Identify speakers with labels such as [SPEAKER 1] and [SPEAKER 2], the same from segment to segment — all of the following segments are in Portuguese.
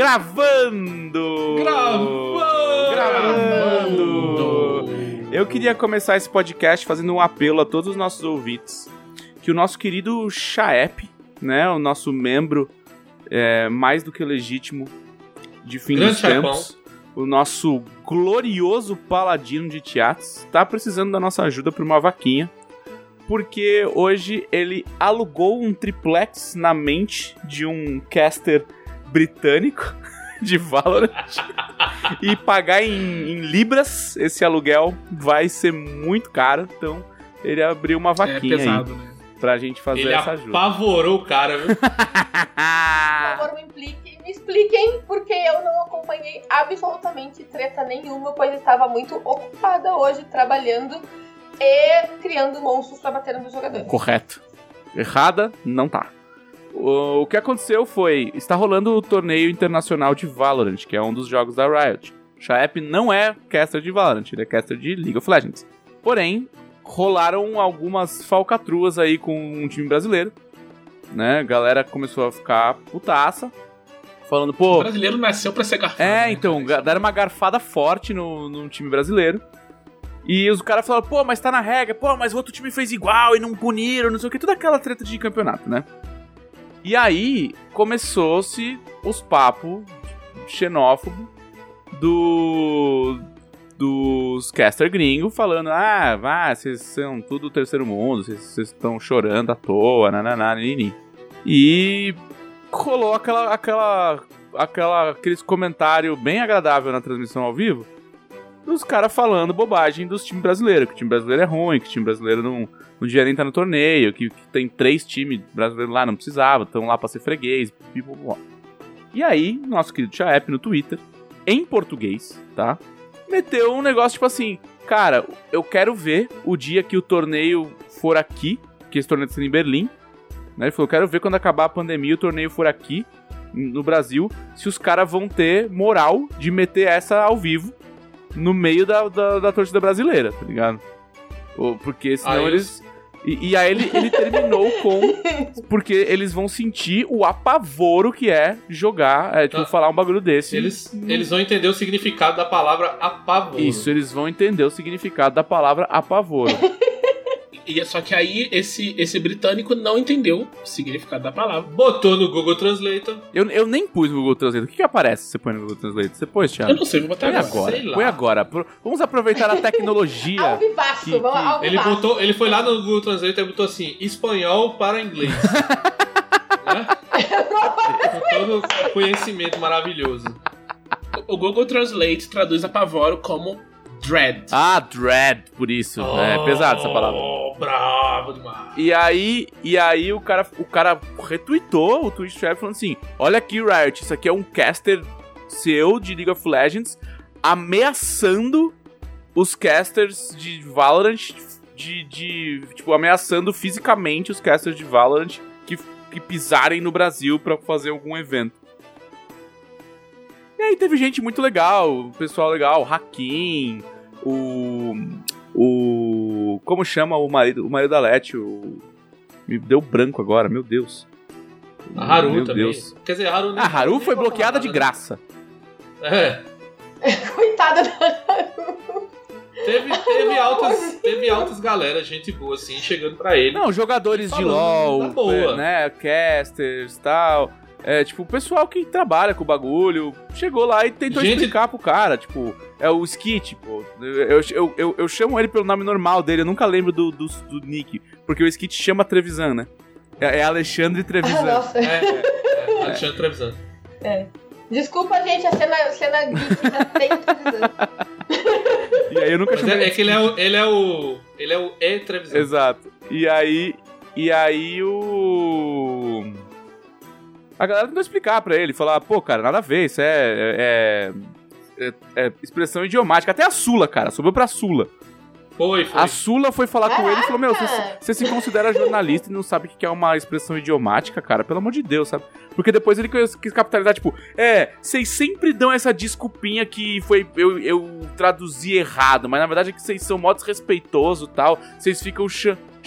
[SPEAKER 1] Gravando! Eu queria começar esse podcast fazendo um apelo a todos os nossos ouvintes, que o nosso querido Chaep, né, o nosso membro mais do que legítimo de fim dos tempos, o nosso glorioso paladino de Tiates, tá precisando da nossa ajuda por uma vaquinha, porque hoje ele alugou um triplex na mente de um caster britânico de Valorant e pagar em libras esse aluguel vai ser muito caro, então ele abriu uma vaquinha
[SPEAKER 2] pesado,
[SPEAKER 1] aí,
[SPEAKER 2] né?
[SPEAKER 1] Pra gente fazer essa ajuda.
[SPEAKER 3] Ele apavorou o cara, viu?
[SPEAKER 4] Por favor, me expliquem, porque eu não acompanhei absolutamente treta nenhuma, pois estava muito ocupada hoje trabalhando e criando monstros pra bater nos jogadores.
[SPEAKER 1] Correto. Errada, não tá. O que aconteceu foi, está rolando o torneio internacional de Valorant, que é um dos jogos da Riot. Chaep não é caster de Valorant, ele é caster de League of Legends. Porém, rolaram algumas falcatruas aí com um time brasileiro, né? A galera começou a ficar putaça, falando, pô...
[SPEAKER 2] O brasileiro nasceu pra ser garfado.
[SPEAKER 1] Então, deram uma garfada forte no time brasileiro. E os caras falaram, pô, mas tá na regra, pô, mas o outro time fez igual e não puniram, não sei o que, toda aquela treta de campeonato, né? E aí, começou-se os papos xenófobos dos caster gringos falando, vocês são tudo terceiro mundo, vocês estão chorando à toa, nini. E rolou aqueles comentários bem agradáveis na transmissão ao vivo, dos caras falando bobagem dos times brasileiros, que o time brasileiro é ruim, que o time brasileiro não devia nem estar no torneio, que tem 3 times brasileiros lá, não precisava, estão lá pra ser freguês, E aí, nosso querido Chaep no Twitter, em português, tá? Meteu um negócio tipo assim, cara, eu quero ver o dia que o torneio for aqui, que esse torneio tá sendo em Berlim, né? Ele falou, eu quero ver quando acabar a pandemia o torneio for aqui, no Brasil, se os caras vão ter moral de meter essa ao vivo no meio da torcida brasileira, tá ligado? Porque senão eles... E aí ele terminou com... Porque eles vão sentir o apavoro que é jogar, falar um bagulho desse.
[SPEAKER 3] Eles vão entender o significado da palavra apavoro.
[SPEAKER 1] Isso, eles vão entender o significado da palavra apavoro.
[SPEAKER 2] Só que aí esse britânico não entendeu o significado da palavra.
[SPEAKER 3] Botou no Google Translator.
[SPEAKER 1] Eu nem pus no Google Translator. O que aparece se você põe no Google Translator? Você pôs, Thiago?
[SPEAKER 2] Eu não sei, vou botar agora.
[SPEAKER 1] Põe agora. Vamos aproveitar a tecnologia.
[SPEAKER 4] Ao vivaço, ao vivaço.
[SPEAKER 3] Ele foi lá no Google Translator e botou assim, espanhol para inglês. Né? Com todo o conhecimento maravilhoso.
[SPEAKER 2] O Google Translate traduz apavoro como dread.
[SPEAKER 1] Dread, por isso. É pesado essa palavra.
[SPEAKER 2] Bravo demais.
[SPEAKER 1] E aí o cara retweetou o tweet do Chaep falando assim, olha aqui, Riot, isso aqui é um caster seu de League of Legends ameaçando os casters de Valorant, tipo, ameaçando fisicamente os casters de Valorant que pisarem no Brasil pra fazer algum evento. E aí teve gente muito legal, o pessoal legal, o Hakim, como chama o marido da Leti? Me deu branco agora, meu Deus.
[SPEAKER 3] A Haru
[SPEAKER 1] meu
[SPEAKER 3] também.
[SPEAKER 1] Deus.
[SPEAKER 3] Quer dizer, a Haru...
[SPEAKER 1] A Haru foi bloqueada de graça.
[SPEAKER 4] Coitada da Haru.
[SPEAKER 3] Teve altas galera, gente boa, assim, chegando pra ele.
[SPEAKER 1] Não, jogadores de LoL, né, casters e tal... tipo, o pessoal que trabalha com o bagulho chegou lá e tentou explicar pro cara, tipo, é o Skit, pô. Eu chamo ele pelo nome normal dele, eu nunca lembro do nick, porque o Skit chama Trevisan, né? É Alexandre Trevisan.
[SPEAKER 4] Nossa.
[SPEAKER 3] Alexandre Trevisan.
[SPEAKER 4] Desculpa, gente, a cena geek já tem Trevisan.
[SPEAKER 1] E aí eu nunca chamei
[SPEAKER 3] é que ele é o Trevisan.
[SPEAKER 1] Exato. E aí a galera tentou explicar pra ele, falar, pô, cara, nada a ver, isso é expressão idiomática. Até a Sula, cara, subiu pra Sula.
[SPEAKER 3] Foi.
[SPEAKER 1] A Sula foi falar com ele e falou, você se considera jornalista e não sabe o que é uma expressão idiomática, cara? Pelo amor de Deus, sabe? Porque depois ele quis capitalizar, tipo, vocês sempre dão essa desculpinha que foi eu traduzi errado, mas na verdade é que vocês são mó desrespeitosos e tal, vocês ficam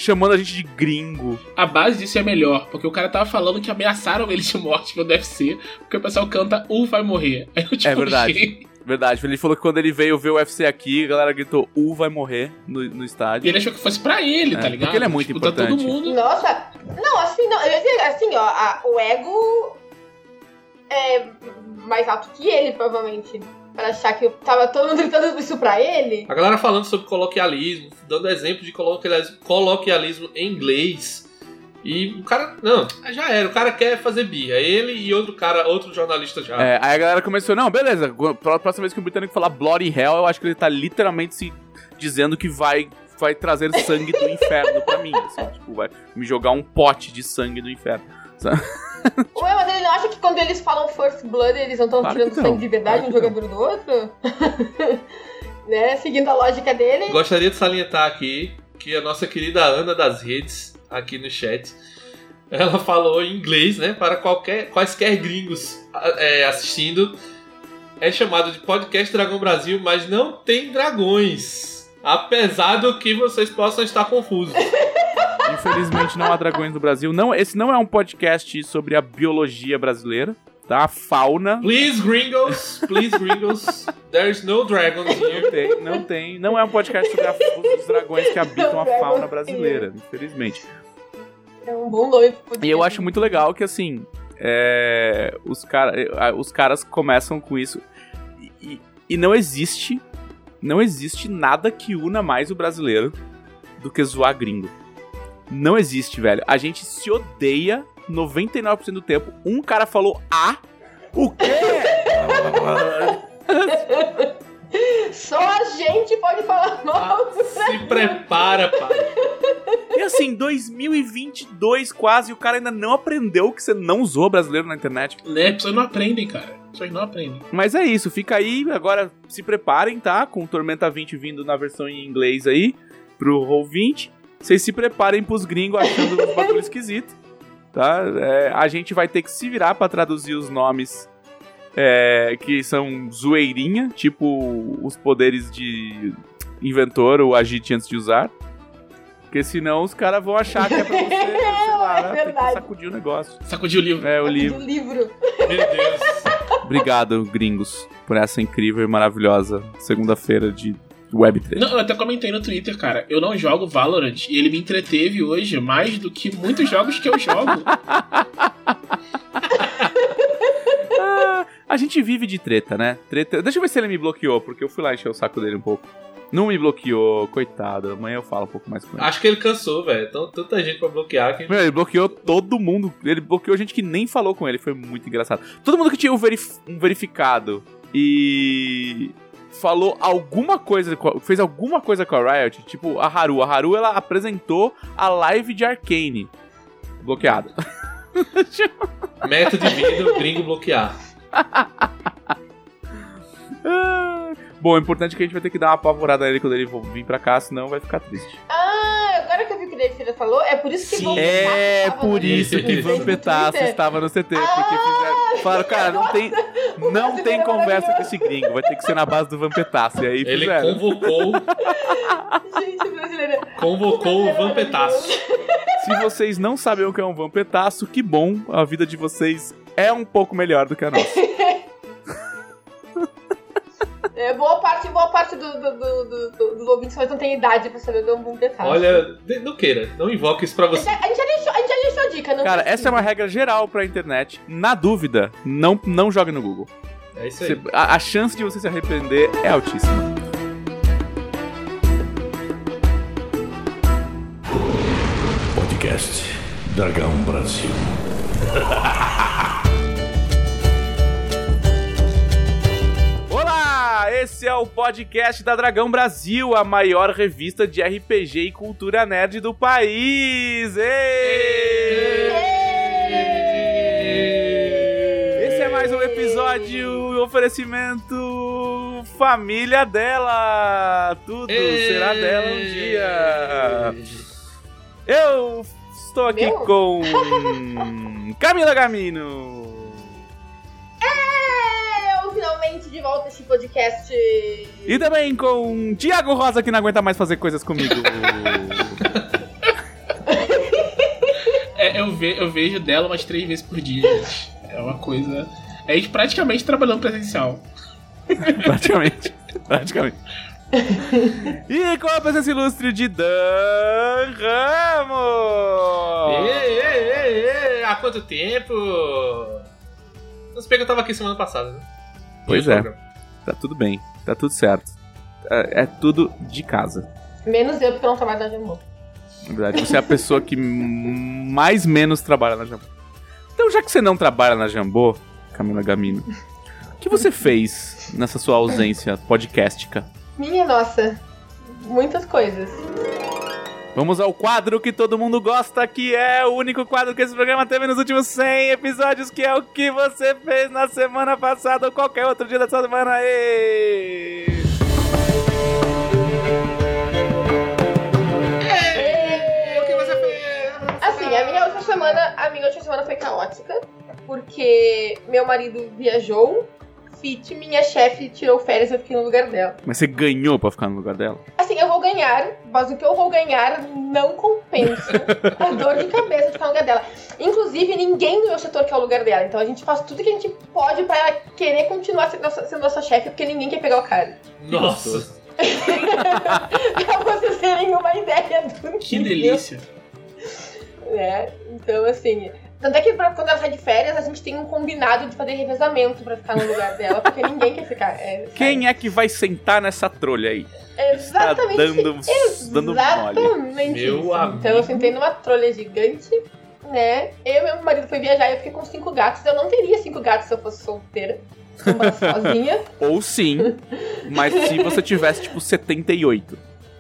[SPEAKER 1] chamando a gente de gringo.
[SPEAKER 2] A base disso é melhor, porque o cara tava falando que ameaçaram ele de morte pelo UFC, porque o pessoal canta vai morrer. Aí eu, tipo,
[SPEAKER 1] É verdade. Verdade, ele falou que quando ele veio ver o UFC aqui, a galera gritou, vai morrer no estádio.
[SPEAKER 2] E ele achou que fosse pra ele, tá ligado?
[SPEAKER 1] Porque ele é muito importante.
[SPEAKER 2] Tá todo mundo.
[SPEAKER 4] Nossa, não, assim, não, eu ia dizer, assim, ó, o ego é mais alto que ele, provavelmente. Pra achar que tava todo mundo gritando isso pra ele.
[SPEAKER 3] A galera falando sobre coloquialismo, dando exemplo de coloquialismo em inglês. E o cara, não, já era, o cara quer fazer birra. Ele e outro jornalista já.
[SPEAKER 1] Aí a galera começou, não, beleza, a próxima vez que o britânico falar Bloody Hell, eu acho que ele tá literalmente se dizendo que vai trazer sangue do inferno pra mim. Assim, tipo, vai me jogar um pote de sangue do inferno. Sabe?
[SPEAKER 4] Ué, mas ele não acha que quando eles falam First Blood, eles não estão tirando sangue de verdade um jogador do outro? Né? Seguindo a lógica dele.
[SPEAKER 3] Gostaria de salientar aqui que a nossa querida Ana das Redes, aqui no chat, ela falou em inglês, né? Para quaisquer gringos assistindo. É chamado de Podcast Dragão Brasil, mas não tem dragões. Apesar do que vocês possam estar confusos.
[SPEAKER 1] Infelizmente não há dragões no Brasil. Não, esse não é um podcast sobre a biologia brasileira, tá? A fauna.
[SPEAKER 3] Please, gringos, there's no dragons here.
[SPEAKER 1] Não tem. Não é um podcast sobre os dragões que habitam a fauna brasileira, infelizmente.
[SPEAKER 4] É um bom nome pro podcast.
[SPEAKER 1] E eu acho muito legal que, assim, os caras começam com isso e não existe nada que una mais o brasileiro do que zoar gringo. Não existe, velho. A gente se odeia 99% do tempo. Um cara falou o quê?
[SPEAKER 4] Só a gente pode falar mal.
[SPEAKER 3] Se prepara, pai.
[SPEAKER 1] E assim, 2022 quase, o cara ainda não aprendeu que você não usou brasileiro na internet.
[SPEAKER 2] Né, pessoas não aprendem, cara. Pessoas não aprendem.
[SPEAKER 1] Mas é isso, fica aí, agora se preparem, tá? Com o Tormenta 20 vindo na versão em inglês aí, pro Roll20. Vocês se preparem pros gringos achando um bagulho esquisito, tá? A gente vai ter que se virar pra traduzir os nomes que são zoeirinha, tipo os poderes de inventor ou agite antes de usar. Porque senão os caras vão achar que é pra você, sei lá, né? Tem que sacudir o negócio.
[SPEAKER 2] Sacudir o livro.
[SPEAKER 1] O livro.
[SPEAKER 4] O livro.
[SPEAKER 3] Meu Deus.
[SPEAKER 1] Obrigado, gringos, por essa incrível e maravilhosa segunda-feira de Web3.
[SPEAKER 2] Não, eu até comentei no Twitter, cara. Eu não jogo Valorant e ele me entreteve hoje mais do que muitos jogos que eu jogo.
[SPEAKER 1] A gente vive de treta, né? Treta. Deixa eu ver se ele me bloqueou, porque eu fui lá encher o saco dele um pouco. Não me bloqueou, coitado. Amanhã eu falo um pouco mais com ele.
[SPEAKER 3] Acho que ele cansou, velho. Tanta gente pra bloquear que...
[SPEAKER 1] Ele bloqueou todo mundo. Ele bloqueou gente que nem falou com ele. Foi muito engraçado. Todo mundo que tinha um verificado e falou alguma coisa, fez alguma coisa com a Riot, tipo a Haru. A Haru, ela apresentou a live de Arcane. Bloqueado.
[SPEAKER 3] Meta de vida, o gringo bloquear.
[SPEAKER 1] Bom, é importante que a gente vai ter que dar uma apavorada nele quando ele vir pra cá, senão vai ficar triste.
[SPEAKER 4] Agora que eu vi o que o David falou, é por isso que
[SPEAKER 1] Vampetaço por isso que Vampetaço estava no CT, porque falaram, cara, não tem conversa com esse gringo, vai ter que ser na base do Vampetaço. E aí
[SPEAKER 3] ele
[SPEAKER 1] fizeram.
[SPEAKER 3] convocou o Vampetaço.
[SPEAKER 1] Se vocês não sabem o que é um Vampetaço, que bom, a vida de vocês é um pouco melhor do que a nossa.
[SPEAKER 4] Boa parte dos ouvintes não tem idade pra saber o que é um Vampetaço.
[SPEAKER 3] Olha, não queira, não invoque isso pra você.
[SPEAKER 4] A gente já deixou a dica, não?
[SPEAKER 1] Cara, essa é uma regra geral pra internet. Na dúvida, não jogue no Google.
[SPEAKER 3] É isso aí.
[SPEAKER 1] A chance de você se arrepender é altíssima.
[SPEAKER 5] Podcast Dragão Brasil.
[SPEAKER 1] Olá, esse é o podcast da Dragão Brasil, a maior revista de RPG e cultura nerd do país. Esse é mais um episódio oferecimento família dela. Tudo será dela um dia. Eu estou aqui com Camila Gamino.
[SPEAKER 4] Finalmente de volta a este podcast.
[SPEAKER 1] E também com Thiago Rosa, que não aguenta mais fazer coisas comigo.
[SPEAKER 2] eu vejo dela umas 3 vezes por dia, gente. É uma coisa... É a gente praticamente trabalhando presencial.
[SPEAKER 1] Praticamente. E com a presença ilustre de Dan Ramos!
[SPEAKER 3] Há quanto tempo? Não sei que eu tava aqui semana passada, né?
[SPEAKER 1] Pois é. Tá tudo bem. Tá tudo certo. É tudo de casa.
[SPEAKER 4] Menos eu, porque eu não trabalho na Jambô.
[SPEAKER 1] Na verdade, você é a pessoa que mais menos trabalha na Jambô. Então, já que você não trabalha na Jambô, Camila Gamino, o que você fez nessa sua ausência podcastica?
[SPEAKER 4] Minha nossa, muitas coisas.
[SPEAKER 1] Vamos ao quadro que todo mundo gosta, que é o único quadro que esse programa teve nos últimos 100 episódios, que é o que você fez na semana passada ou qualquer outro dia da sua semana. Aê!
[SPEAKER 3] O que você fez?
[SPEAKER 4] Assim, a minha última semana foi caótica, porque meu marido viajou, minha chefe tirou férias e eu fiquei no lugar dela.
[SPEAKER 1] Mas você ganhou pra ficar no lugar dela?
[SPEAKER 4] Assim, eu vou ganhar, mas o que eu vou ganhar não compensa a dor de cabeça de ficar no lugar dela. Inclusive, ninguém no meu setor quer o lugar dela. Então a gente faz tudo que a gente pode pra ela querer continuar sendo nossa chefe, porque ninguém quer pegar o cara.
[SPEAKER 3] Nossa!
[SPEAKER 4] Pra vocês terem uma ideia do
[SPEAKER 2] Que
[SPEAKER 4] nível.
[SPEAKER 2] delícia.
[SPEAKER 4] Então assim... Tanto é que quando ela sai de férias, a gente tem um combinado de fazer revezamento pra ficar no lugar dela, porque ninguém quer ficar.
[SPEAKER 1] Quem é que vai sentar nessa trolha aí?
[SPEAKER 4] Exatamente.
[SPEAKER 1] Está dando mole.
[SPEAKER 4] Exatamente.
[SPEAKER 3] Meu amigo.
[SPEAKER 4] Então eu sentei numa trolha gigante, né? Eu e meu marido foi viajar e eu fiquei com 5 gatos. Eu não teria 5 gatos se eu fosse solteira. Sozinha.
[SPEAKER 1] Ou sim, mas se você tivesse, tipo, 78.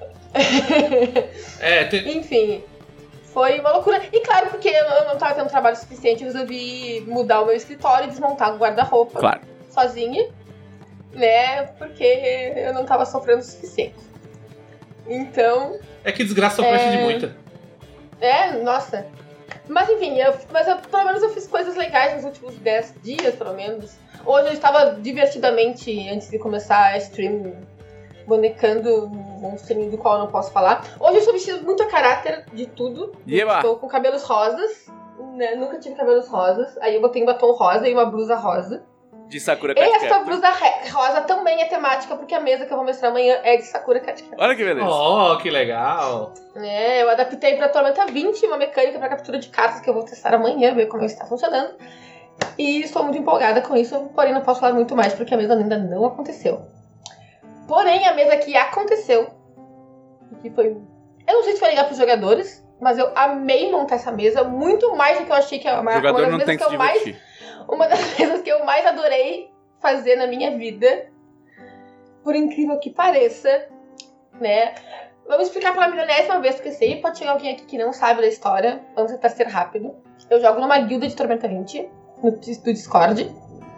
[SPEAKER 4] Enfim, foi uma loucura. E claro, porque eu não tava tendo trabalho suficiente, eu resolvi mudar o meu escritório e desmontar o guarda-roupa.
[SPEAKER 1] Claro.
[SPEAKER 4] Sozinha, né? Porque eu não tava sofrendo o suficiente. Então...
[SPEAKER 3] É que desgraça só presta de muita.
[SPEAKER 4] Nossa. Mas enfim, pelo menos eu fiz coisas legais nos últimos 10 dias, pelo menos. Hoje eu estava divertidamente, antes de começar a stream, bonecando um monstrinho do qual eu não posso falar. Hoje eu estou vestido muito a caráter de tudo. Estou com cabelos rosas, né? Nunca tive cabelos rosas. Aí eu botei um batom rosa e uma blusa rosa.
[SPEAKER 1] De Sakura Card Captor.
[SPEAKER 4] Essa blusa rosa também é temática, porque a mesa que eu vou mostrar amanhã é de Sakura Card Captor.
[SPEAKER 1] Olha que beleza.
[SPEAKER 3] Oh, que legal.
[SPEAKER 4] Eu adaptei pra Tormenta 20, uma mecânica pra captura de cartas que eu vou testar amanhã, ver como está funcionando. E estou muito empolgada com isso, porém não posso falar muito mais, porque a mesa ainda não aconteceu. Porém, a mesa que aconteceu, que foi... Eu não sei se foi legal pros jogadores, mas eu amei montar essa mesa, muito mais do que eu achei que era
[SPEAKER 1] uma das mesas que eu mais...
[SPEAKER 4] Uma das coisas que eu mais adorei fazer na minha vida, por incrível que pareça, né? Vamos explicar pela milionésima vez, porque sei, pode chegar alguém aqui que não sabe da história. Vamos tentar ser rápido. Eu jogo numa guilda de Tormenta 20, do Discord.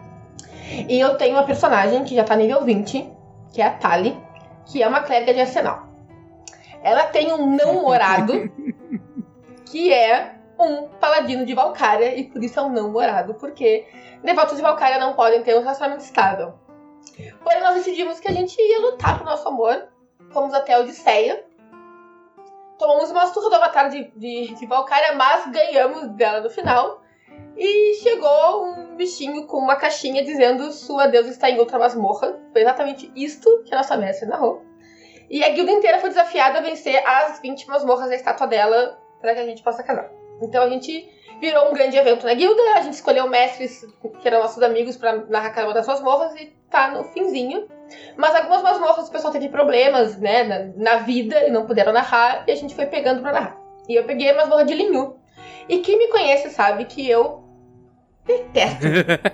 [SPEAKER 4] E eu tenho uma personagem que já tá nível 20, que é a Tali, que é uma clériga de arsenal. Ela tem um não-morado, que é um paladino de Valkyria, e por isso é um não-morado, porque devotos de Valkyria não podem ter um relacionamento estável. Porém, nós decidimos que a gente ia lutar pro nosso amor. Fomos até a Odisseia. Tomamos uma surra do avatar de Valkyria, mas ganhamos dela no final. E chegou um bichinho com uma caixinha dizendo: sua deusa está em outra masmorra. Foi exatamente isto que a nossa mestre narrou. E a guilda inteira foi desafiada a vencer as 20 masmorras da estátua dela para que a gente possa casar. Então a gente virou um grande evento na guilda, a gente escolheu mestres que eram nossos amigos pra narrar cada uma das masmorras e tá no finzinho. Mas algumas masmorras o pessoal teve problemas, né, na vida e não puderam narrar, e a gente foi pegando pra narrar. E eu peguei a masmorra de Linhu. E quem me conhece sabe que eu detesto.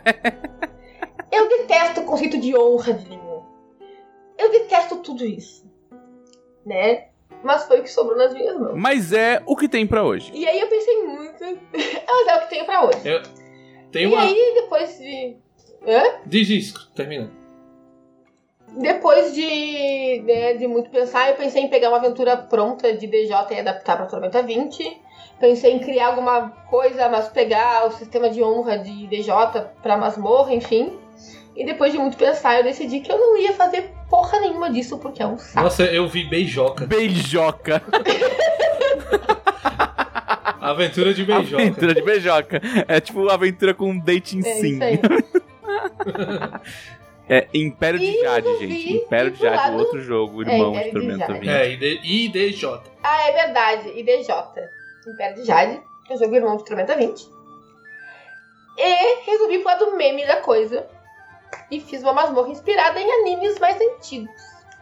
[SPEAKER 4] Eu detesto o conceito de honra de Linhu. Eu detesto tudo isso, né? Mas foi o que sobrou nas minhas mãos.
[SPEAKER 1] Mas é o que tem pra hoje.
[SPEAKER 4] E aí eu pensei muito... Mas é o que tenho pra hoje. Aí, depois de...
[SPEAKER 3] Diz isso, termina.
[SPEAKER 4] Depois de muito pensar, eu pensei em pegar uma aventura pronta de DJ e adaptar pra Tormenta 20. Pensei em criar alguma coisa, mas pegar o sistema de honra de DJ pra masmorra, enfim. E depois de muito pensar, eu decidi que eu não ia fazer porra nenhuma disso, porque é um saco.
[SPEAKER 3] Nossa, eu vi beijoca.
[SPEAKER 1] Beijoca.
[SPEAKER 3] Aventura de beijoca.
[SPEAKER 1] Aventura de beijoca. É tipo aventura com dating sim.
[SPEAKER 4] Isso aí.
[SPEAKER 1] É Império de
[SPEAKER 4] E
[SPEAKER 1] Jade,
[SPEAKER 4] eu
[SPEAKER 1] gente.
[SPEAKER 4] vi
[SPEAKER 1] Império de
[SPEAKER 4] do
[SPEAKER 1] Jade,
[SPEAKER 4] lado-
[SPEAKER 1] o outro jogo, irmão de
[SPEAKER 4] Império de
[SPEAKER 1] Tormenta
[SPEAKER 4] Jade.
[SPEAKER 1] 20.
[SPEAKER 3] IDJ.
[SPEAKER 4] Ah, é verdade. IDJ. Império de Jade. Que é o jogo irmão de Tormenta 20. E resolvi ir pro lado meme da coisa. E fiz uma masmorra inspirada em animes mais antigos.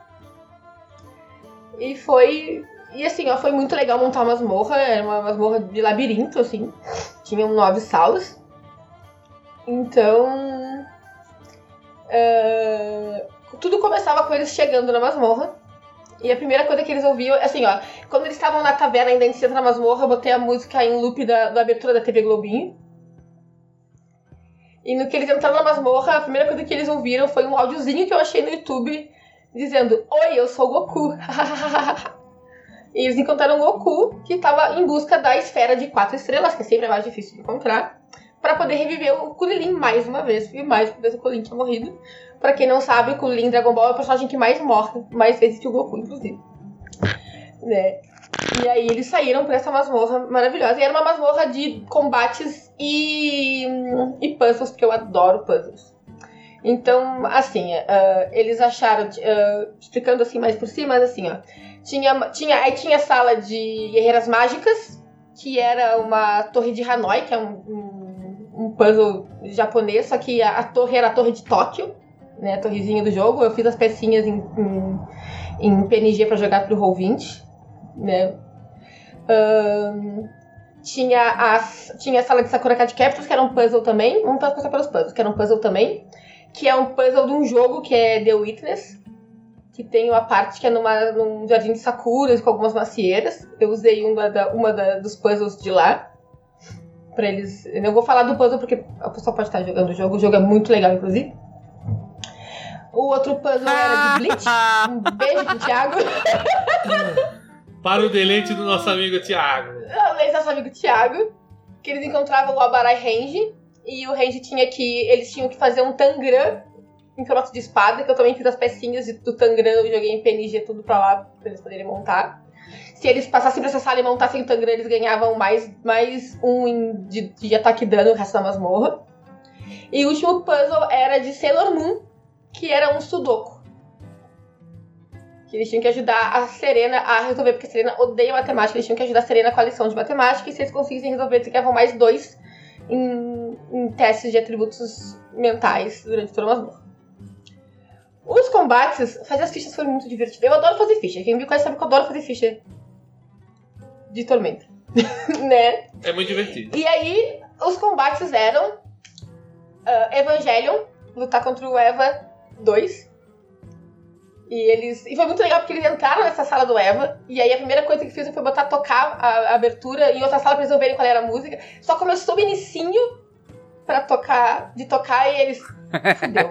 [SPEAKER 4] E foi... E assim, ó, foi muito legal montar uma masmorra. Era uma masmorra de labirinto, assim. Tinham 9 salas. Então... tudo começava com eles chegando na masmorra. E a primeira coisa que eles ouviam, assim, ó, quando eles estavam na taverna ainda antes de entrar na masmorra, eu botei a música em loop da abertura da TV Globinho. E no que eles entraram na masmorra, a primeira coisa que eles ouviram foi um áudiozinho que eu achei no YouTube dizendo: "Oi, eu sou o Goku." E eles encontraram o Goku, que estava em busca da esfera de 4 estrelas, que é sempre mais difícil de encontrar, para poder reviver o Kulilin mais uma vez. E mais uma vez o Kulilin tinha morrido. Pra quem não sabe, o Kulilin Dragon Ball é o personagem que mais morre, mais vezes que o Goku, inclusive. Né? E aí eles saíram pra essa masmorra maravilhosa. E era uma masmorra de combates e puzzles, porque eu adoro puzzles. Então, assim, eles acharam, explicando assim mais por cima, mas assim, ó. Aí tinha a sala de guerreiras mágicas, que era uma torre de Hanoi, que é um puzzle japonês, só que a torre era a torre de Tóquio, né, a torrezinha do jogo. Eu fiz as pecinhas em PNG pra jogar pro Roll20, né. Tinha a sala de Sakura Card Captors, que era um puzzle também. Vamos passar pelos puzzles, que era um puzzle também, que é um puzzle de um jogo que é The Witness, que tem uma parte que é num jardim de sakuras com algumas macieiras. Eu usei uma dos puzzles de lá pra eles. Eu vou falar do puzzle porque a pessoa pode estar jogando o jogo é muito legal, inclusive. O outro puzzle era de Bleach. Um beijo pro Thiago.
[SPEAKER 3] Para o deleite do nosso amigo Thiago.
[SPEAKER 4] Nosso amigo Thiago, que eles encontravam o Abarai Range, e o Range eles tinham que fazer um Tangram em formato de espada, que eu também fiz as pecinhas do Tangram, eu joguei em PNG tudo pra lá, pra eles poderem montar. Se eles passassem pra essa sala e montassem o Tangram, eles ganhavam mais um de ataque e dano no resto da masmorra. E o último puzzle era de Sailor Moon, que era um Sudoku. Que eles tinham que ajudar a Serena a resolver, porque a Serena odeia matemática, eles tinham que ajudar a Serena com a lição de matemática, e se eles conseguissem resolver, eles ganhavam mais 2 em testes de atributos mentais durante toda a masmorra. Os combates, fazer as fichas foi muito divertido. Eu adoro fazer ficha. Quem me conhece sabe que eu adoro fazer ficha de Tormenta. Né?
[SPEAKER 3] É muito divertido.
[SPEAKER 4] E aí, os combates eram Evangelion, lutar contra o Eva 2. E foi muito legal porque eles entraram nessa sala do Eva. E aí a primeira coisa que fiz foi botar tocar a abertura em outra sala pra eles ouvirem qual era a música. Só começou o inicinho pra tocar e eles... Fudeu.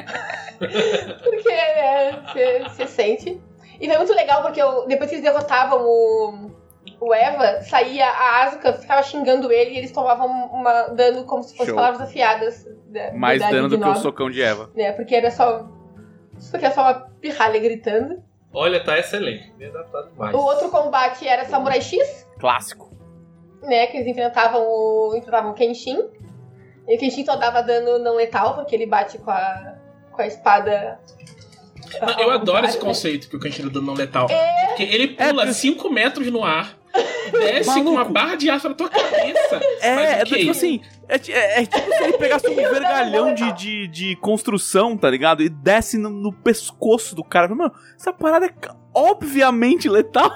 [SPEAKER 4] Porque você sente. E foi muito legal porque depois que eles derrotavam o Eva, saía a Asuka, ficava xingando ele e eles tomavam dano como se fossem palavras afiadas.
[SPEAKER 1] Mais dano do que o socão de Eva.
[SPEAKER 4] Porque era só uma pirralha gritando.
[SPEAKER 3] Olha, tá excelente. Me adaptado demais.
[SPEAKER 4] O outro combate era Samurai X.
[SPEAKER 1] Clássico.
[SPEAKER 4] Né, que eles enfrentavam o Kenshin. E o Kenshin só dava dano não letal, porque ele bate com a espada.
[SPEAKER 2] Eu adoro esse conceito que o Kenshin dá dano não letal. Porque ele pula 5 metros no ar, desce
[SPEAKER 1] Maluco.
[SPEAKER 2] com uma barra de aço na tua cabeça.
[SPEAKER 1] Tipo assim, é tipo se ele pegasse um vergalhão de construção, tá ligado? E desce no pescoço do cara. Mano, essa parada é obviamente letal.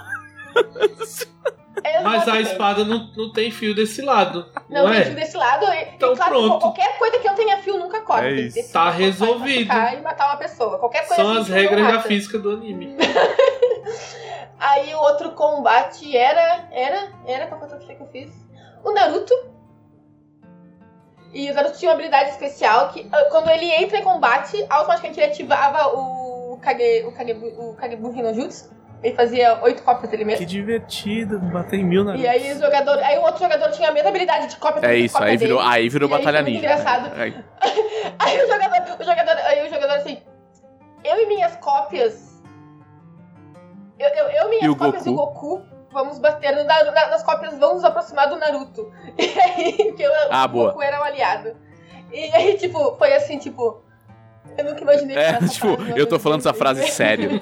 [SPEAKER 3] Mas a espada não tem fio desse lado.
[SPEAKER 4] Não
[SPEAKER 3] é?
[SPEAKER 4] tem fio desse lado.
[SPEAKER 3] Então,
[SPEAKER 4] claro,
[SPEAKER 3] pronto.
[SPEAKER 4] Qualquer coisa que não tenha fio nunca corta.
[SPEAKER 1] É isso.
[SPEAKER 3] Tá resolvido.
[SPEAKER 4] E matar uma pessoa. Qualquer coisa
[SPEAKER 3] São
[SPEAKER 4] assim
[SPEAKER 3] as
[SPEAKER 4] que
[SPEAKER 3] regras
[SPEAKER 4] não
[SPEAKER 3] da
[SPEAKER 4] mata.
[SPEAKER 3] física do anime.
[SPEAKER 4] Aí o outro combate era qual foi o que eu fiz? O Naruto. E o Naruto tinha uma habilidade especial que quando ele entra em combate, automaticamente ele ativava o Kagebunshin no Jutsu. Ele fazia 8 cópias dele mesmo.
[SPEAKER 1] Que divertido, bater em 1000 Naruto.
[SPEAKER 4] E aí o outro jogador tinha a mesma habilidade de cópia
[SPEAKER 1] É isso, aí virou Batalha
[SPEAKER 4] foi muito
[SPEAKER 1] Ninja.
[SPEAKER 4] engraçado. Aí o jogador assim, eu e minhas cópias. Eu
[SPEAKER 1] E o
[SPEAKER 4] minhas cópias
[SPEAKER 1] Goku?
[SPEAKER 4] do Goku vamos bater nas cópias, vamos nos aproximar do Naruto. E aí, que o Goku era o aliado. E aí, tipo, foi assim, tipo... Eu nunca imaginei que essa
[SPEAKER 1] tipo,
[SPEAKER 4] frase,
[SPEAKER 1] eu tô falando essa frase sério.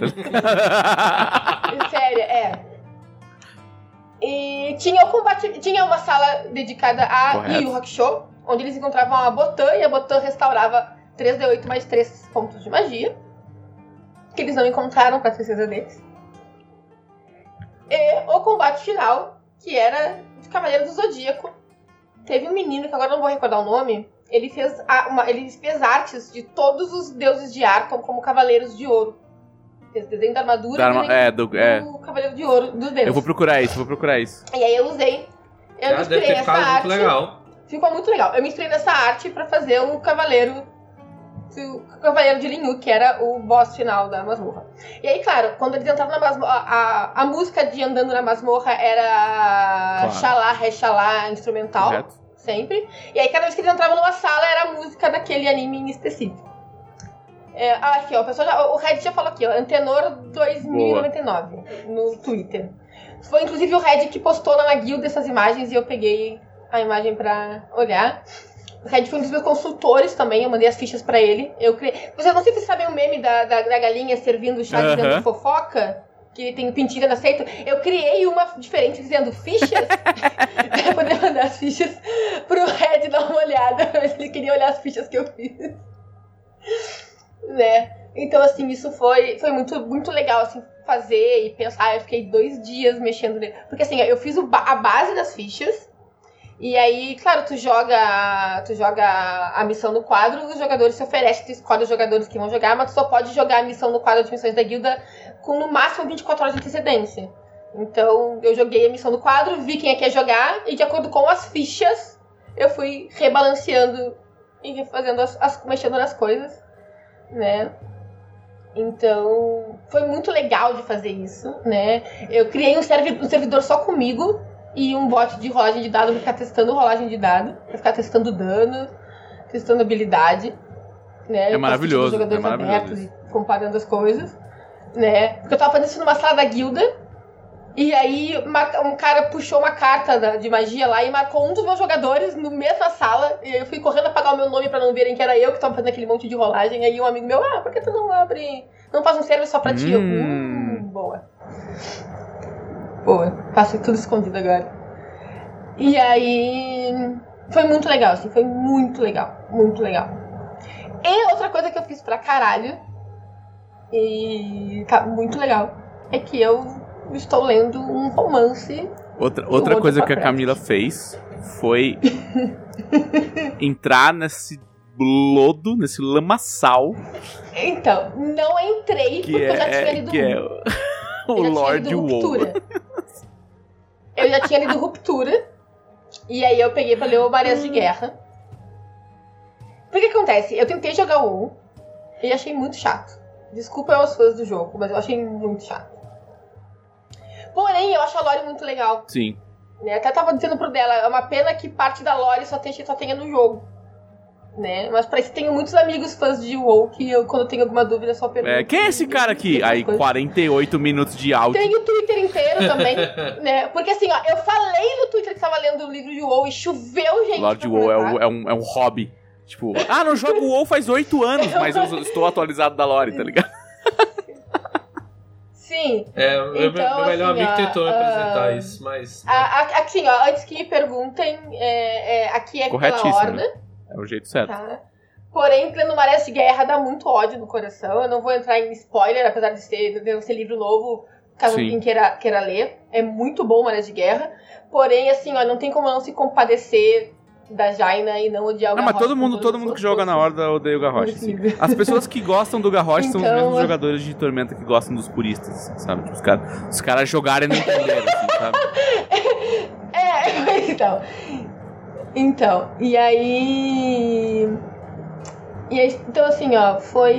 [SPEAKER 4] Sério, E tinha o combate, tinha uma sala dedicada a Yu Yu Hakusho, onde eles encontravam a Botan, e a Botan restaurava 3d8 mais 3 pontos de magia, que eles não encontraram, pra tristeza deles. E o combate final, que era de Cavaleiro do Zodíaco. Teve um menino, que agora não vou recordar o nome, ele fez artes de todos os deuses de Arton como Cavaleiros de Ouro. Fez desenho da armadura e do Cavaleiro de Ouro dos deuses.
[SPEAKER 1] Eu vou procurar isso.
[SPEAKER 4] E aí eu usei. Eu me inspirei nessa arte.
[SPEAKER 3] Muito legal.
[SPEAKER 4] Ficou muito legal. Eu me inspirei nessa arte pra fazer o Cavaleiro de Linhu, que era o boss final da masmorra. E aí, claro, quando eles entraram na masmorra, a música de Andando na Masmorra era Xalá, Rexalá, instrumental. Correto. Sempre. E aí, cada vez que eles entravam numa sala, era a música daquele anime em específico. Aqui, ó, o Red já falou aqui, ó, Antenor 2099 no Twitter. Foi inclusive o Red que postou lá na guilda essas imagens e eu peguei a imagem pra olhar. O Red foi um dos meus consultores também, eu mandei as fichas pra ele. Eu criei... Vocês não sei se vocês sabem o meme da galinha servindo chá dizendo fofoca, que tem pintilha na seita. Eu criei uma diferente dizendo fichas, pra poder mandar as fichas pro Red dar uma olhada. Ele queria olhar as fichas que eu fiz. Né? Então, assim, isso foi muito, muito legal, assim, fazer e pensar. Eu fiquei 2 dias mexendo nele. Porque, assim, eu fiz a base das fichas. E aí, claro, tu joga a missão no quadro, os jogadores se oferecem, tu escolhe os jogadores que vão jogar, mas tu só pode jogar a missão no quadro de missões da guilda com no máximo 24 horas de antecedência. Então, eu joguei a missão no quadro, vi quem é que ia jogar, e de acordo com as fichas, eu fui rebalanceando e fazendo mexendo nas coisas, né? Então, foi muito legal de fazer isso, né? Eu criei um servidor só comigo, e um bot de rolagem de dado pra ficar testando rolagem de dado, pra ficar testando dano, testando habilidade, né?
[SPEAKER 1] É maravilhoso,
[SPEAKER 4] jogadores abertos e comparando as coisas, né? Porque eu tava fazendo isso numa sala da guilda, e aí um cara puxou uma carta de magia lá e marcou um dos meus jogadores no mesma sala, e eu fui correndo apagar o meu nome pra não verem que era eu que tava fazendo aquele monte de rolagem, aí um amigo meu, por que tu não faz um server só pra ti? Eu, boa. Faço tudo escondido agora. E aí... Foi muito legal, assim. Foi muito legal. Muito legal. E outra coisa que eu fiz pra caralho, e tá muito legal, é que eu estou lendo um romance.
[SPEAKER 1] Outra coisa que a Camila fez foi entrar nesse lodo, nesse lamaçal.
[SPEAKER 4] Então, não entrei porque eu já tinha lido
[SPEAKER 1] o Lord WoW.
[SPEAKER 4] Eu já tinha lido Ruptura. E aí eu peguei pra ler o Marés de Guerra. Porque o que acontece? Eu tentei jogar o WoW e achei muito chato. Desculpa aos fãs do jogo, mas eu achei muito chato. Porém, eu acho a lore muito legal.
[SPEAKER 1] Sim.
[SPEAKER 4] Né? Até tava dizendo pro dela, é uma pena que parte da lore só tenha no jogo. Né? Mas pra isso tenho muitos amigos fãs de WoW que quando eu tenho alguma dúvida só pergunto.
[SPEAKER 1] Quem é esse cara aqui? Aí 48 minutos de áudio.
[SPEAKER 4] Tem o Twitter inteiro também, né? Porque assim, ó, eu falei no Twitter que tava lendo o livro de WoW e choveu gente.
[SPEAKER 1] Lord WoW é um hobby. Tipo, não jogo WoW faz 8 anos, mas eu estou atualizado da lore, tá ligado?
[SPEAKER 4] Sim.
[SPEAKER 3] Então, meu melhor amigo tentou me apresentar isso, mas...
[SPEAKER 4] Assim, ó, antes que me perguntem, aqui é pela Horda.
[SPEAKER 1] Né? É o jeito certo.
[SPEAKER 4] Tá. Porém, lendo Marés de Guerra dá muito ódio no coração. Eu não vou entrar em spoiler, apesar de ser livro novo, caso alguém queira ler. É muito bom Marés de Guerra. Porém, assim, ó, não tem como não se compadecer da Jaina e não odiar o Garrosh.
[SPEAKER 1] Mas todo mundo que joga na Horda odeia o Garrosh. Assim. As pessoas que gostam do Garrosh são os mesmos jogadores de Tormenta que gostam dos puristas, sabe? Tipo, os caras jogarem e não entenderem, assim, sabe? Então, e aí, então assim, ó, foi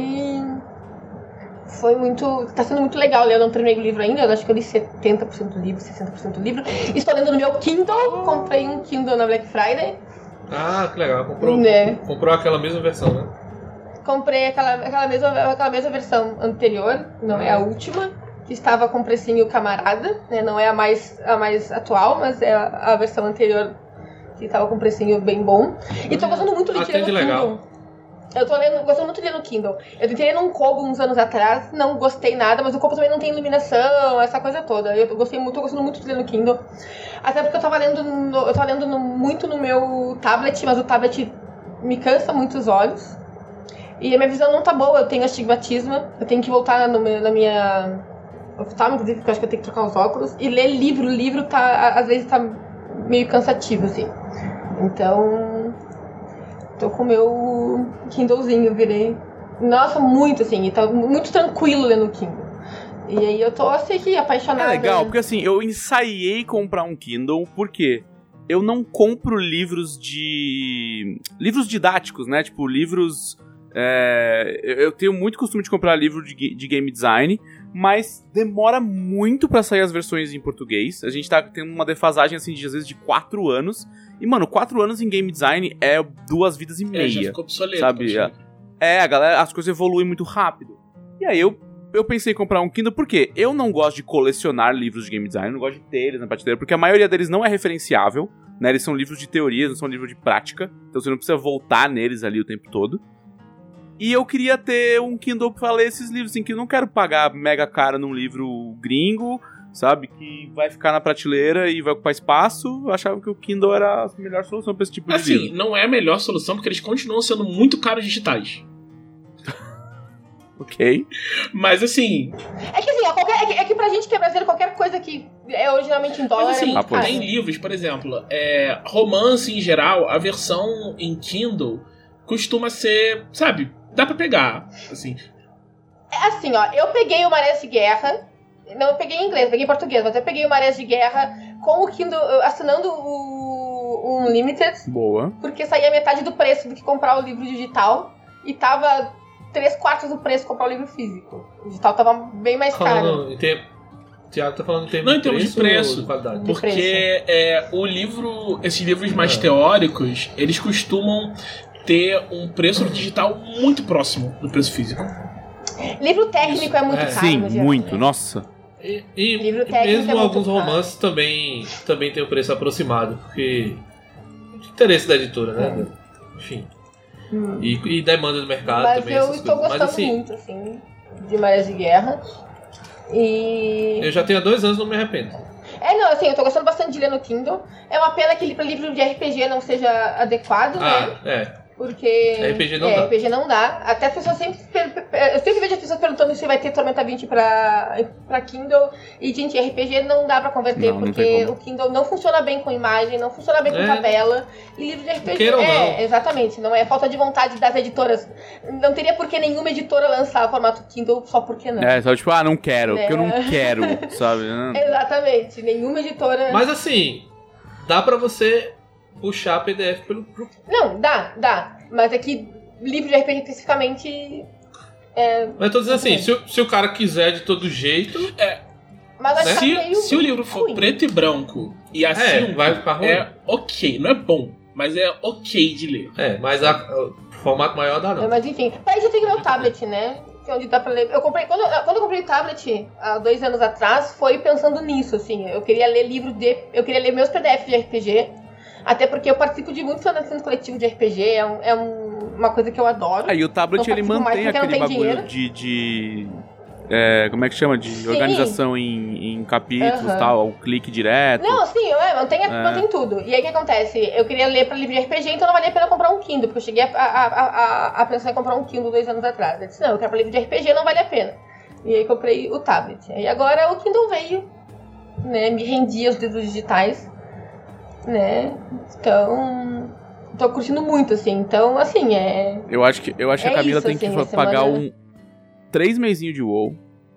[SPEAKER 1] muito, tá sendo muito legal ler. Eu não terminei o livro ainda, eu acho que eu li 70% do livro, 60% do livro. Estou lendo no meu Kindle, comprei um Kindle na Black Friday.
[SPEAKER 3] Que legal, comprou aquela mesma versão, né?
[SPEAKER 4] Comprei aquela mesma versão anterior, não é a última, que estava com precinho camarada, né? Não é a mais atual, mas é a versão anterior que estava com precinho bem bom. E tô gostando muito de ler no Kindle. Eu tô gostando muito de ler no Kindle. Eu tentei ler num Kobo uns anos atrás, não gostei nada, mas o Kobo também não tem iluminação, essa coisa toda. Eu tô gostando muito de ler no Kindle. Até porque eu tava lendo muito no meu tablet, mas o tablet me cansa muito os olhos. E a minha visão não tá boa, eu tenho astigmatismo, eu tenho que voltar na minha oftalmo, inclusive, porque eu acho que eu tenho que trocar os óculos. E ler livro tá, às vezes tá meio cansativo, assim. Então, tô com o meu Kindlezinho, virei. Nossa, muito, assim, e tá muito tranquilo ler no Kindle. E aí eu tô, assim, aqui, apaixonada.
[SPEAKER 1] É legal, porque assim, eu ensaiei comprar um Kindle, por quê? Eu não compro livros didáticos, né? Tipo, livros... eu tenho muito costume de comprar livro de game design, mas demora muito pra sair as versões em português. A gente tá tendo uma defasagem, assim, às vezes de 4 anos. E, mano, 4 anos em game design é 2 vidas e meia.
[SPEAKER 2] Já ficou obsoleto.
[SPEAKER 1] Sabe? A galera, as coisas evoluem muito rápido. E aí eu pensei em comprar um Kindle, porque eu não gosto de colecionar livros de game design, eu não gosto de ter eles na prateleira, porque a maioria deles não é referenciável, né? Eles são livros de teoria, não são livros de prática, então você não precisa voltar neles ali o tempo todo. E eu queria ter um Kindle pra ler esses livros, assim, que eu não quero pagar mega caro num livro gringo, sabe? Que vai ficar na prateleira e vai ocupar espaço. Eu achava que o Kindle era a melhor solução pra esse tipo de livro.
[SPEAKER 2] Assim, não é a melhor solução, porque eles continuam sendo muito caros digitais.
[SPEAKER 1] Ok.
[SPEAKER 2] Mas assim...
[SPEAKER 4] É que assim, é que pra gente que é brasileiro, qualquer coisa que é originalmente em dólar
[SPEAKER 2] mas, assim,
[SPEAKER 4] é muito caro.
[SPEAKER 2] tem livros, por exemplo, romance em geral, a versão em Kindle costuma ser, sabe... Dá pra pegar, assim.
[SPEAKER 4] É assim, ó, eu peguei o Marés de Guerra, não, eu peguei em inglês, peguei em português, mas eu peguei o Marés de Guerra com o Kindle, assinando o Unlimited.
[SPEAKER 1] Boa.
[SPEAKER 4] Porque saía metade do preço do que comprar o livro digital, e tava 3/4 do preço comprar o livro físico. O digital tava bem mais caro.
[SPEAKER 3] O Thiago tá falando em termos
[SPEAKER 2] de preço,
[SPEAKER 3] ou de qualidade?
[SPEAKER 2] Porque esses livros mais teóricos, eles costumam ter um preço digital muito próximo do preço físico.
[SPEAKER 4] Livro técnico é muito caro.
[SPEAKER 1] Sim, muito, nossa.
[SPEAKER 3] E
[SPEAKER 4] livro técnico
[SPEAKER 3] mesmo
[SPEAKER 4] é
[SPEAKER 3] alguns
[SPEAKER 4] muito
[SPEAKER 3] romances também tem o preço aproximado, porque de interesse da editora, né? Enfim. E demanda do mercado
[SPEAKER 4] mas
[SPEAKER 3] também.
[SPEAKER 4] Eu estou gostando muito, assim, de Marés de Guerra. E...
[SPEAKER 3] eu já tenho há 2 anos, não me arrependo.
[SPEAKER 4] Não, assim, eu tô gostando bastante de ler no Kindle. É uma pena que pra livro de RPG não seja adequado, né? Porque RPG não dá. Até as pessoas eu sempre vejo as pessoas perguntando se vai ter Tormenta 20 pra Kindle. E, gente, RPG não dá pra converter, porque o Kindle não funciona bem com imagem, não funciona bem com tabela. E livro de RPG exatamente, não é falta de vontade das editoras. Não teria por que nenhuma editora lançar o formato Kindle só porque não.
[SPEAKER 1] Só tipo, não quero, porque eu não quero, sabe?
[SPEAKER 4] Exatamente, nenhuma editora.
[SPEAKER 3] Mas assim, dá pra você puxar PDF pelo...
[SPEAKER 4] Não, dá. Mas é que livro de RPG especificamente...
[SPEAKER 3] Mas eu tô dizendo assim, se o cara quiser de todo jeito...
[SPEAKER 4] Mas
[SPEAKER 2] se o livro for ruim. Preto e branco e assim
[SPEAKER 3] vai ficar ruim.
[SPEAKER 2] Ok, não é bom, mas é ok de ler.
[SPEAKER 3] Mas o formato maior dá não.
[SPEAKER 4] Mas enfim, pra isso eu tenho meu tablet, né? Onde dá pra ler. Quando eu comprei o tablet há 2 anos atrás, foi pensando nisso, assim. Eu queria ler meus PDFs de RPG. Até porque eu participo de muito financiamento coletivo de RPG, é uma coisa que eu adoro.
[SPEAKER 1] E o tablet ele mantém aquele bagulho de como é que chama? De organização em capítulos e tal, o clique direto.
[SPEAKER 4] Não, sim, mantém tudo. E aí o que acontece? Eu queria ler pra livro de RPG, então não valia a pena comprar um Kindle, porque eu cheguei a pensar em comprar um Kindle 2 anos atrás. Eu disse, não, eu quero pra livro de RPG, não vale a pena. E aí comprei o tablet. E agora o Kindle veio, né, me rendi aos livros digitais. Né? Então, tô curtindo muito, assim. Então, assim,
[SPEAKER 1] Eu acho que a Camila tem que pagar 3 mesinhos de WoW,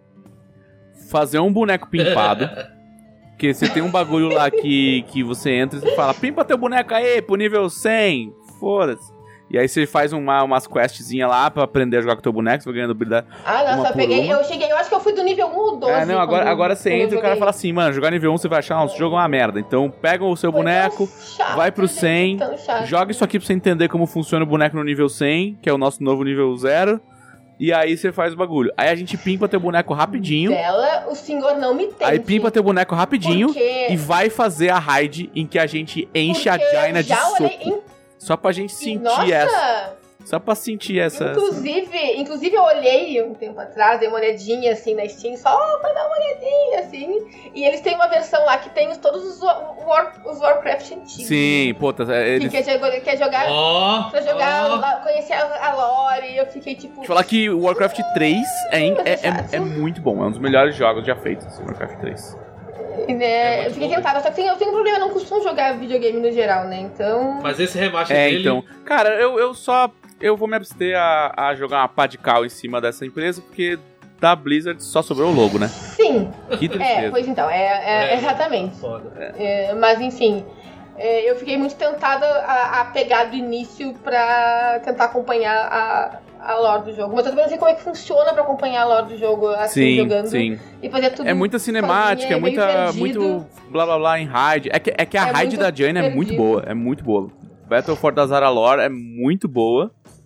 [SPEAKER 1] fazer um boneco pimpado, porque você tem um bagulho lá que você entra e fala, pimpa teu boneco aí pro nível 100, foda-se. E aí você faz umas questzinhas lá pra aprender a jogar com teu boneco, você vai ganhando habilidade.
[SPEAKER 4] Nossa, eu acho que eu fui do nível 1 ou 12.
[SPEAKER 1] Agora você entra e o cara fala assim, mano, jogar nível 1 você vai achar, esse jogo é uma merda. Então pega o seu boneco, vai pro 100, joga isso aqui pra você entender como funciona o boneco no nível 100, que é o nosso novo nível 0. E aí você faz o bagulho. Aí a gente pimpa teu boneco rapidinho.
[SPEAKER 4] Dela, o senhor não me tem.
[SPEAKER 1] Aí pimpa teu boneco rapidinho
[SPEAKER 4] Porque-
[SPEAKER 1] e vai fazer a raid em que a gente enche a
[SPEAKER 4] Porque
[SPEAKER 1] Jaina
[SPEAKER 4] eu
[SPEAKER 1] de
[SPEAKER 4] já olhei
[SPEAKER 1] soco. Só pra gente sentir
[SPEAKER 4] Nossa!
[SPEAKER 1] essa. Só pra sentir essa.
[SPEAKER 4] Inclusive eu olhei um tempo atrás, dei uma olhadinha assim na Steam, só pra dar uma olhadinha assim. E eles têm uma versão lá que tem todos os Warcraft antigos.
[SPEAKER 1] Sim, puta.
[SPEAKER 4] Que
[SPEAKER 1] Eles...
[SPEAKER 4] quer jogar.
[SPEAKER 3] Ó,
[SPEAKER 4] Pra jogar,
[SPEAKER 3] ó.
[SPEAKER 4] conhecer a lore, e eu fiquei tipo.
[SPEAKER 1] Deixa eu falar que o Warcraft 3 é
[SPEAKER 4] chato.
[SPEAKER 1] muito bom. É um dos melhores jogos já feitos, assim, o Warcraft 3.
[SPEAKER 4] Né,
[SPEAKER 3] É
[SPEAKER 4] eu fiquei
[SPEAKER 3] muito bom.
[SPEAKER 4] tentada, só que eu tenho um problema, eu não costumo jogar videogame no geral, né? Então.
[SPEAKER 3] Mas esse remaster dele...
[SPEAKER 1] Então. Cara, eu vou me abster a jogar uma pá de cal em cima dessa empresa, porque da Blizzard só sobrou o logo, né?
[SPEAKER 4] Sim.
[SPEAKER 1] Que tristeza.
[SPEAKER 4] Pois então, exatamente.
[SPEAKER 3] Foda.
[SPEAKER 4] Mas enfim, eu fiquei muito tentada a pegar do início pra tentar acompanhar a lore do jogo. Mas eu também não sei como é que funciona pra acompanhar a lore do jogo assim, jogando.
[SPEAKER 1] Sim.
[SPEAKER 4] E fazer tudo
[SPEAKER 1] É muita cinemática,
[SPEAKER 4] sozinha,
[SPEAKER 1] é
[SPEAKER 4] meio
[SPEAKER 1] muito
[SPEAKER 4] perdido.
[SPEAKER 1] blá blá blá em raid. É que a
[SPEAKER 4] É
[SPEAKER 1] raid
[SPEAKER 4] muito
[SPEAKER 1] da Jaina é muito
[SPEAKER 4] perdido.
[SPEAKER 1] boa, é muito boa. Battle for Dazaralor é muito boa.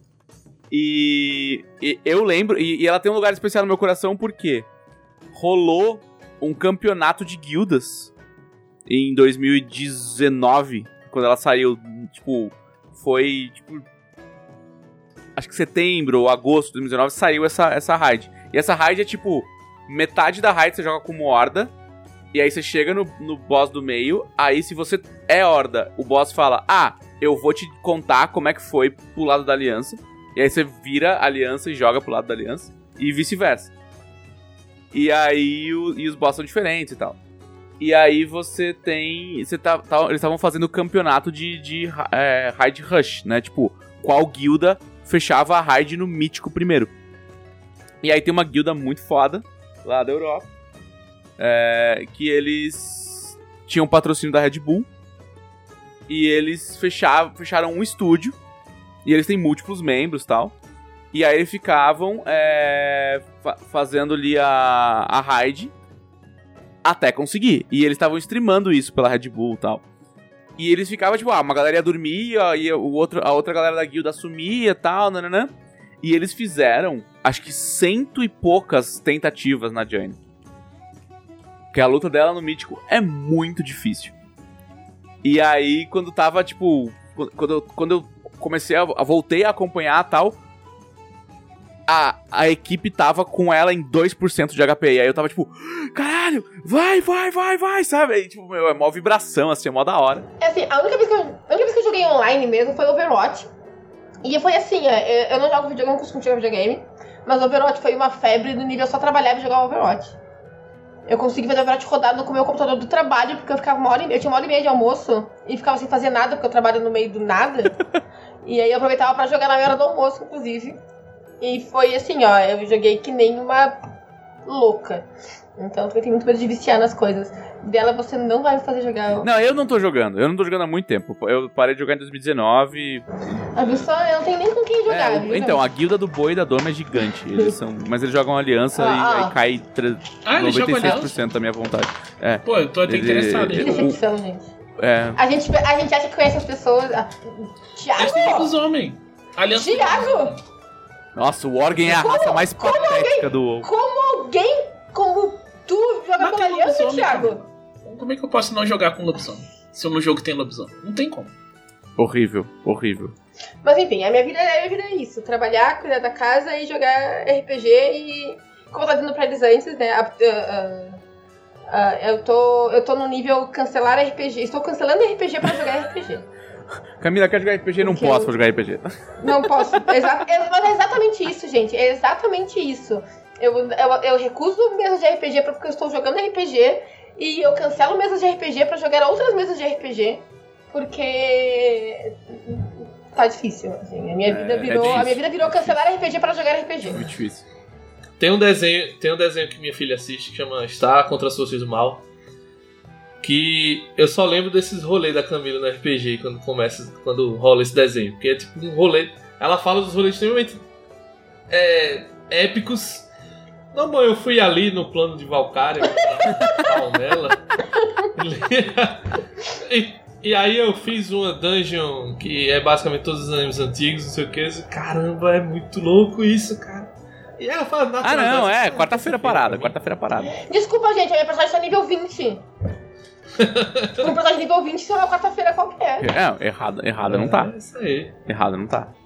[SPEAKER 1] E eu lembro, e ela tem um lugar especial no meu coração porque rolou um campeonato de guildas em 2019, quando ela saiu, tipo, foi, tipo, acho que setembro ou agosto de 2019 saiu essa raid. E essa raid é, tipo, metade da raid você joga como horda, e aí você chega no boss do meio, aí se você é horda, o boss fala, eu vou te contar como é que foi pro lado da aliança. E aí você vira a aliança e joga pro lado da aliança. E vice-versa. E aí os boss são diferentes e tal. E aí você tem... eles estavam fazendo o campeonato de raid rush, né? Tipo, qual guilda fechava a raid no mítico primeiro. E aí tem uma guilda muito foda lá da Europa. Que eles tinham patrocínio da Red Bull. E eles fecharam um estúdio. E eles têm múltiplos membros e tal. E aí eles ficavam fazendo ali a raid até conseguir. E eles estavam streamando isso pela Red Bull e tal. E eles ficavam, tipo, uma galera ia dormir, e a outra galera da guilda assumia e tal, nananã. E eles fizeram, acho que 100 e poucas tentativas na Jaina. Porque a luta dela no Mítico é muito difícil. E aí, quando tava, tipo... Quando eu comecei voltei a acompanhar e tal, a equipe tava com ela em 2% de HP. E aí eu tava tipo, caralho, vai, sabe? Aí, tipo, é mó vibração, assim, é mó da hora.
[SPEAKER 4] Assim, a única vez que eu joguei online mesmo foi Overwatch. E foi assim, eu não jogo videogame, não costumo jogar videogame, mas Overwatch foi uma febre do nível, eu só trabalhava e jogava Overwatch. Eu consegui fazer Overwatch rodado com o meu computador do trabalho, porque eu ficava eu tinha 1h30 de almoço e ficava sem fazer nada, porque eu trabalho no meio do nada. E aí eu aproveitava pra jogar na minha hora do almoço, inclusive. E foi assim, eu joguei que nem uma louca. Então eu tenho muito medo de viciar nas coisas. Dela você não vai me fazer jogar.
[SPEAKER 1] Não, eu não tô jogando há muito tempo. Eu parei de jogar em 2019.
[SPEAKER 4] Eu não tenho nem com quem jogar.
[SPEAKER 1] Então, a guilda do boi e da doma é gigante. Mas eles jogam aliança e aí cai 96% da minha vontade.
[SPEAKER 2] Pô, eu tô até interessado
[SPEAKER 4] Que
[SPEAKER 2] em
[SPEAKER 4] decepção, gente. A gente acha que conhece as pessoas.
[SPEAKER 2] Mas tem
[SPEAKER 4] Thiago!
[SPEAKER 2] lobisomem. Aliança.
[SPEAKER 4] Thiago!
[SPEAKER 1] Nossa, o Worgen é a raça mais patética do WoW.
[SPEAKER 4] Como alguém como tu joga
[SPEAKER 2] Mas
[SPEAKER 4] pela
[SPEAKER 2] tem
[SPEAKER 4] aliança,
[SPEAKER 2] lobisomem,
[SPEAKER 4] Thiago?
[SPEAKER 2] cara. Como é que eu posso não jogar com lobisomem? Se no jogo tem lobisomem. Não tem como.
[SPEAKER 1] Horrível.
[SPEAKER 4] Mas enfim, a minha vida é isso. Trabalhar, cuidar da casa e jogar RPG e... Como eu tava dizendo pra eles antes, né? Eu tô no nível cancelar RPG. Estou cancelando RPG pra jogar RPG.
[SPEAKER 1] Camila, quer jogar RPG? Não
[SPEAKER 4] Porque
[SPEAKER 1] posso jogar RPG.
[SPEAKER 4] Não posso. Mas é exatamente isso, gente. É exatamente isso. Eu recuso mesas de RPG porque eu estou jogando RPG e eu cancelo mesas de RPG pra jogar outras mesas de RPG porque tá difícil, assim. A minha vida virou cancelar RPG pra jogar RPG.
[SPEAKER 1] Muito difícil.
[SPEAKER 3] Tem um desenho que minha filha assiste que chama Star contra as Forças do Mal. Que eu só lembro desses rolês da Camila no RPG quando rola esse desenho. Porque é tipo um rolê. Ela fala dos rolês extremamente épicos. Não, bom, eu fui ali no plano de Valkyria tal nela. E aí eu fiz uma dungeon que é basicamente todos os animes antigos, não sei o que. Caramba, é muito louco isso, cara. E ela fala
[SPEAKER 1] Ah, não, quarta-feira parada.
[SPEAKER 4] Desculpa, gente, a minha personagem tá nível 20. Um personagem nível 20 isso é uma quarta-feira qualquer.
[SPEAKER 1] Errada não tá.
[SPEAKER 3] É isso aí.
[SPEAKER 1] Errada não tá.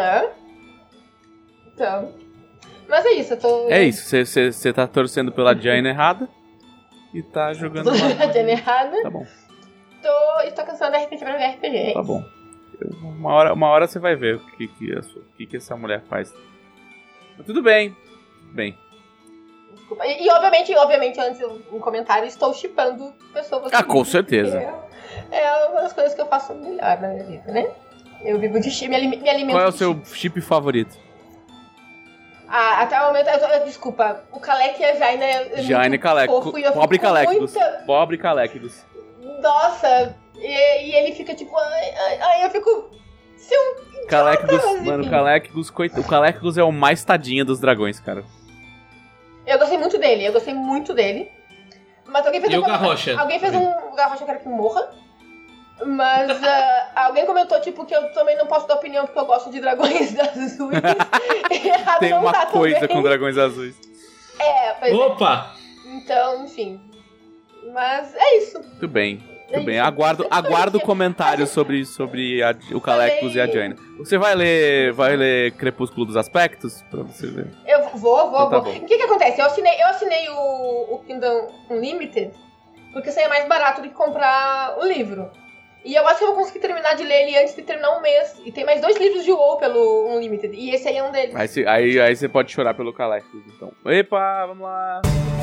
[SPEAKER 4] Então. Mas é isso, eu tô.
[SPEAKER 1] É isso, você tá torcendo pela Jaina errada e tá jogando
[SPEAKER 4] a Jaina errada.
[SPEAKER 1] Tá bom.
[SPEAKER 4] Estou cansando da RPG pra ver RPG.
[SPEAKER 1] Tá bom. Uma hora você vai ver o que essa mulher faz. Mas tudo bem.
[SPEAKER 4] Desculpa. E obviamente, antes um comentário, estou shippando pessoas.
[SPEAKER 1] Com certeza.
[SPEAKER 4] É uma das coisas que eu faço melhor na minha vida, né? Eu vivo de chip, me alimento.
[SPEAKER 1] Qual é o
[SPEAKER 4] de
[SPEAKER 1] seu chip favorito?
[SPEAKER 4] Até o momento, desculpa, o Kalek e a Jaina
[SPEAKER 1] Jaina e Kalek. Pobre Kalekgus. Pobre Kalekgus.
[SPEAKER 4] Nossa, e ele fica tipo, ai, eu fico...
[SPEAKER 1] Kalekgus, mano, o Kalekgus é o mais tadinho dos dragões, cara.
[SPEAKER 4] Eu gostei muito dele. Mas alguém fez
[SPEAKER 3] Garrocha?
[SPEAKER 4] Alguém fez um Garrocha, eu quero que morra. Mas alguém comentou, tipo, que eu também não posso dar opinião porque eu gosto de dragões azuis.
[SPEAKER 1] Tem uma coisa também com dragões azuis.
[SPEAKER 4] Pois
[SPEAKER 3] Opa!
[SPEAKER 4] Então, enfim. Mas é isso.
[SPEAKER 1] Tudo bem. Aguardo comentários sobre o Kalekgus e a Jaina. Você vai ler Crepúsculo dos Aspectos? Pra você ver.
[SPEAKER 4] Eu vou.
[SPEAKER 1] Então tá bom.
[SPEAKER 4] O que acontece? Eu assinei o Kingdom Unlimited porque seria mais barato do que comprar o livro. E eu acho que eu vou conseguir terminar de ler ele antes de terminar um mês. E tem mais 2 livros de WoW pelo Unlimited. E esse aí é um deles.
[SPEAKER 1] Aí você pode chorar pelo Kalekgus, então. Epa, vamos lá.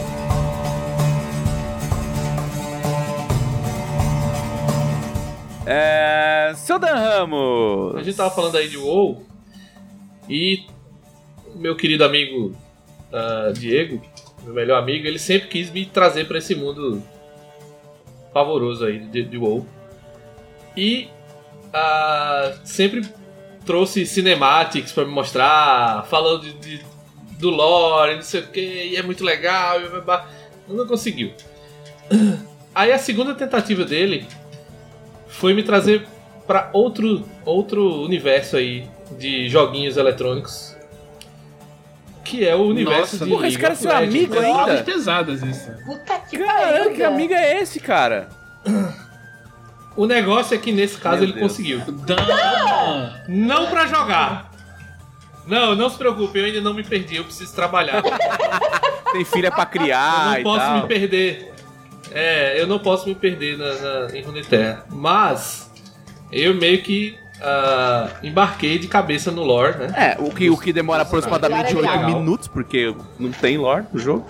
[SPEAKER 1] Seu Dan Ramos.
[SPEAKER 3] A gente tava falando aí de WoW. E meu querido amigo Diego, meu melhor amigo, ele sempre quis me trazer pra esse mundo pavoroso aí de WoW. E sempre trouxe cinematics pra me mostrar, falando do lore, não sei o que, e é muito legal, não conseguiu. Aí a segunda tentativa dele foi me trazer pra outro universo aí de joguinhos eletrônicos, que é o universo de
[SPEAKER 1] Porra, esse cara é seu amigo ainda?
[SPEAKER 2] Drogas pesadas, isso.
[SPEAKER 4] Puta que
[SPEAKER 1] Caramba,
[SPEAKER 4] pariu,
[SPEAKER 1] que amigo é esse, cara?
[SPEAKER 3] O negócio é que nesse caso
[SPEAKER 1] Meu
[SPEAKER 3] ele
[SPEAKER 1] Deus.
[SPEAKER 3] conseguiu. Não pra jogar. Não se preocupe, eu ainda não me perdi, eu preciso trabalhar.
[SPEAKER 1] Tem filha pra criar
[SPEAKER 3] Eu não posso
[SPEAKER 1] e tal.
[SPEAKER 3] me perder. Eu não posso me perder em Runeterra. Mas eu meio que embarquei de cabeça no lore, né?
[SPEAKER 1] O que demora aproximadamente 8 minutos, porque não tem lore no jogo.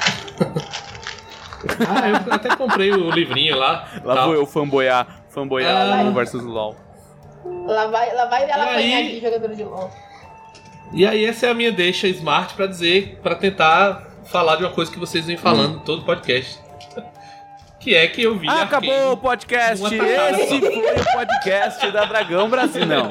[SPEAKER 3] Eu até comprei o livrinho lá.
[SPEAKER 1] Lá vou eu fanboyar LoL versus LoL.
[SPEAKER 4] Lá vai ela
[SPEAKER 3] E
[SPEAKER 4] apanhar
[SPEAKER 3] aí?
[SPEAKER 4] aqui, jogador de LoL.
[SPEAKER 3] E aí essa é a minha deixa smart pra tentar falar de uma coisa que vocês vêm falando todo podcast. Que é que eu vi
[SPEAKER 1] Acabou o podcast.
[SPEAKER 3] uma tacada
[SPEAKER 1] Esse foi o podcast da Dragão Brasil. Não.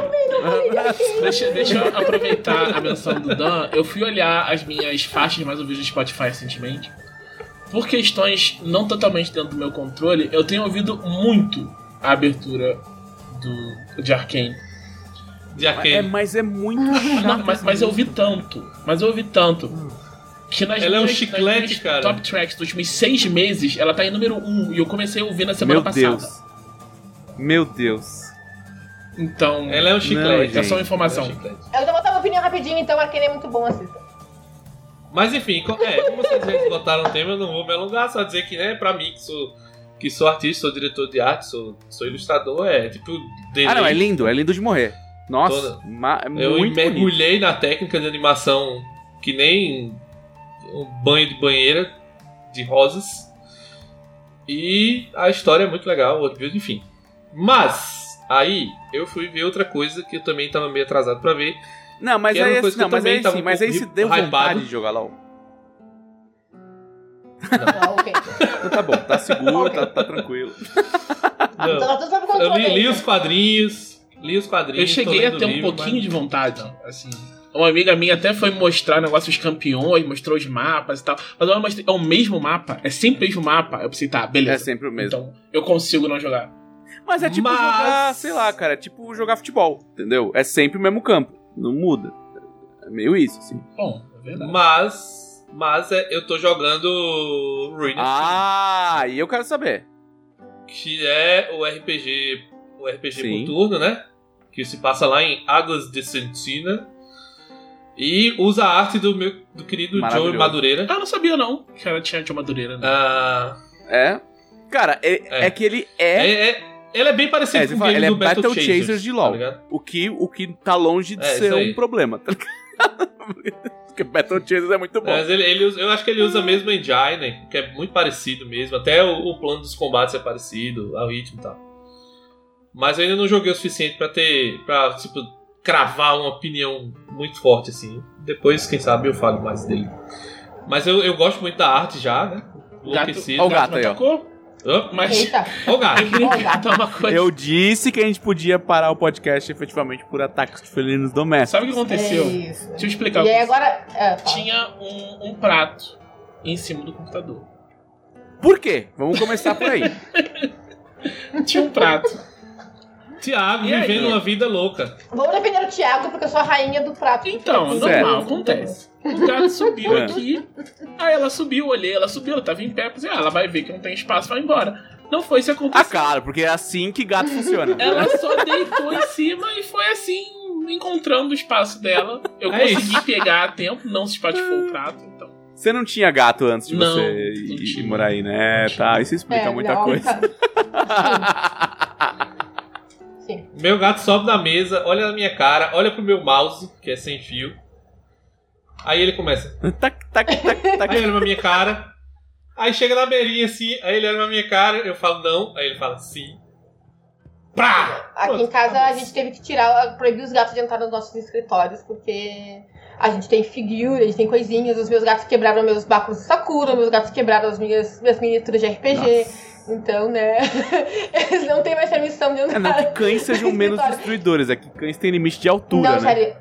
[SPEAKER 2] Deixa eu aproveitar a menção do Dan. Eu fui olhar as minhas faixas mais ouvidas do Spotify recentemente. Por questões não totalmente dentro do meu controle, eu tenho ouvido muito a abertura de Arcane.
[SPEAKER 1] Mas é muito
[SPEAKER 2] Não, mas eu ouvi tanto. Que
[SPEAKER 3] Ela é um chiclete, cara.
[SPEAKER 2] Top tracks dos últimos 6 meses, ela tá em número 1. E eu comecei a ouvir na semana passada.
[SPEAKER 1] Meu Deus.
[SPEAKER 2] Então,
[SPEAKER 3] Ela é um chiclete.
[SPEAKER 2] é só uma informação.
[SPEAKER 3] Ela é um chiclete.
[SPEAKER 4] Eu vou botar uma opinião rapidinho, então Arcane é muito bom, assista.
[SPEAKER 3] Mas enfim, como vocês já esgotaram o tema, eu não vou me alongar, só dizer que, né, pra mim, que sou artista, sou diretor de arte, sou ilustrador, tipo...
[SPEAKER 1] Não, é lindo de morrer. Nossa,
[SPEAKER 3] eu
[SPEAKER 1] muito
[SPEAKER 3] mergulhei na técnica de animação que nem um banho de banheira de rosas. E a história é muito legal, enfim. Mas, aí, eu fui ver outra coisa que eu também tava meio atrasado pra ver.
[SPEAKER 1] Não, mas
[SPEAKER 3] Que era uma
[SPEAKER 1] aí,
[SPEAKER 3] coisa que eu também tava um
[SPEAKER 1] mas aí
[SPEAKER 3] pouco
[SPEAKER 1] se deu
[SPEAKER 3] hypado.
[SPEAKER 1] vontade de jogar LoL.
[SPEAKER 4] Não, ok.
[SPEAKER 1] Então tá bom, tá seguro, tá tranquilo.
[SPEAKER 3] Não.
[SPEAKER 4] Então tudo sob
[SPEAKER 3] Eu
[SPEAKER 4] controle.
[SPEAKER 3] li os quadrinhos.
[SPEAKER 2] Eu cheguei a ter um pouquinho de vontade, assim. Uma amiga minha até foi me mostrar negócio dos campeões, mostrou os mapas e tal. Mas eu mostrei, é o mesmo mapa, é sempre o mesmo mapa. Eu pensei, tá, beleza.
[SPEAKER 1] É sempre o mesmo.
[SPEAKER 2] Então, eu consigo não jogar.
[SPEAKER 1] Mas é tipo jogar, sei lá, cara, é tipo jogar futebol, entendeu? É sempre o mesmo campo, não muda. É meio isso, assim.
[SPEAKER 2] Bom, é Verdade.
[SPEAKER 3] Mas eu tô jogando Ruin of
[SPEAKER 1] Ah, e eu quero saber.
[SPEAKER 3] que é o RPG
[SPEAKER 1] Sim.
[SPEAKER 3] por turno, né? Que se passa lá em Águas de Santina. E usa a arte do querido Joe
[SPEAKER 1] Maravilhoso.
[SPEAKER 3] Madureira.
[SPEAKER 2] Ah, não sabia não que ela tinha de Madureira, né?
[SPEAKER 1] É? Cara, é que ele
[SPEAKER 3] Ele é bem parecido com o game
[SPEAKER 1] ele é
[SPEAKER 3] do
[SPEAKER 1] Battle Chasers de LoL.
[SPEAKER 3] tá ligado?
[SPEAKER 1] O que tá longe de ser
[SPEAKER 3] isso aí.
[SPEAKER 1] um problema, tá ligado? Porque Battle Chasers é muito bom.
[SPEAKER 3] Mas eu acho que ele usa mesmo a engine, que é muito parecido mesmo. Até o plano dos combates é parecido, o ritmo e tal. Mas eu ainda não joguei o suficiente pra tipo, cravar uma opinião muito forte, assim. Depois, quem sabe, eu falo mais dele. Mas eu gosto muito da arte já, né? Enlouquecido.
[SPEAKER 1] Ó o gato aí, ó.
[SPEAKER 2] Atacou, mas
[SPEAKER 4] Eita.
[SPEAKER 3] Ó o gato.
[SPEAKER 2] eu queria perguntar uma coisa.
[SPEAKER 1] Eu disse que a gente podia parar o podcast efetivamente por ataques de felinos domésticos.
[SPEAKER 2] Sabe o que aconteceu?
[SPEAKER 4] É isso.
[SPEAKER 2] Deixa eu explicar.
[SPEAKER 4] E aí agora... fala.
[SPEAKER 2] Tinha um prato em cima do computador.
[SPEAKER 1] Por quê? Vamos começar por aí.
[SPEAKER 2] Tinha um prato.
[SPEAKER 3] Thiago
[SPEAKER 2] E aí?
[SPEAKER 3] vivendo uma vida louca.
[SPEAKER 4] Vamos defender o Thiago, porque eu sou a rainha do prato.
[SPEAKER 2] Então,
[SPEAKER 1] Certo.
[SPEAKER 2] normal, acontece. O gato subiu
[SPEAKER 1] É.
[SPEAKER 2] aqui. Aí ela subiu, olhei, ela subiu, ela tava em pé. Pensei, ela vai ver que não tem espaço, vai embora. Não foi isso que
[SPEAKER 1] Ah,
[SPEAKER 2] aconteceu.
[SPEAKER 1] claro, porque é assim que gato funciona.
[SPEAKER 2] Ela só deitou em cima e foi assim, encontrando o espaço dela. Eu
[SPEAKER 3] É
[SPEAKER 2] consegui pegar a tempo, não se espatifou o prato, então.
[SPEAKER 1] Você não tinha gato antes de
[SPEAKER 2] Não,
[SPEAKER 1] você
[SPEAKER 2] não
[SPEAKER 1] ir
[SPEAKER 2] tinha.
[SPEAKER 1] morar aí, né?
[SPEAKER 2] Não
[SPEAKER 1] Tá,
[SPEAKER 2] tinha.
[SPEAKER 1] isso explica muita
[SPEAKER 4] não,
[SPEAKER 1] coisa.
[SPEAKER 4] Sim.
[SPEAKER 3] Meu gato sobe na mesa, olha na minha cara, olha pro meu mouse, que é sem fio. Aí ele começa.
[SPEAKER 1] Tac, tac, tac, tac.
[SPEAKER 3] Aí ele olha pra minha cara. Aí chega na beirinha assim, aí ele olha pra minha cara, eu falo não, aí ele fala sim. Prá!
[SPEAKER 4] Aqui em casa a gente teve que proibir os gatos de entrar nos nossos escritórios, porque a gente tem figura, a gente tem coisinhas. Os meus gatos quebraram meus báculos de Sakura, meus gatos quebraram as minhas miniaturas de RPG. Então, né, eles não têm mais permissão de entrar.
[SPEAKER 1] Não que cães sejam
[SPEAKER 4] no
[SPEAKER 1] menos
[SPEAKER 4] escritório.
[SPEAKER 1] destruidores, é que cães têm limite de altura,
[SPEAKER 4] Não,
[SPEAKER 1] né?
[SPEAKER 4] sério.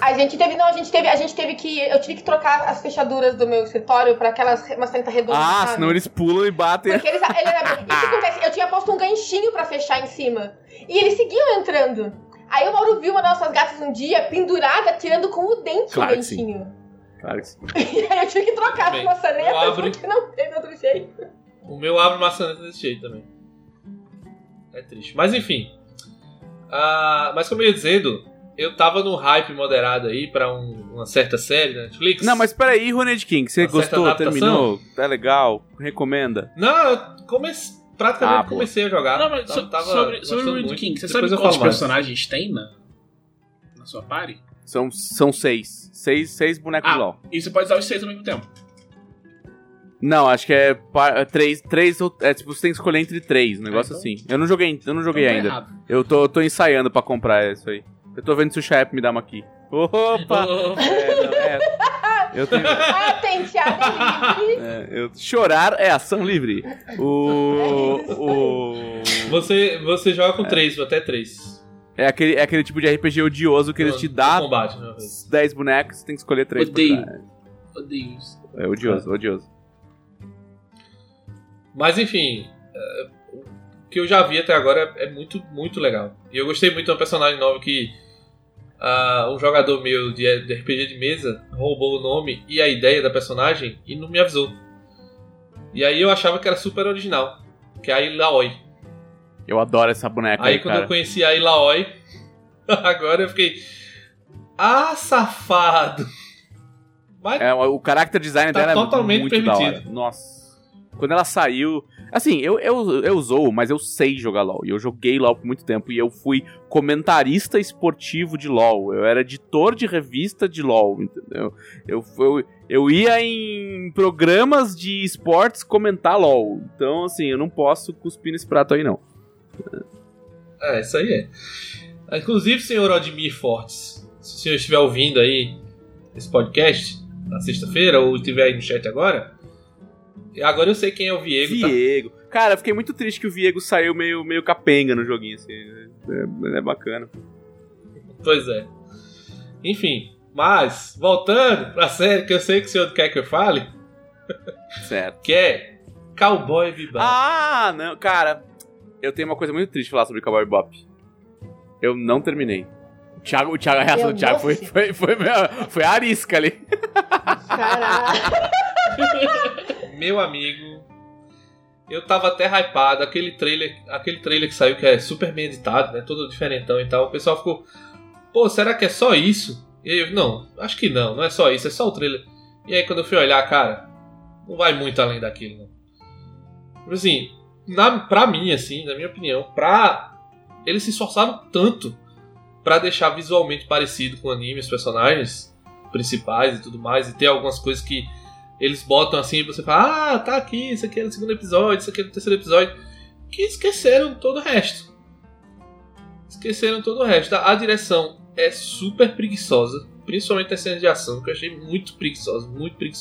[SPEAKER 4] Eu tive que trocar as fechaduras do meu escritório pra aquelas maçanetas redondas.
[SPEAKER 1] Ah,
[SPEAKER 4] sabe?
[SPEAKER 1] senão eles pulam e batem.
[SPEAKER 4] Porque ele era. Isso acontece. Eu tinha posto um ganchinho pra fechar em cima. E eles seguiam entrando. Aí o Mauro viu uma das nossas gatas um dia pendurada, tirando com o dente
[SPEAKER 1] Claro
[SPEAKER 4] o
[SPEAKER 1] que sim.
[SPEAKER 4] ganchinho.
[SPEAKER 1] Claro que sim.
[SPEAKER 4] E aí eu tive que trocar as
[SPEAKER 3] Bem,
[SPEAKER 4] maçanetas
[SPEAKER 3] eu abro-
[SPEAKER 4] porque não teve outro jeito.
[SPEAKER 3] O meu abre maçaneta desse jeito também. É triste. Mas enfim. Mas como eu ia dizendo, eu tava num hype moderado aí pra uma certa série da Netflix.
[SPEAKER 1] Não, mas peraí, Ronald King, você
[SPEAKER 3] Uma certa
[SPEAKER 1] gostou,
[SPEAKER 3] adaptação?
[SPEAKER 1] terminou, tá legal, recomenda?
[SPEAKER 3] Não, eu praticamente
[SPEAKER 1] boa.
[SPEAKER 3] comecei a jogar.
[SPEAKER 2] Não, mas
[SPEAKER 3] Tava
[SPEAKER 2] sobre
[SPEAKER 3] gostando
[SPEAKER 2] o Ruined
[SPEAKER 3] muito.
[SPEAKER 2] King, você
[SPEAKER 3] Depois
[SPEAKER 2] sabe
[SPEAKER 3] eu
[SPEAKER 2] quantos
[SPEAKER 3] falo mais.
[SPEAKER 2] personagens tem na sua party?
[SPEAKER 1] São seis bonecos de LOL.
[SPEAKER 2] E você pode usar os 6 ao mesmo tempo.
[SPEAKER 1] Não, acho que é três, tipo, você tem que escolher entre 3, um negócio
[SPEAKER 2] então-
[SPEAKER 1] assim. Eu não joguei
[SPEAKER 2] Então tá
[SPEAKER 1] ainda.
[SPEAKER 2] errado.
[SPEAKER 1] Eu tô ensaiando pra comprar isso aí. Eu tô vendo se o Shep me dá uma aqui. Opa! Eu tenho...
[SPEAKER 4] Tem Thiago livre.
[SPEAKER 1] Chorar é ação livre.
[SPEAKER 3] Você joga com 3, até 3.
[SPEAKER 1] É aquele tipo de RPG odioso que eles te dão
[SPEAKER 3] Combate, né?
[SPEAKER 1] 10 bonecos, você tem que escolher 3.
[SPEAKER 2] Odeio. Odeio isso.
[SPEAKER 1] É odioso.
[SPEAKER 3] Mas enfim, o que eu já vi até agora é muito, muito legal. E eu gostei muito de uma personagem nova que um jogador meu de RPG de mesa roubou o nome e a ideia da personagem e não me avisou. E aí eu achava que era super original, que é a Ilaoi.
[SPEAKER 1] Eu adoro essa boneca
[SPEAKER 3] Aí quando
[SPEAKER 1] cara.
[SPEAKER 3] eu conheci a Ilaoi, agora eu fiquei... safado! Mas
[SPEAKER 1] O character design
[SPEAKER 3] Tá
[SPEAKER 1] dela
[SPEAKER 3] totalmente
[SPEAKER 1] é muito da
[SPEAKER 3] permitido.
[SPEAKER 1] hora. Nossa. Quando ela saiu... Assim, eu zoo, mas eu sei jogar LoL. E eu joguei LoL por muito tempo. E eu fui comentarista esportivo de LoL. Eu era editor de revista de LoL, entendeu? Eu ia em programas de esportes comentar LoL. Então, assim, eu não posso cuspir nesse prato aí, não.
[SPEAKER 3] isso aí é. Inclusive, senhor Odmir Fortes, se o senhor estiver ouvindo aí esse podcast na sexta-feira, ou estiver aí no chat agora eu sei quem é o Viego, tá?
[SPEAKER 1] Viego. Cara, eu fiquei muito triste que o Viego saiu meio capenga no joguinho, assim. É bacana.
[SPEAKER 3] Pois é. Enfim, mas, voltando pra série que eu sei que o senhor quer que eu fale,
[SPEAKER 1] Certo.
[SPEAKER 3] que é Cowboy Bebop.
[SPEAKER 1] Ah, não, cara. Eu tenho uma coisa muito triste pra falar sobre Cowboy Bebop. Eu não terminei. A reação do Thiago foi a arisca ali.
[SPEAKER 4] Caralho.
[SPEAKER 3] Meu amigo, eu tava até hypado. Aquele trailer que saiu, que é super bem editado, né? Todo diferentão e tal. O pessoal ficou, pô, será que é só isso? E eu, não, acho que não é só isso, é só o trailer. E aí quando eu fui olhar, cara, não vai muito além daquilo, não. Assim, pra mim, assim, na minha opinião, eles se esforçaram tanto pra deixar visualmente parecido com o anime, os personagens principais e tudo mais, e ter algumas coisas que eles botam assim e você fala, ah, tá aqui, isso aqui é no segundo episódio, isso aqui é no terceiro episódio, que esqueceram todo o resto. A direção é super preguiçosa, principalmente as cenas de ação, que eu achei muito preguiçosa.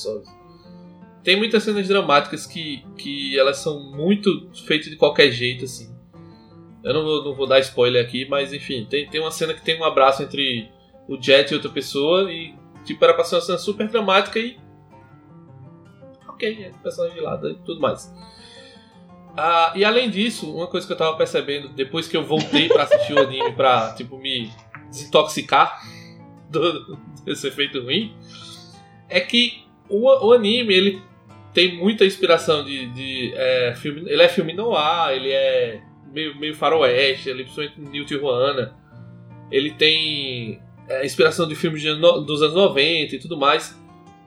[SPEAKER 3] Tem muitas cenas dramáticas que elas são muito feitas de qualquer jeito, assim. Eu não vou dar spoiler aqui, mas enfim, tem uma cena que tem um abraço entre o Jet e outra pessoa e tipo, era pra ser uma cena super dramática e ok, é personagem de lado e tudo mais. E além disso, uma coisa que eu tava percebendo depois que eu voltei pra assistir o anime pra tipo, me desintoxicar desse efeito ruim, é que o anime ele tem muita inspiração de filme. Ele é filme noir, ele é meio faroeste, ele principalmente New Tijuana. Ele tem inspiração de filmes dos anos 90 e tudo mais.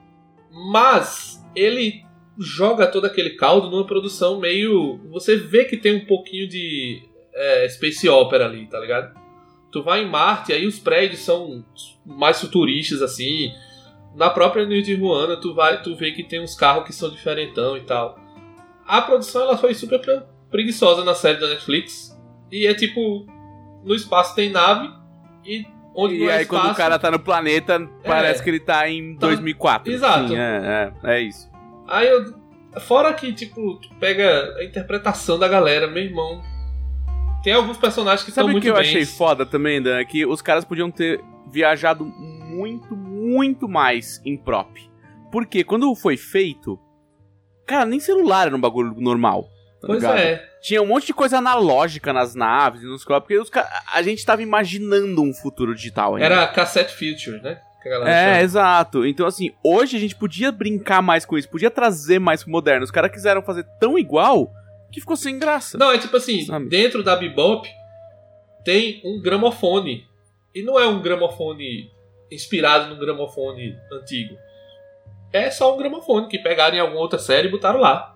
[SPEAKER 3] Mas ele joga todo aquele caldo numa produção meio... Você vê que tem um pouquinho de space opera ali, tá ligado? Tu vai em Marte, aí os prédios são mais futuristas, assim. Na própria New Tijuana, tu vê que tem uns carros que são diferentão e tal. A produção ela foi super preguiçosa na série da Netflix. E é tipo, no espaço tem nave e onde não é
[SPEAKER 1] aí
[SPEAKER 3] espaço,
[SPEAKER 1] quando o cara tá no planeta, parece que ele tá em 2004.
[SPEAKER 3] Exato.
[SPEAKER 1] Sim, é isso.
[SPEAKER 3] Aí fora que, tipo, tu pega a interpretação da galera, meu irmão. Tem alguns personagens que estão muito bem.
[SPEAKER 1] Sabe o que eu achei foda também, Dan? Que os caras podiam ter viajado muito, muito mais em prop. Porque quando foi feito, cara, nem celular era um bagulho normal. Tá
[SPEAKER 3] pois
[SPEAKER 1] ligado?
[SPEAKER 3] é.
[SPEAKER 1] Tinha um monte de coisa analógica nas naves e nos corpos, porque a gente tava imaginando um futuro digital ainda.
[SPEAKER 3] Era cassette future, né? Que a galera chama.
[SPEAKER 1] Exato. Então, assim, hoje a gente podia brincar mais com isso, podia trazer mais pro moderno. Os caras quiseram fazer tão igual que ficou sem graça.
[SPEAKER 3] Não, é tipo assim,
[SPEAKER 1] sabe?
[SPEAKER 3] Dentro da Bebop tem um gramofone. E não é um gramofone inspirado num gramofone antigo. É só um gramofone que pegaram em alguma outra série e botaram lá.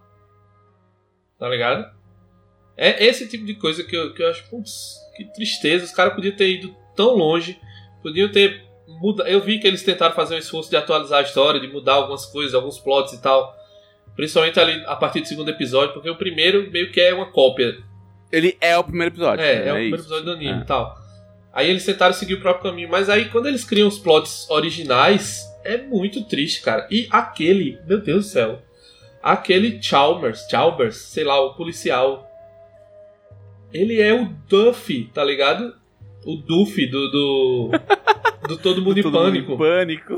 [SPEAKER 3] Tá ligado? É esse tipo de coisa que eu acho, putz, que tristeza. Os caras podiam ter ido tão longe. Podiam ter mudado. Eu vi que eles tentaram fazer um esforço de atualizar a história, de mudar algumas coisas, alguns plots e tal. Principalmente ali a partir do segundo episódio, porque o primeiro meio que é uma cópia.
[SPEAKER 1] Ele é o primeiro episódio.
[SPEAKER 3] É o primeiro episódio do anime e tal. Aí eles tentaram seguir o próprio caminho, mas aí quando eles criam os plots originais, é muito triste, cara. E aquele, meu Deus do céu, aquele Chalmers, sei lá, o policial, ele é o Duffy, tá ligado? O Duffy do Todo Mundo em Pânico.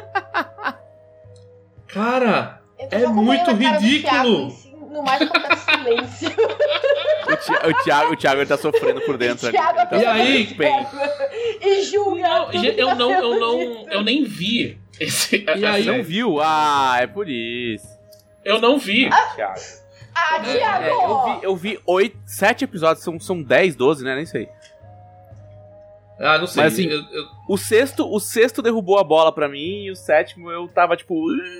[SPEAKER 3] Cara, é muito ridículo.
[SPEAKER 4] No mais acontece silêncio.
[SPEAKER 1] O Thiago tá sofrendo por dentro.
[SPEAKER 4] O Thiago
[SPEAKER 1] tá
[SPEAKER 3] e aí?
[SPEAKER 4] E julga.
[SPEAKER 2] Eu nem vi esse.
[SPEAKER 3] E aí?
[SPEAKER 1] Não viu? É por isso.
[SPEAKER 2] Eu não vi.
[SPEAKER 1] Thiago.
[SPEAKER 4] Thiago!
[SPEAKER 1] Eu vi 7 episódios, são 10, 12, né? Nem sei.
[SPEAKER 3] Não sei.
[SPEAKER 1] Mas assim, o sexto derrubou a bola pra mim e o sétimo eu tava tipo...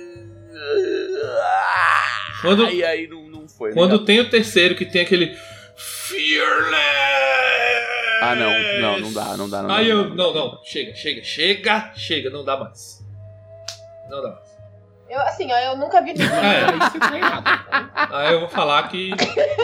[SPEAKER 1] Aí não foi.
[SPEAKER 3] Quando legal. Tem o terceiro que tem aquele Fearless.
[SPEAKER 1] Não dá.
[SPEAKER 3] Não. Chega, não dá mais.
[SPEAKER 4] Eu nunca vi isso.
[SPEAKER 3] Aí eu vou falar que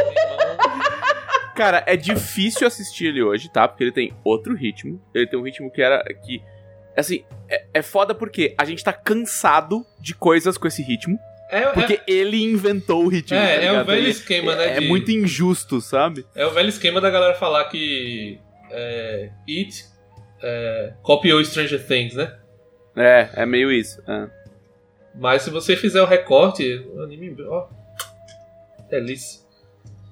[SPEAKER 1] cara, é difícil assistir ele hoje, tá? Porque ele tem outro ritmo. Ele tem um ritmo que assim, é foda porque a gente tá cansado de coisas com esse ritmo. Porque ele inventou o ritmo.
[SPEAKER 3] É o velho esquema, né?
[SPEAKER 1] É muito injusto, sabe?
[SPEAKER 3] É o velho esquema da galera falar que copiou Stranger Things, né?
[SPEAKER 1] É meio isso.
[SPEAKER 3] Mas se você fizer o recorte, o anime, delícia.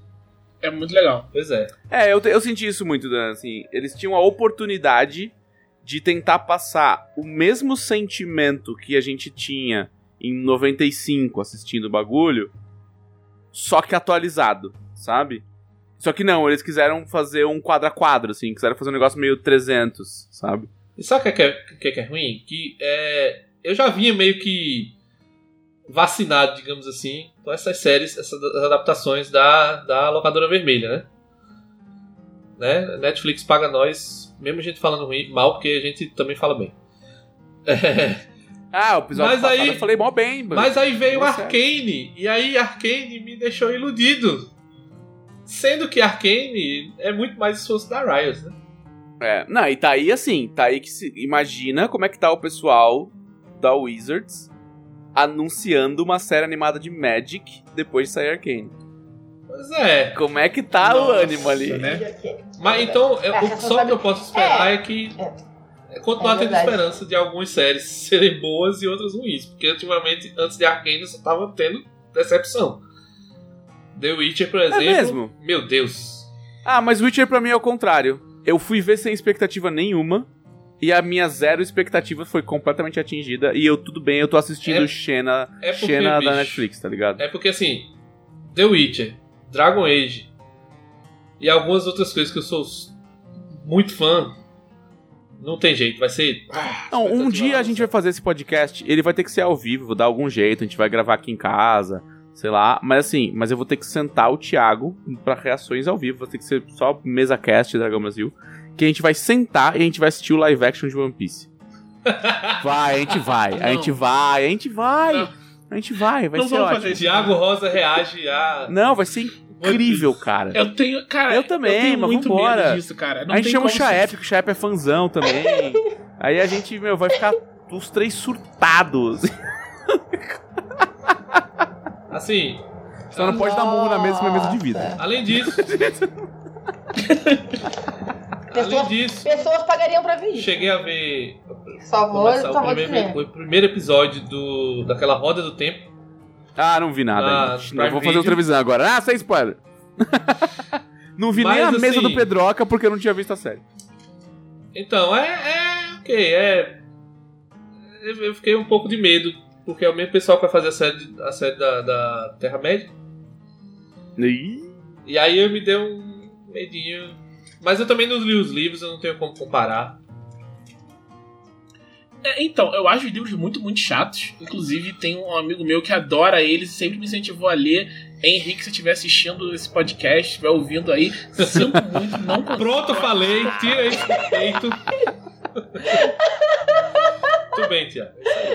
[SPEAKER 2] É muito legal.
[SPEAKER 3] Pois é.
[SPEAKER 1] Eu senti isso muito, Dan, assim, eles tinham a oportunidade de tentar passar o mesmo sentimento que a gente tinha em 95 assistindo o bagulho, só que atualizado, sabe? Só que não, eles quiseram fazer um quadro a quadro, assim, quiseram fazer um negócio meio 300, sabe?
[SPEAKER 3] E sabe o que é ruim? Que eu já vinha meio que vacinado, digamos assim, com essas séries, essas adaptações da Locadora Vermelha, né? Netflix paga nós, mesmo a gente falando ruim, mal, porque a gente também fala bem.
[SPEAKER 1] O episódio passado eu falei mó bem.
[SPEAKER 3] Mas aí veio Arcane, e aí Arcane me deixou iludido. Sendo que Arcane é muito mais esforço da Riot, né?
[SPEAKER 1] Não, e tá aí assim, que imagina como é que tá o pessoal da Wizards anunciando uma série animada de Magic depois de sair Arcane.
[SPEAKER 3] Pois é.
[SPEAKER 1] Como é que tá o ânimo ali, né?
[SPEAKER 3] Mas então, só o que eu posso esperar é que continuar tendo esperança de algumas séries serem boas e outras ruins. Porque ultimamente, antes de Arcane, eu só tava tendo decepção. The Witcher, por exemplo.
[SPEAKER 1] É mesmo?
[SPEAKER 3] Meu Deus.
[SPEAKER 1] Mas Witcher pra mim é o contrário. Eu fui ver sem expectativa nenhuma. E a minha zero expectativa foi completamente atingida. E tudo bem, eu tô assistindo Xena da Netflix, tá ligado?
[SPEAKER 3] É porque assim, The Witcher, Dragon Age e algumas outras coisas que eu sou muito fã, não tem jeito, vai ser...
[SPEAKER 1] Não, um dia a gente vai fazer esse podcast, ele vai ter que ser ao vivo, vou dar algum jeito, a gente vai gravar aqui em casa, sei lá, mas eu vou ter que sentar o Thiago pra reações ao vivo, vai ter que ser só mesa cast Dragão Brasil, que a gente vai sentar e a gente vai assistir o live action de One Piece. A gente vai
[SPEAKER 3] não
[SPEAKER 1] ser ótimo.
[SPEAKER 3] Thiago Rosa reage a...
[SPEAKER 1] Não, vai ser incrível, cara.
[SPEAKER 2] Eu tenho
[SPEAKER 1] mas
[SPEAKER 2] muito
[SPEAKER 1] vambora.
[SPEAKER 2] medo disso, cara.
[SPEAKER 1] A gente chama o Chaep, porque o Chaep é fãzão também. Aí a gente, vai ficar os três surtados.
[SPEAKER 3] Assim...
[SPEAKER 1] Só não pode dar murro na mesa de vidro.
[SPEAKER 3] Além disso...
[SPEAKER 4] Pessoas pagariam pra ver isso.
[SPEAKER 3] Cheguei a ver
[SPEAKER 4] o
[SPEAKER 3] primeiro episódio daquela Roda do Tempo.
[SPEAKER 1] Não vi nada. Não vou fazer outra visão agora. Sem spoiler. Não vi nem a mesa do Pedroca porque eu não tinha visto a série.
[SPEAKER 3] Então, ok. Eu fiquei um pouco de medo, porque é o mesmo pessoal que vai fazer a série da Terra-média. E aí eu me dei um medinho. Mas eu também não li os livros, eu não tenho como comparar.
[SPEAKER 2] Então, eu acho os livros muito, muito chatos. Inclusive, tem um amigo meu que adora eles e sempre me incentivou a ler. Henrique, se estiver assistindo esse podcast, estiver ouvindo aí, sinto muito, não consigo.
[SPEAKER 3] Pronto, falei, tira isso do peito. Tudo bem, Tiago.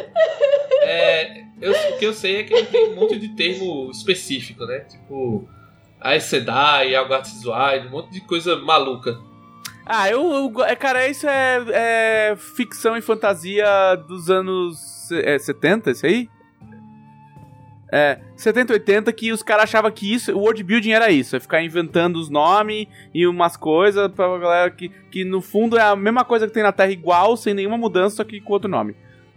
[SPEAKER 3] O que eu sei é que ele tem um monte de termo específico, né? Tipo... Aes Sedai, Algartes Wide, um monte de coisa maluca.
[SPEAKER 1] Cara, isso é ficção e fantasia dos anos 70, isso aí? 70, 80, que os caras achavam que isso, o world building era isso, é ficar inventando os nomes e umas coisas pra galera que no fundo é a mesma coisa que tem na Terra igual, sem nenhuma mudança, só que com outro nome.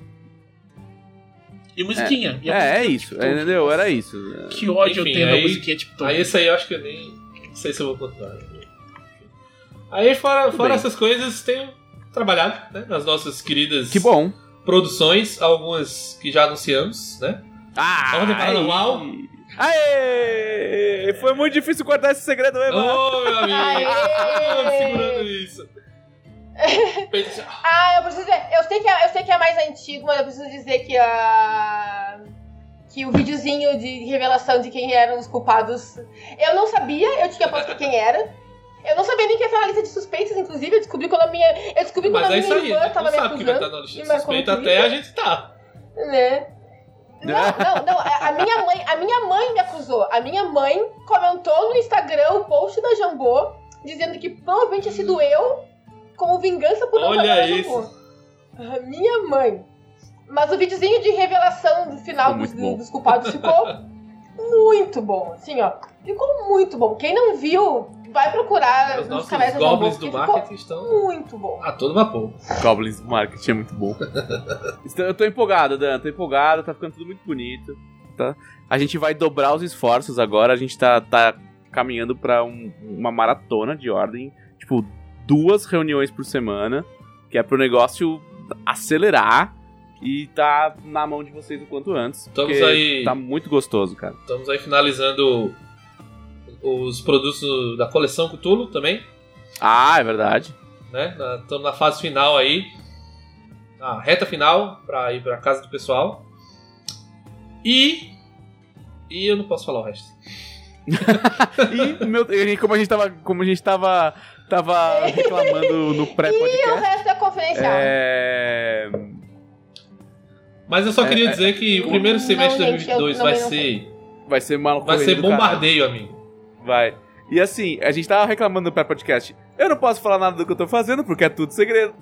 [SPEAKER 2] E musiquinha.
[SPEAKER 1] É isso, tipo, entendeu? Era isso.
[SPEAKER 2] Que ódio eu tenho da musiquinha tipo Tolkien.
[SPEAKER 3] Aí esse aí eu acho que eu nem sei se eu vou contar. Aí fora essas coisas, tenho trabalhado, né, nas nossas queridas produções, algumas que já anunciamos, né? Ordem Paranormal.
[SPEAKER 1] Aê! Foi muito difícil guardar esse segredo aí, mano.
[SPEAKER 3] Ô, meu amigo! Segurando isso.
[SPEAKER 4] Eu preciso dizer, eu sei que é mais antigo, mas eu preciso dizer que o videozinho de revelação de quem eram os culpados, eu não sabia, eu tinha posto quem era. Eu não sabia nem que ia estar na lista de suspeitos, eu descobri quando a minha irmã tava me acusando.
[SPEAKER 3] Que vai estar na lista de suspeitos até a gente tá.
[SPEAKER 4] Né? Não, a minha mãe me acusou. A minha mãe comentou no Instagram o post da Jambô, dizendo que provavelmente tinha sido eu, como vingança por não fazer a Jambô. A minha mãe. Mas o videozinho de revelação do final dos culpados ficou muito bom. Assim, ó. Ficou muito bom. Quem não viu, vai procurar
[SPEAKER 3] nos canais da Jambô. Os goblins do marketing estão
[SPEAKER 4] muito bom.
[SPEAKER 3] A todo vapor.
[SPEAKER 1] Goblins do marketing é muito bom. Eu tô empolgado, Dan. Tô empolgado. Tá ficando tudo muito bonito. Tá? A gente vai dobrar os esforços agora. A gente tá caminhando pra uma maratona de ordem. Tipo, 2 reuniões por semana. que é pro negócio acelerar e tá na mão de vocês o quanto antes.
[SPEAKER 3] Estamos aí.
[SPEAKER 1] Tá muito gostoso, cara.
[SPEAKER 3] Estamos aí finalizando os produtos da coleção Cthulhu também.
[SPEAKER 1] Ah, é verdade.
[SPEAKER 3] Né? Estamos na fase final aí. A reta final pra ir pra casa do pessoal. E eu não posso falar o resto.
[SPEAKER 1] E como a gente tava reclamando no pré-podcast.
[SPEAKER 4] E o resto é confidencial.
[SPEAKER 3] Mas eu só queria dizer que o primeiro semestre de 2022
[SPEAKER 1] vai ser maluco.
[SPEAKER 3] Vai ser bombardeio, amigo.
[SPEAKER 1] Vai. E assim, a gente tava reclamando no pré-podcast. Eu não posso falar nada do que eu tô fazendo, porque é tudo segredo.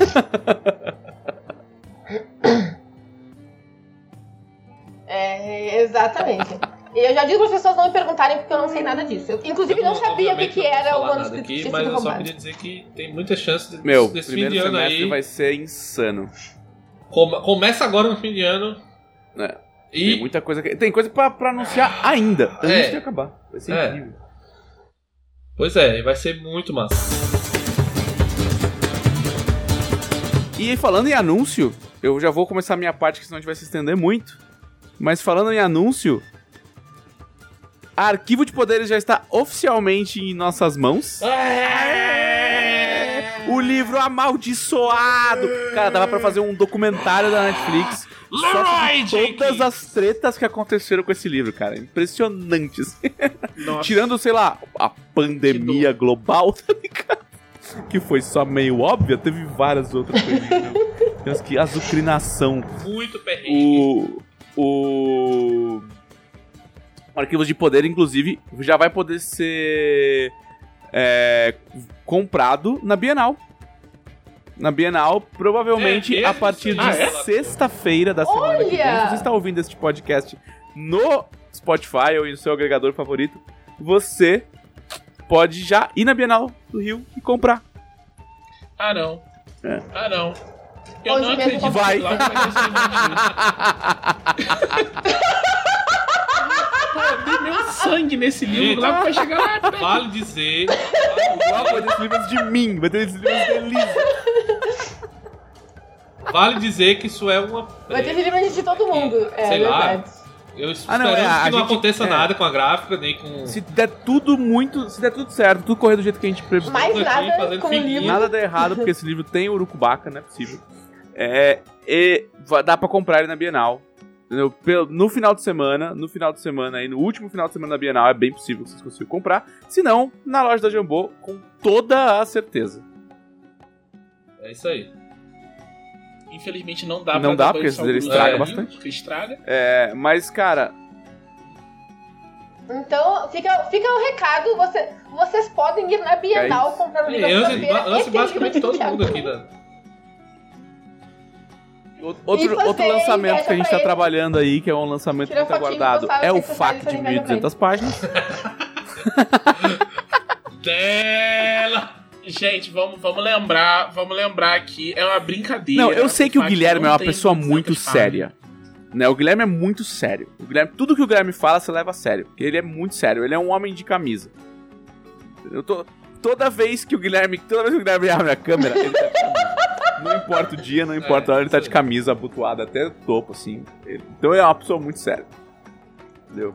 [SPEAKER 4] Exatamente. E eu já digo para as pessoas não me perguntarem porque eu não sei nada disso. Eu, inclusive, não sabia o que era o manuscrito
[SPEAKER 3] aqui, mas eu só queria dizer que tem muita chance
[SPEAKER 1] desse fim de ano aí. Vai ser insano.
[SPEAKER 3] Começa agora no fim de ano.
[SPEAKER 1] Tem muita coisa. Tem coisa pra anunciar ainda, antes de acabar. Vai ser incrível.
[SPEAKER 3] Pois é, vai ser muito massa.
[SPEAKER 1] E falando em anúncio, eu já vou começar a minha parte, que senão a gente vai se estender muito. Mas falando em anúncio, Arquivo de Poderes já está oficialmente em nossas mãos. O livro amaldiçoado. Cara, dava pra fazer um documentário da Netflix sobre todas as tretas que aconteceram com esse livro, cara. Impressionantes. Tirando, sei lá, a pandemia global, tá ligado? Que foi só meio óbvia, teve várias outras coisas. Né? Que azucrinação.
[SPEAKER 3] Muito perrengue.
[SPEAKER 1] O Arquivos de Poder, inclusive, já vai poder ser comprado na Bienal. Na Bienal, provavelmente a partir de sexta-feira da semana que vem. Se você está ouvindo este podcast no Spotify ou no seu agregador favorito, você pode já ir na Bienal do Rio e comprar.
[SPEAKER 2] Não. Não. Eu não acredito.
[SPEAKER 1] Vai.
[SPEAKER 2] Tem meu sangue nesse livro lá pra chegar lá.
[SPEAKER 3] Vale dizer.
[SPEAKER 1] Vai ter esses livros de mim, vai ter esses livros de Elisa.
[SPEAKER 3] Vale dizer que isso é uma.
[SPEAKER 4] Vai ter esse livro de todo mundo.
[SPEAKER 3] Sei lá. Eu espero que não aconteça nada com a gráfica, nem com.
[SPEAKER 1] Se der tudo certo, tudo correr do jeito que a gente previu.
[SPEAKER 4] Mais nada com o livro.
[SPEAKER 1] Nada dá errado, porque esse livro tem urucubaca, não é possível. Dá pra comprar ele na Bienal. Entendeu? No final de semana, aí, no último final de semana da Bienal, é bem possível que vocês consigam comprar. Se não, na loja da Jambô, com toda a certeza.
[SPEAKER 3] É isso aí.
[SPEAKER 2] Infelizmente não dá
[SPEAKER 1] não dá, porque ele estraga bastante.
[SPEAKER 2] Porque estraga.
[SPEAKER 1] Mas, cara...
[SPEAKER 4] Então, fica o recado. Vocês podem ir na Bienal comprar o livro da feira.
[SPEAKER 3] Basicamente todo mundo aqui, né?
[SPEAKER 1] Outro lançamento que a gente tá trabalhando aí, que é um lançamento muito aguardado, é o FAQ de 1.200 páginas.
[SPEAKER 2] Gente, vamos lembrar aqui, é uma brincadeira.
[SPEAKER 1] Não, eu sei que o Guilherme é uma pessoa muito séria. Né? O Guilherme é muito sério. Tudo que o Guilherme fala, você leva a sério. Porque ele é muito sério, ele é um homem de camisa. Toda vez que o Guilherme abre a câmera, ele tá de camisa. Não importa o dia, não importa a hora, ele tá de camisa abotoada até o topo, assim. Então é uma pessoa muito séria. Entendeu?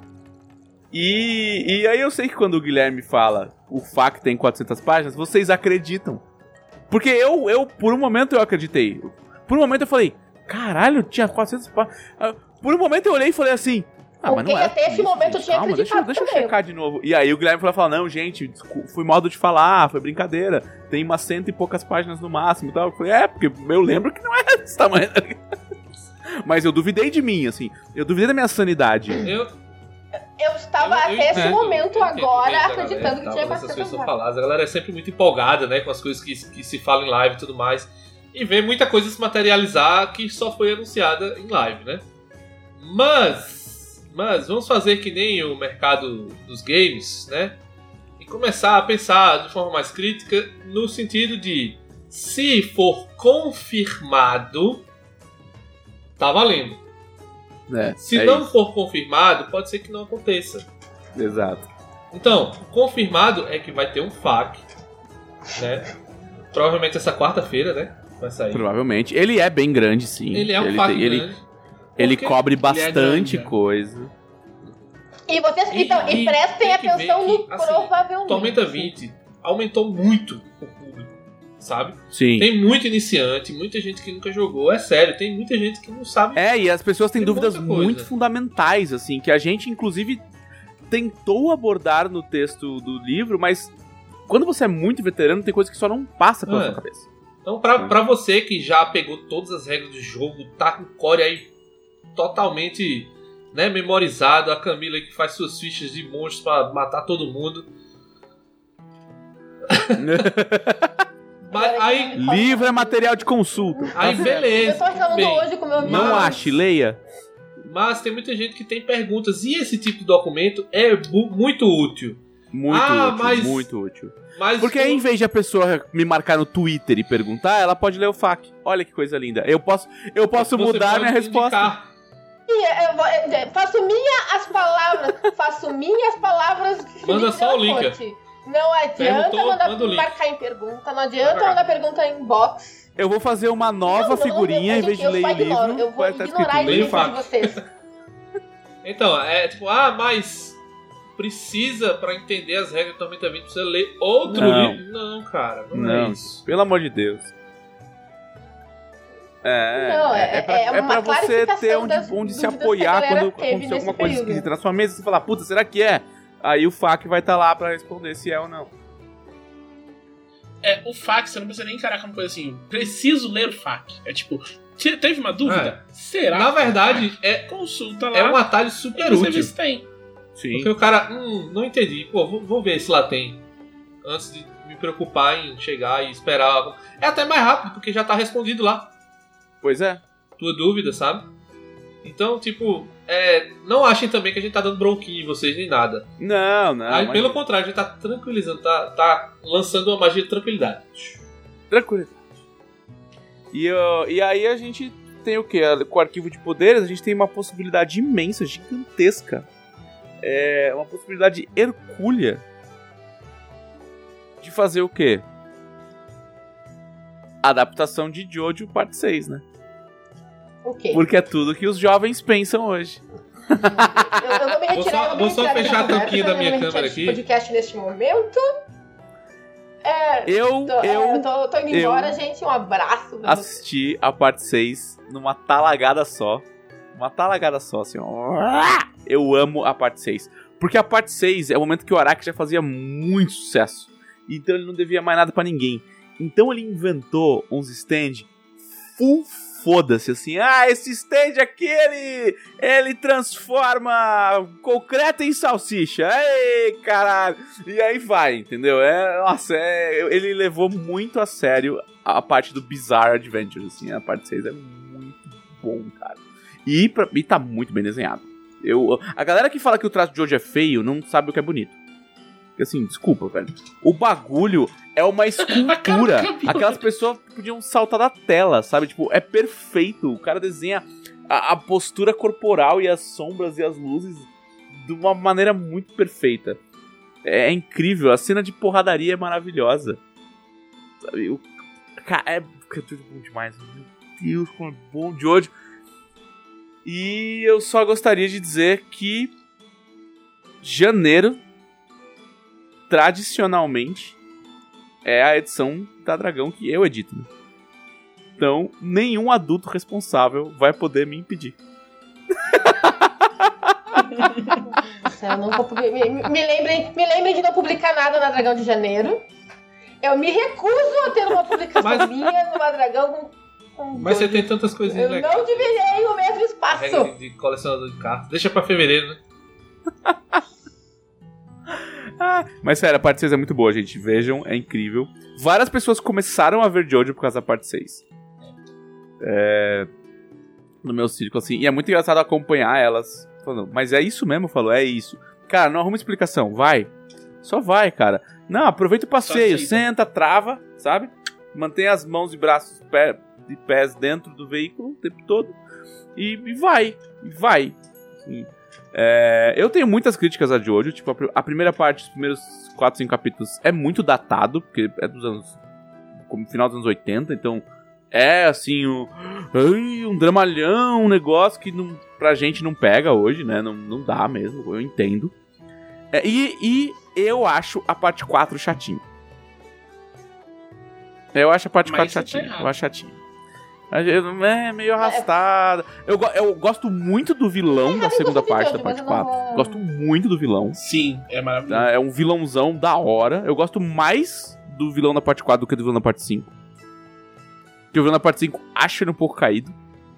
[SPEAKER 1] E aí eu sei que quando o Guilherme fala o FAQ tem 400 páginas, vocês acreditam. Porque eu por um momento eu acreditei. Por um momento eu falei, caralho, tinha 400 páginas. Por um momento eu olhei e falei assim, mas não é.
[SPEAKER 4] Até esse momento eu tinha acreditado.
[SPEAKER 1] Deixa eu checar de novo. E aí o Guilherme falou, não, gente, foi modo de falar, foi brincadeira. Tem umas 100 e poucas páginas no máximo e tal. Eu falei, porque eu lembro que não é desse tamanho. Mas eu duvidei de mim, assim. Eu duvidei da minha sanidade.
[SPEAKER 4] Eu estava até esse momento agora acreditando que tinha bastante
[SPEAKER 3] coisas faladas. A galera é sempre muito empolgada, né, com as coisas que se falam em live e tudo mais. E vê muita coisa se materializar que só foi anunciada em live, né? Mas vamos fazer que nem o mercado dos games, né? E começar a pensar de forma mais crítica no sentido de, se for confirmado, tá valendo. Se não for confirmado, pode ser que não aconteça.
[SPEAKER 1] Exato.
[SPEAKER 3] Então, confirmado é que vai ter um FAQ, né? Provavelmente essa quarta-feira, né? vai sair.
[SPEAKER 1] Provavelmente. Ele é bem grande, sim.
[SPEAKER 3] Ele é um fato grande.
[SPEAKER 1] Ele cobre bastante
[SPEAKER 2] grande,
[SPEAKER 1] coisa.
[SPEAKER 4] E vocês e prestem atenção no provavelmente.
[SPEAKER 3] Tormenta 20 aumentou muito o público, sabe?
[SPEAKER 1] Sim.
[SPEAKER 3] Tem muito iniciante, muita gente que nunca jogou, é sério, tem muita gente que não sabe.
[SPEAKER 1] E as pessoas têm dúvidas
[SPEAKER 3] muita coisa.
[SPEAKER 1] muito fundamentais, assim, que a gente, inclusive, tentou abordar no texto do livro, mas quando você é muito veterano, tem coisa que só não passa pela sua cabeça.
[SPEAKER 3] Então, pra você que já pegou todas as regras do jogo, tá com o core aí totalmente, né, memorizado, a Camila que faz suas fichas de monstros pra matar todo mundo. Mas aí,
[SPEAKER 1] livro é material de consulta.
[SPEAKER 3] Aí beleza.
[SPEAKER 4] Eu tô reclamando hoje com meu amigo.
[SPEAKER 1] Não ache, leia.
[SPEAKER 3] Mas tem muita gente que tem perguntas. E esse tipo de documento é muito útil.
[SPEAKER 1] Muito útil. Porque aí, em vez de a pessoa me marcar no Twitter e perguntar, ela pode ler o FAQ. Olha que coisa linda. Eu posso mudar minha resposta.
[SPEAKER 4] Faço minhas palavras.
[SPEAKER 3] Manda só o link.
[SPEAKER 4] Não adianta marcar em pergunta, não adianta mandar pergunta em box.
[SPEAKER 1] Eu vou fazer uma nova figurinha em vez de ler o livro.
[SPEAKER 4] Eu vou ignorar isso de vocês.
[SPEAKER 3] Então, é tipo, mas precisa, pra entender as regras do Tormenta 20, precisa ler outro livro. Não, cara, não é isso.
[SPEAKER 1] Pelo amor de Deus. É pra você ter onde se apoiar quando acontecer alguma coisa esquisita na sua mesa. Você falar, puta, será que é? Aí o FAQ vai estar lá pra responder se é ou não.
[SPEAKER 2] O FAQ, você não precisa nem encarar como coisa assim, preciso ler o FAQ. É tipo, teve uma dúvida? Será?
[SPEAKER 3] Na verdade,
[SPEAKER 2] consulta lá.
[SPEAKER 3] É um atalho super útil.
[SPEAKER 2] Você tem.
[SPEAKER 1] Sim.
[SPEAKER 3] Porque o cara, não entendi. Pô, vou ver se lá tem. Antes de me preocupar em chegar e esperar. É até mais rápido, porque já tá respondido lá.
[SPEAKER 1] Pois é.
[SPEAKER 3] Tua dúvida, sabe? Então, tipo, não achem também que a gente tá dando bronquinha em vocês nem nada.
[SPEAKER 1] Não.
[SPEAKER 3] Aí, pelo contrário, a gente tá tranquilizando, tá lançando uma magia de tranquilidade.
[SPEAKER 1] Tranquilidade. E aí a gente tem o quê? Com o arquivo de poderes, a gente tem uma possibilidade imensa, gigantesca. Uma possibilidade hercúlea de fazer o quê? Adaptação de Jojo parte 6, né?
[SPEAKER 4] Okay.
[SPEAKER 1] Porque é tudo que os jovens pensam hoje.
[SPEAKER 4] Eu vou me retirar.
[SPEAKER 3] Vou só fechar a tampinha da minha câmera aqui.
[SPEAKER 4] Podcast neste momento.
[SPEAKER 1] Eu
[SPEAKER 4] tô indo embora, gente. Um abraço.
[SPEAKER 1] Assisti a parte 6 numa talagada só. Assim, ó. Eu amo a parte 6. Porque a parte 6 é o momento que o Araki já fazia muito sucesso. Então ele não devia mais nada pra ninguém. Então ele inventou uns stand full foda-se, assim, esse stand aqui, ele transforma concreto em salsicha, ei, caralho, e aí vai, entendeu? Ele levou muito a sério a parte do Bizarre Adventure, assim, a parte 6 é muito bom, cara, e tá muito bem desenhado. A galera que fala que o traço de hoje é feio, não sabe o que é bonito. Assim, desculpa, velho. O bagulho é uma escultura. Aquelas pessoas podiam saltar da tela, sabe? Tipo, é perfeito. O cara desenha a postura corporal e as sombras e as luzes de uma maneira muito perfeita. É incrível. A cena de porradaria é maravilhosa. Sabe? Cara, é tudo bom demais. Meu Deus, como é bom de hoje. E eu só gostaria de dizer que janeiro tradicionalmente é a edição da Dragão que eu edito, né? Então, nenhum adulto responsável vai poder me impedir.
[SPEAKER 4] Eu não vou me lembrem de não publicar nada na Dragão de Janeiro. Eu me recuso a ter uma publicação minha numa Dragão com
[SPEAKER 3] mas você tem tantas coisinhas legais.
[SPEAKER 4] Eu não dividirei o mesmo espaço.
[SPEAKER 3] Regra de colecionador de cartas. Deixa pra fevereiro, né?
[SPEAKER 1] Mas sério, a parte 6 é muito boa, gente. Vejam, é incrível. Várias pessoas começaram a ver Jojo por causa da parte 6. No meu círculo, assim. E é muito engraçado acompanhar elas falando, mas é isso mesmo? Falou, é isso. Cara, não arruma explicação, vai. Só vai, cara. Não, aproveita o passeio, senta, trava, sabe? Mantém as mãos e braços e pés dentro do veículo o tempo todo. E vai. Assim. Eu tenho muitas críticas a Jojo. Tipo, a primeira parte, os primeiros 4, 5 capítulos é muito datado, porque é dos anos, como final dos anos 80, então é assim, um dramalhão, um negócio que não, pra gente não pega hoje, né? Não dá mesmo, eu entendo. E eu acho a parte 4 chatinho. Eu acho a parte 4 chatinho. Eu acho chatinho. É meio arrastada. Eu gosto muito do vilão da segunda parte da parte 4. Gosto muito do vilão.
[SPEAKER 2] Sim, é maravilhoso.
[SPEAKER 1] É um vilãozão da hora. Eu gosto mais do vilão da parte 4 do que do vilão da parte 5. Porque o vilão da parte 5 acho ele um pouco caído.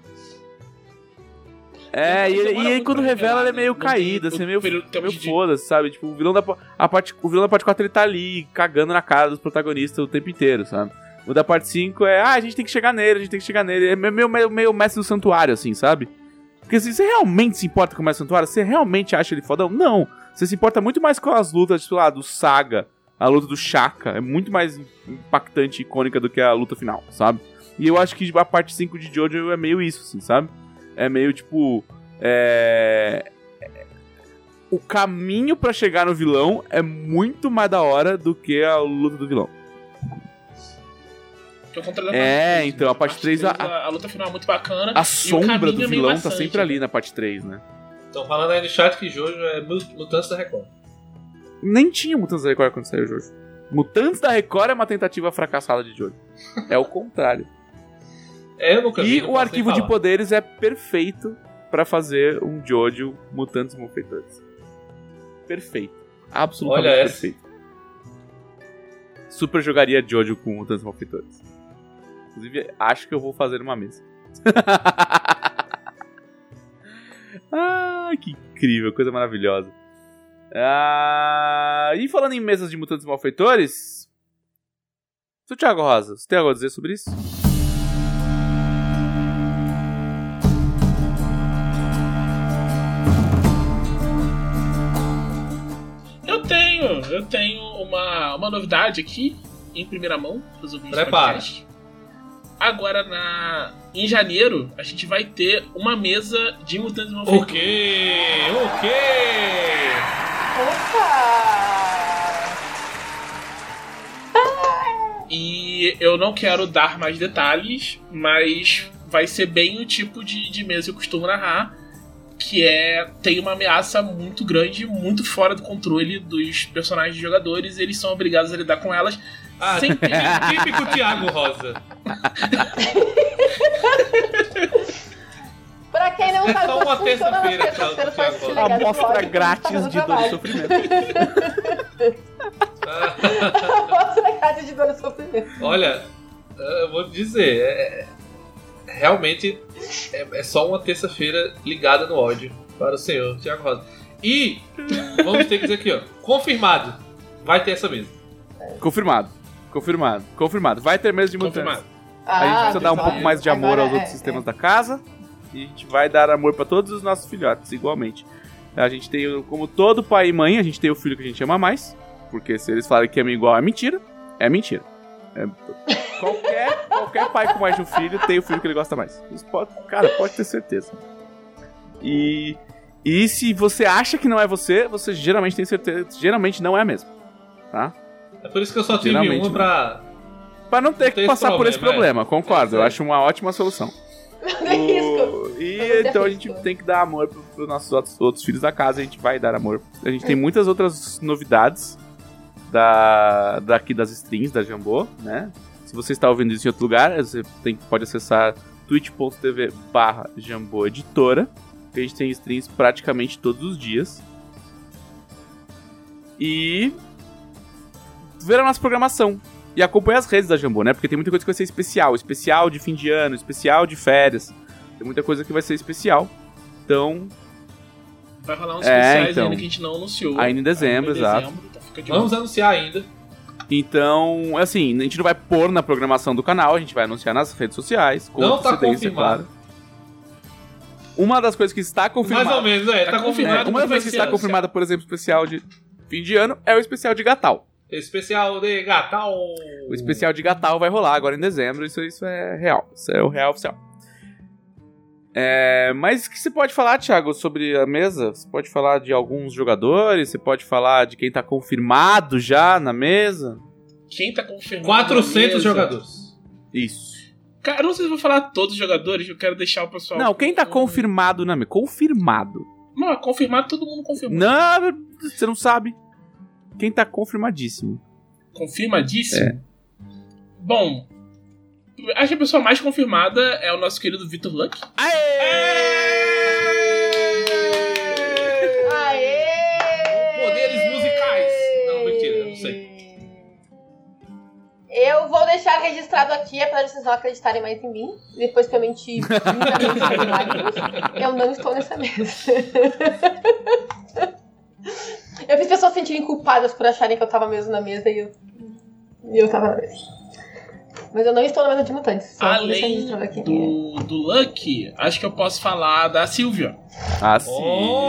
[SPEAKER 1] E aí quando revela ele é meio caído, assim, meio foda-se, sabe? Tipo, o vilão da parte 4 ele tá ali, cagando na cara dos protagonistas o tempo inteiro, sabe? O da parte 5 a gente tem que chegar nele, É meio mestre do santuário, assim, sabe? Porque assim, você realmente se importa com o mestre do santuário? Você realmente acha ele fodão? Não! Você se importa muito mais com as lutas, sei lá, do Saga, a luta do Shaka. É muito mais impactante e icônica do que a luta final, sabe? E eu acho que a parte 5 de Jojo é meio isso, assim, sabe? É meio tipo... O caminho pra chegar no vilão é muito mais da hora do que a luta do vilão. Então a parte 3...
[SPEAKER 2] A luta final é muito bacana.
[SPEAKER 1] A sombra do vilão tá sempre ali na parte 3, né?
[SPEAKER 3] Estão falando aí no chat que Jojo é Mutantes da Record.
[SPEAKER 1] Nem tinha Mutantes da Record quando saiu Jojo. Mutantes da Record é uma tentativa fracassada de Jojo. É o contrário.
[SPEAKER 3] Eu nunca vi.
[SPEAKER 1] E o Arquivo de Poderes é perfeito pra fazer um Jojo Mutantes Malfeitores. Perfeito. Absolutamente perfeito. Super jogaria Jojo com Mutantes Malfeitores. Inclusive, acho que eu vou fazer uma mesa. Que incrível, coisa maravilhosa. E falando em mesas de Mutantes Malfeitores, seu Thiago Rosa, você tem algo a dizer sobre isso?
[SPEAKER 2] Eu tenho uma novidade aqui, em primeira mão, para os ouvintes do podcast. Agora, em janeiro, a gente vai ter uma mesa de Mutantes Malfeitores.
[SPEAKER 3] O quê?
[SPEAKER 4] Opa!
[SPEAKER 2] E eu não quero dar mais detalhes, mas vai ser bem o tipo de mesa que eu costumo narrar, que tem uma ameaça muito grande, muito fora do controle dos personagens e jogadores, e eles são obrigados a lidar com elas sem
[SPEAKER 3] típico Thiago Rosa.
[SPEAKER 4] Pra quem não sabe,
[SPEAKER 3] só uma terça-feira,
[SPEAKER 1] a amostra grátis de dor e sofrimento.
[SPEAKER 4] Amostra grátis de dor e sofrimento.
[SPEAKER 3] Olha, eu vou dizer, realmente é só uma terça-feira ligada no ódio para o senhor Thiago Rosa. E vamos ter que dizer aqui, confirmado, vai ter essa mesa.
[SPEAKER 1] Confirmado. Vai ter mesa de Mutantes. A gente precisa dar um pouco mais de amor aos outros sistemas da casa. E a gente vai dar amor pra todos os nossos filhotes, igualmente. A gente tem, como todo pai e mãe, a gente tem o filho que a gente ama mais. Porque se eles falarem que ama igual, é mentira. É mentira. Qualquer pai com mais de um filho tem o filho que ele gosta mais. Isso pode ter certeza. E se você acha que não é você geralmente tem certeza. Geralmente não é mesmo. Tá?
[SPEAKER 3] É por isso que eu só tive uma
[SPEAKER 1] pra não ter que passar por esse problema. Concordo, eu acho uma ótima solução. Então a gente tem que dar amor pros nossos outros filhos da casa. A gente vai dar amor. A gente tem muitas outras novidades daqui das streams da Jambô, né? Se você está ouvindo isso em outro lugar, você pode acessar twitch.tv/Jambô Editora, que a gente tem streams praticamente todos os dias. E ver a nossa programação. E acompanhar as redes da Jambô, né? Porque tem muita coisa que vai ser especial. Especial de fim de ano, especial de férias. Tem muita coisa que vai ser especial. Então...
[SPEAKER 2] vai rolar uns especiais ainda que a gente não anunciou.
[SPEAKER 1] Ainda em dezembro, exato.
[SPEAKER 2] Então
[SPEAKER 3] vamos anunciar ainda.
[SPEAKER 1] Então, assim, a gente não vai pôr na programação do canal. A gente vai anunciar nas redes sociais. Com
[SPEAKER 3] não tá confirmado.
[SPEAKER 1] Claro. Uma das coisas que está confirmada...
[SPEAKER 3] mais ou menos, tá confirmado.
[SPEAKER 1] Uma das coisas que está confirmada, por exemplo, especial de fim de ano, é o especial de Gatal.
[SPEAKER 3] Especial de Gatal.
[SPEAKER 1] O especial de Gatal vai rolar agora em dezembro. Isso é real. Isso é o real oficial. Mas o que você pode falar, Thiago, sobre a mesa? Você pode falar de alguns jogadores? Você pode falar de quem tá confirmado já na mesa?
[SPEAKER 2] Quem tá confirmado
[SPEAKER 3] 400 jogadores.
[SPEAKER 1] Isso.
[SPEAKER 2] Cara, eu não sei se vou falar todos os jogadores, eu quero deixar o pessoal...
[SPEAKER 1] Não, quem tá confirmado, Nami? Confirmado.
[SPEAKER 2] Não, confirmado, todo mundo confirmou.
[SPEAKER 1] Não, você não sabe. Quem tá confirmadíssimo?
[SPEAKER 2] Confirmadíssimo?
[SPEAKER 1] É.
[SPEAKER 2] Bom, acho que a pessoa mais confirmada é o nosso querido Vitor Luck.
[SPEAKER 3] Poderes musicais. Não, mentira, eu não sei.
[SPEAKER 4] Eu vou deixar registrado aqui, apesar de vocês não acreditarem mais em mim, depois que eu menti lindamente sobre lágrimas, eu não estou nessa mesa. Eu fiz pessoas sentirem culpadas por acharem que eu tava mesmo na mesa e eu tava na mesa. Mas eu não estou na mesa de mutantes. Só
[SPEAKER 2] além do Lucky, acho que eu posso falar da Silvia.
[SPEAKER 1] A Silvia.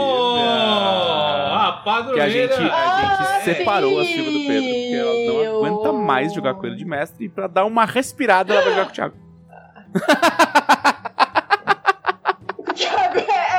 [SPEAKER 3] A padroeira.
[SPEAKER 1] Que a gente separou a Silvia do Pedro, porque ela não aguenta mais jogar com ele de mestre, e pra dar uma respirada ela vai jogar com o Thiago.
[SPEAKER 4] O Thiago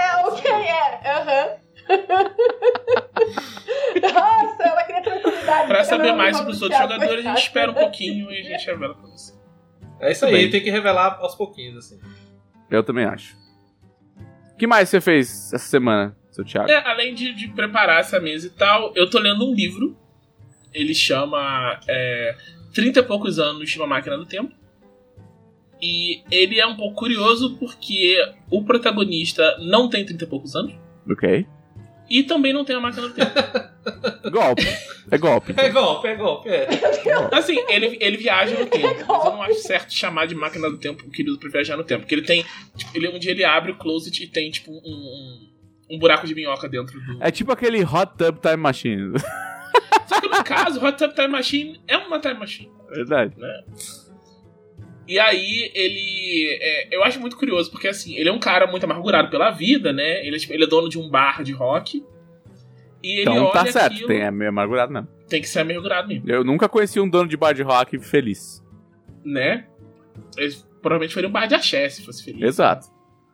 [SPEAKER 4] Nossa, ela queria tranquilidade.
[SPEAKER 2] Pra saber mais sobre os outros jogadores, a gente espera um pouquinho e a gente revela pra você.
[SPEAKER 3] É isso aí, tem que revelar aos pouquinhos, assim.
[SPEAKER 1] Eu também acho. O que mais você fez essa semana, seu Thiago?
[SPEAKER 2] Além de preparar essa mesa e tal, eu tô lendo um livro. Ele chama 30 e poucos anos de uma máquina do tempo. E ele é um pouco curioso porque o protagonista não tem 30 e poucos anos.
[SPEAKER 1] Ok.
[SPEAKER 2] E também não tem a máquina do tempo.
[SPEAKER 1] Golpe. É golpe.
[SPEAKER 3] É golpe.
[SPEAKER 2] Assim, ele viaja no tempo. Mas eu não acho certo chamar de máquina do tempo o querido pra viajar no tempo. Porque ele tem... Tipo, um dia ele abre o closet e tem, tipo, um buraco de minhoca dentro do...
[SPEAKER 1] É tipo aquele Hot Tub Time Machine.
[SPEAKER 2] Só que no caso, Hot Tub Time Machine é uma Time Machine.
[SPEAKER 1] Verdade.
[SPEAKER 2] Né? E aí, ele... eu acho muito curioso, porque assim, ele é um cara muito amargurado pela vida, né? Ele é dono de um bar de rock. E ele
[SPEAKER 1] então
[SPEAKER 2] olha
[SPEAKER 1] tá certo,
[SPEAKER 2] aquilo,
[SPEAKER 1] é meio amargurado mesmo.
[SPEAKER 2] Tem que ser amargurado mesmo.
[SPEAKER 1] Eu nunca conheci um dono de bar de rock feliz.
[SPEAKER 2] Né? Ele provavelmente faria um bar de axé se fosse feliz.
[SPEAKER 1] Exato.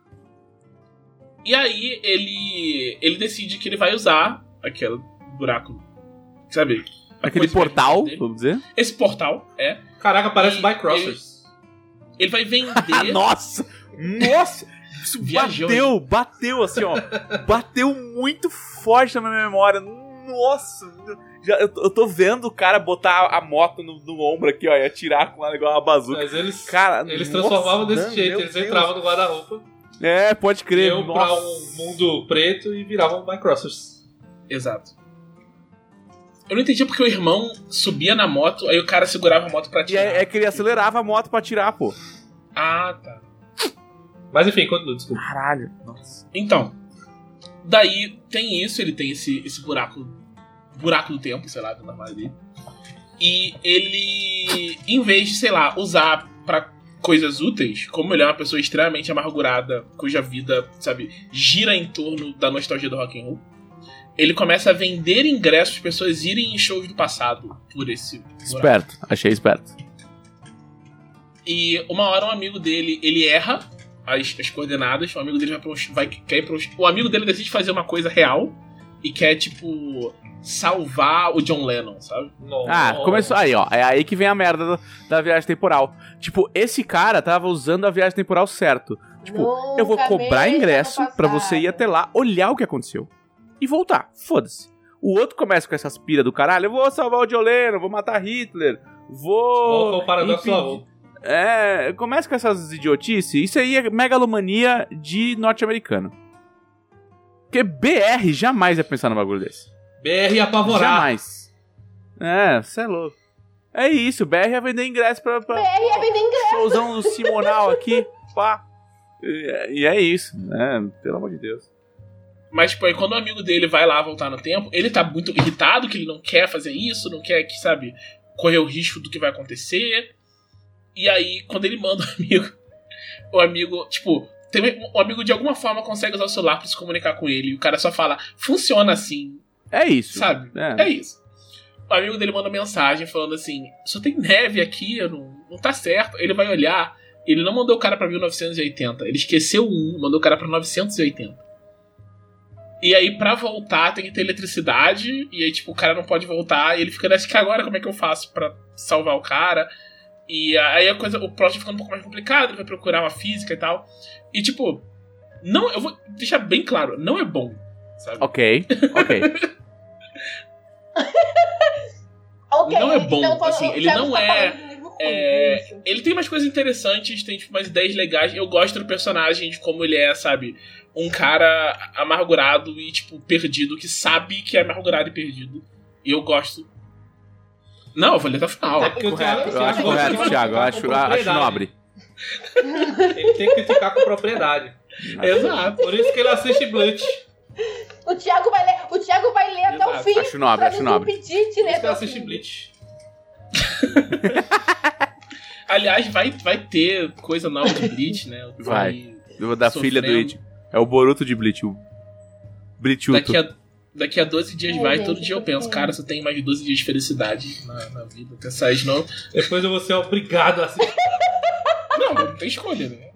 [SPEAKER 2] E aí, ele decide que ele vai usar aquele buraco, sabe?
[SPEAKER 1] Aquele portal, vamos dizer.
[SPEAKER 2] Esse portal,
[SPEAKER 3] Caraca, parece Bycrossers.
[SPEAKER 2] Ele vai vender...
[SPEAKER 1] Nossa! Isso bateu assim, ó. Bateu muito forte na minha memória. Nossa! Eu tô vendo o cara botar a moto no ombro aqui, ó, e atirar com ela igual uma bazuca.
[SPEAKER 3] Mas eles
[SPEAKER 1] nossa,
[SPEAKER 3] transformavam desse jeito, eles entravam no guarda-roupa.
[SPEAKER 1] Pode crer.
[SPEAKER 3] Iam pra um mundo preto e viravam Bycrossers.
[SPEAKER 2] Exato. Eu não entendi porque o irmão subia na moto, aí o cara segurava a moto pra atirar.
[SPEAKER 1] E é que ele acelerava a moto pra atirar, pô.
[SPEAKER 2] Ah, tá.
[SPEAKER 3] Mas enfim, continua, desculpa.
[SPEAKER 1] Caralho, nossa.
[SPEAKER 2] Então, daí tem isso, ele tem esse buraco do tempo, sei lá, do armário dele. E ele, em vez de, sei lá, usar pra coisas úteis, como ele é uma pessoa extremamente amargurada, cuja vida, sabe, gira em torno da nostalgia do rock and roll, ele começa a vender ingressos para pessoas irem em shows do passado por esse buraco.
[SPEAKER 1] Esperto, achei esperto.
[SPEAKER 2] E uma hora um amigo dele, ele erra as coordenadas, o amigo dele quer ir pra o amigo dele decide fazer uma coisa real e quer, tipo, salvar o John Lennon, sabe?
[SPEAKER 1] Começou aí, ó. É aí que vem a merda da viagem temporal. Tipo, esse cara tava usando a viagem temporal certo. Tipo, eu vou cobrar ingresso pra você ir até lá, olhar o que aconteceu e voltar. Foda-se. O outro começa com essas piras do caralho. Eu vou salvar o John Lennon, vou matar Hitler, vou...
[SPEAKER 3] o paradoxo lavou.
[SPEAKER 1] Começa com essas idiotices. Isso aí é megalomania de norte-americano. Porque BR jamais ia pensar num bagulho desse.
[SPEAKER 3] BR ia apavorar.
[SPEAKER 1] Jamais. Você é louco. É isso, BR ia vender ingresso pra
[SPEAKER 4] BR ia vender ingresso.
[SPEAKER 1] Showzão do Simonal aqui, pá. E é isso, né? Pelo amor de Deus.
[SPEAKER 2] Mas, tipo, aí quando o amigo dele vai lá voltar no tempo, ele tá muito irritado que ele não quer fazer isso, não quer que, sabe, correr o risco do que vai acontecer. E aí, quando ele manda o amigo, tipo, o amigo de alguma forma consegue usar o celular pra se comunicar com ele. E o cara só fala, funciona assim.
[SPEAKER 1] É isso.
[SPEAKER 2] Sabe? É isso. O amigo dele manda mensagem falando assim, só tem neve aqui, não tá certo. Ele vai olhar, ele não mandou o cara pra 1980. Ele esqueceu mandou o cara pra 980. E aí, pra voltar, tem que ter eletricidade. E aí, tipo, o cara não pode voltar. E ele fica nessa que agora, como é que eu faço pra salvar o cara? E aí o plot vai ficando um pouco mais complicado, ele vai procurar uma física e tal. E tipo, não, eu vou deixar bem claro, não é bom, sabe?
[SPEAKER 1] Ok.
[SPEAKER 2] Não é bom,
[SPEAKER 4] então,
[SPEAKER 2] assim, ele não ele tem umas coisas interessantes, tem tipo, umas ideias legais. Eu gosto do personagem, de como ele é, sabe? Um cara amargurado e, tipo, perdido, que sabe que é amargurado e perdido. E eu gosto. Não, eu vou ler até o final.
[SPEAKER 3] É porque
[SPEAKER 1] Eu acho correto, Thiago. Eu acho nobre.
[SPEAKER 3] Ele tem que criticar com propriedade.
[SPEAKER 2] Exato.
[SPEAKER 3] Por isso que ele assiste Blunt.
[SPEAKER 4] O Thiago vai ler até o fim.
[SPEAKER 1] Acho nobre.
[SPEAKER 4] Impedir de ler
[SPEAKER 3] Por isso que
[SPEAKER 4] até
[SPEAKER 3] ele
[SPEAKER 4] o
[SPEAKER 3] assiste
[SPEAKER 4] fim.
[SPEAKER 3] Bleach.
[SPEAKER 2] Aliás, vai ter coisa nova de Bleach, né?
[SPEAKER 1] Vai. Da
[SPEAKER 2] sofrendo.
[SPEAKER 1] filha do It. É o Boruto de Bleach. O Bleachuto.
[SPEAKER 2] Daqui a 12 dias vai, todo dia eu penso, cara, só tem mais de 12 dias de felicidade na vida. Quer sair de novo?
[SPEAKER 3] Depois eu vou ser obrigado a assistir.
[SPEAKER 2] Não tem escolha, né?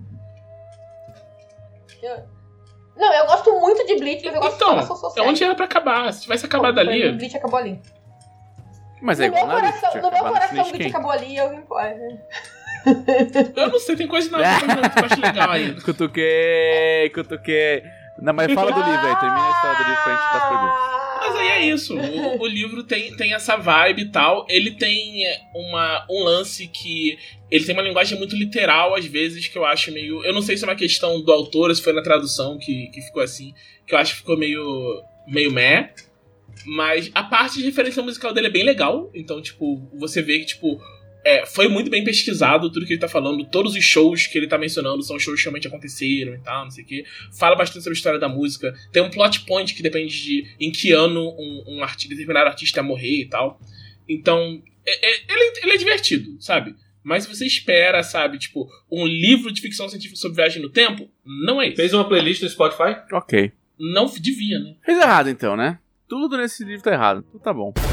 [SPEAKER 4] Não, eu gosto muito de Bleach, mas eu gosto de Formação
[SPEAKER 2] Então,
[SPEAKER 4] Social.
[SPEAKER 2] é onde era pra acabar. Se tivesse acabado ali...
[SPEAKER 4] O Bleach acabou ali.
[SPEAKER 1] Mas é
[SPEAKER 4] No meu
[SPEAKER 1] igual Naruto.
[SPEAKER 4] coração, o Bleach acabou ali e eu vim embora.
[SPEAKER 2] Eu não sei, tem coisa na vida que eu acho legal ainda.
[SPEAKER 1] Cutuquei. Não, mas fala do livro aí. Termina a história do livro pra gente passar perguntas.
[SPEAKER 2] Mas aí é isso. O livro tem essa vibe e tal. Ele tem um lance que... Ele tem uma linguagem muito literal, às vezes, que eu acho meio... Eu não sei se é uma questão do autor, ou se foi na tradução que ficou assim. Que eu acho que ficou meio meh. Mas a parte de referência musical dele é bem legal. Então, tipo, você vê que, tipo... foi muito bem pesquisado tudo que ele tá falando. Todos os shows que ele tá mencionando são shows que realmente aconteceram e tal, não sei o que. Fala bastante sobre a história da música. Tem um plot point que depende de em que ano um determinado artista ia morrer e tal. Então, ele é divertido, sabe? Mas se você espera, sabe, tipo, um livro de ficção científica sobre viagem no tempo, não é isso.
[SPEAKER 3] Fez uma playlist no Spotify?
[SPEAKER 1] Ok.
[SPEAKER 2] Não devia, né?
[SPEAKER 1] Fez errado então, né? Tudo nesse livro tá errado. Então tá bom.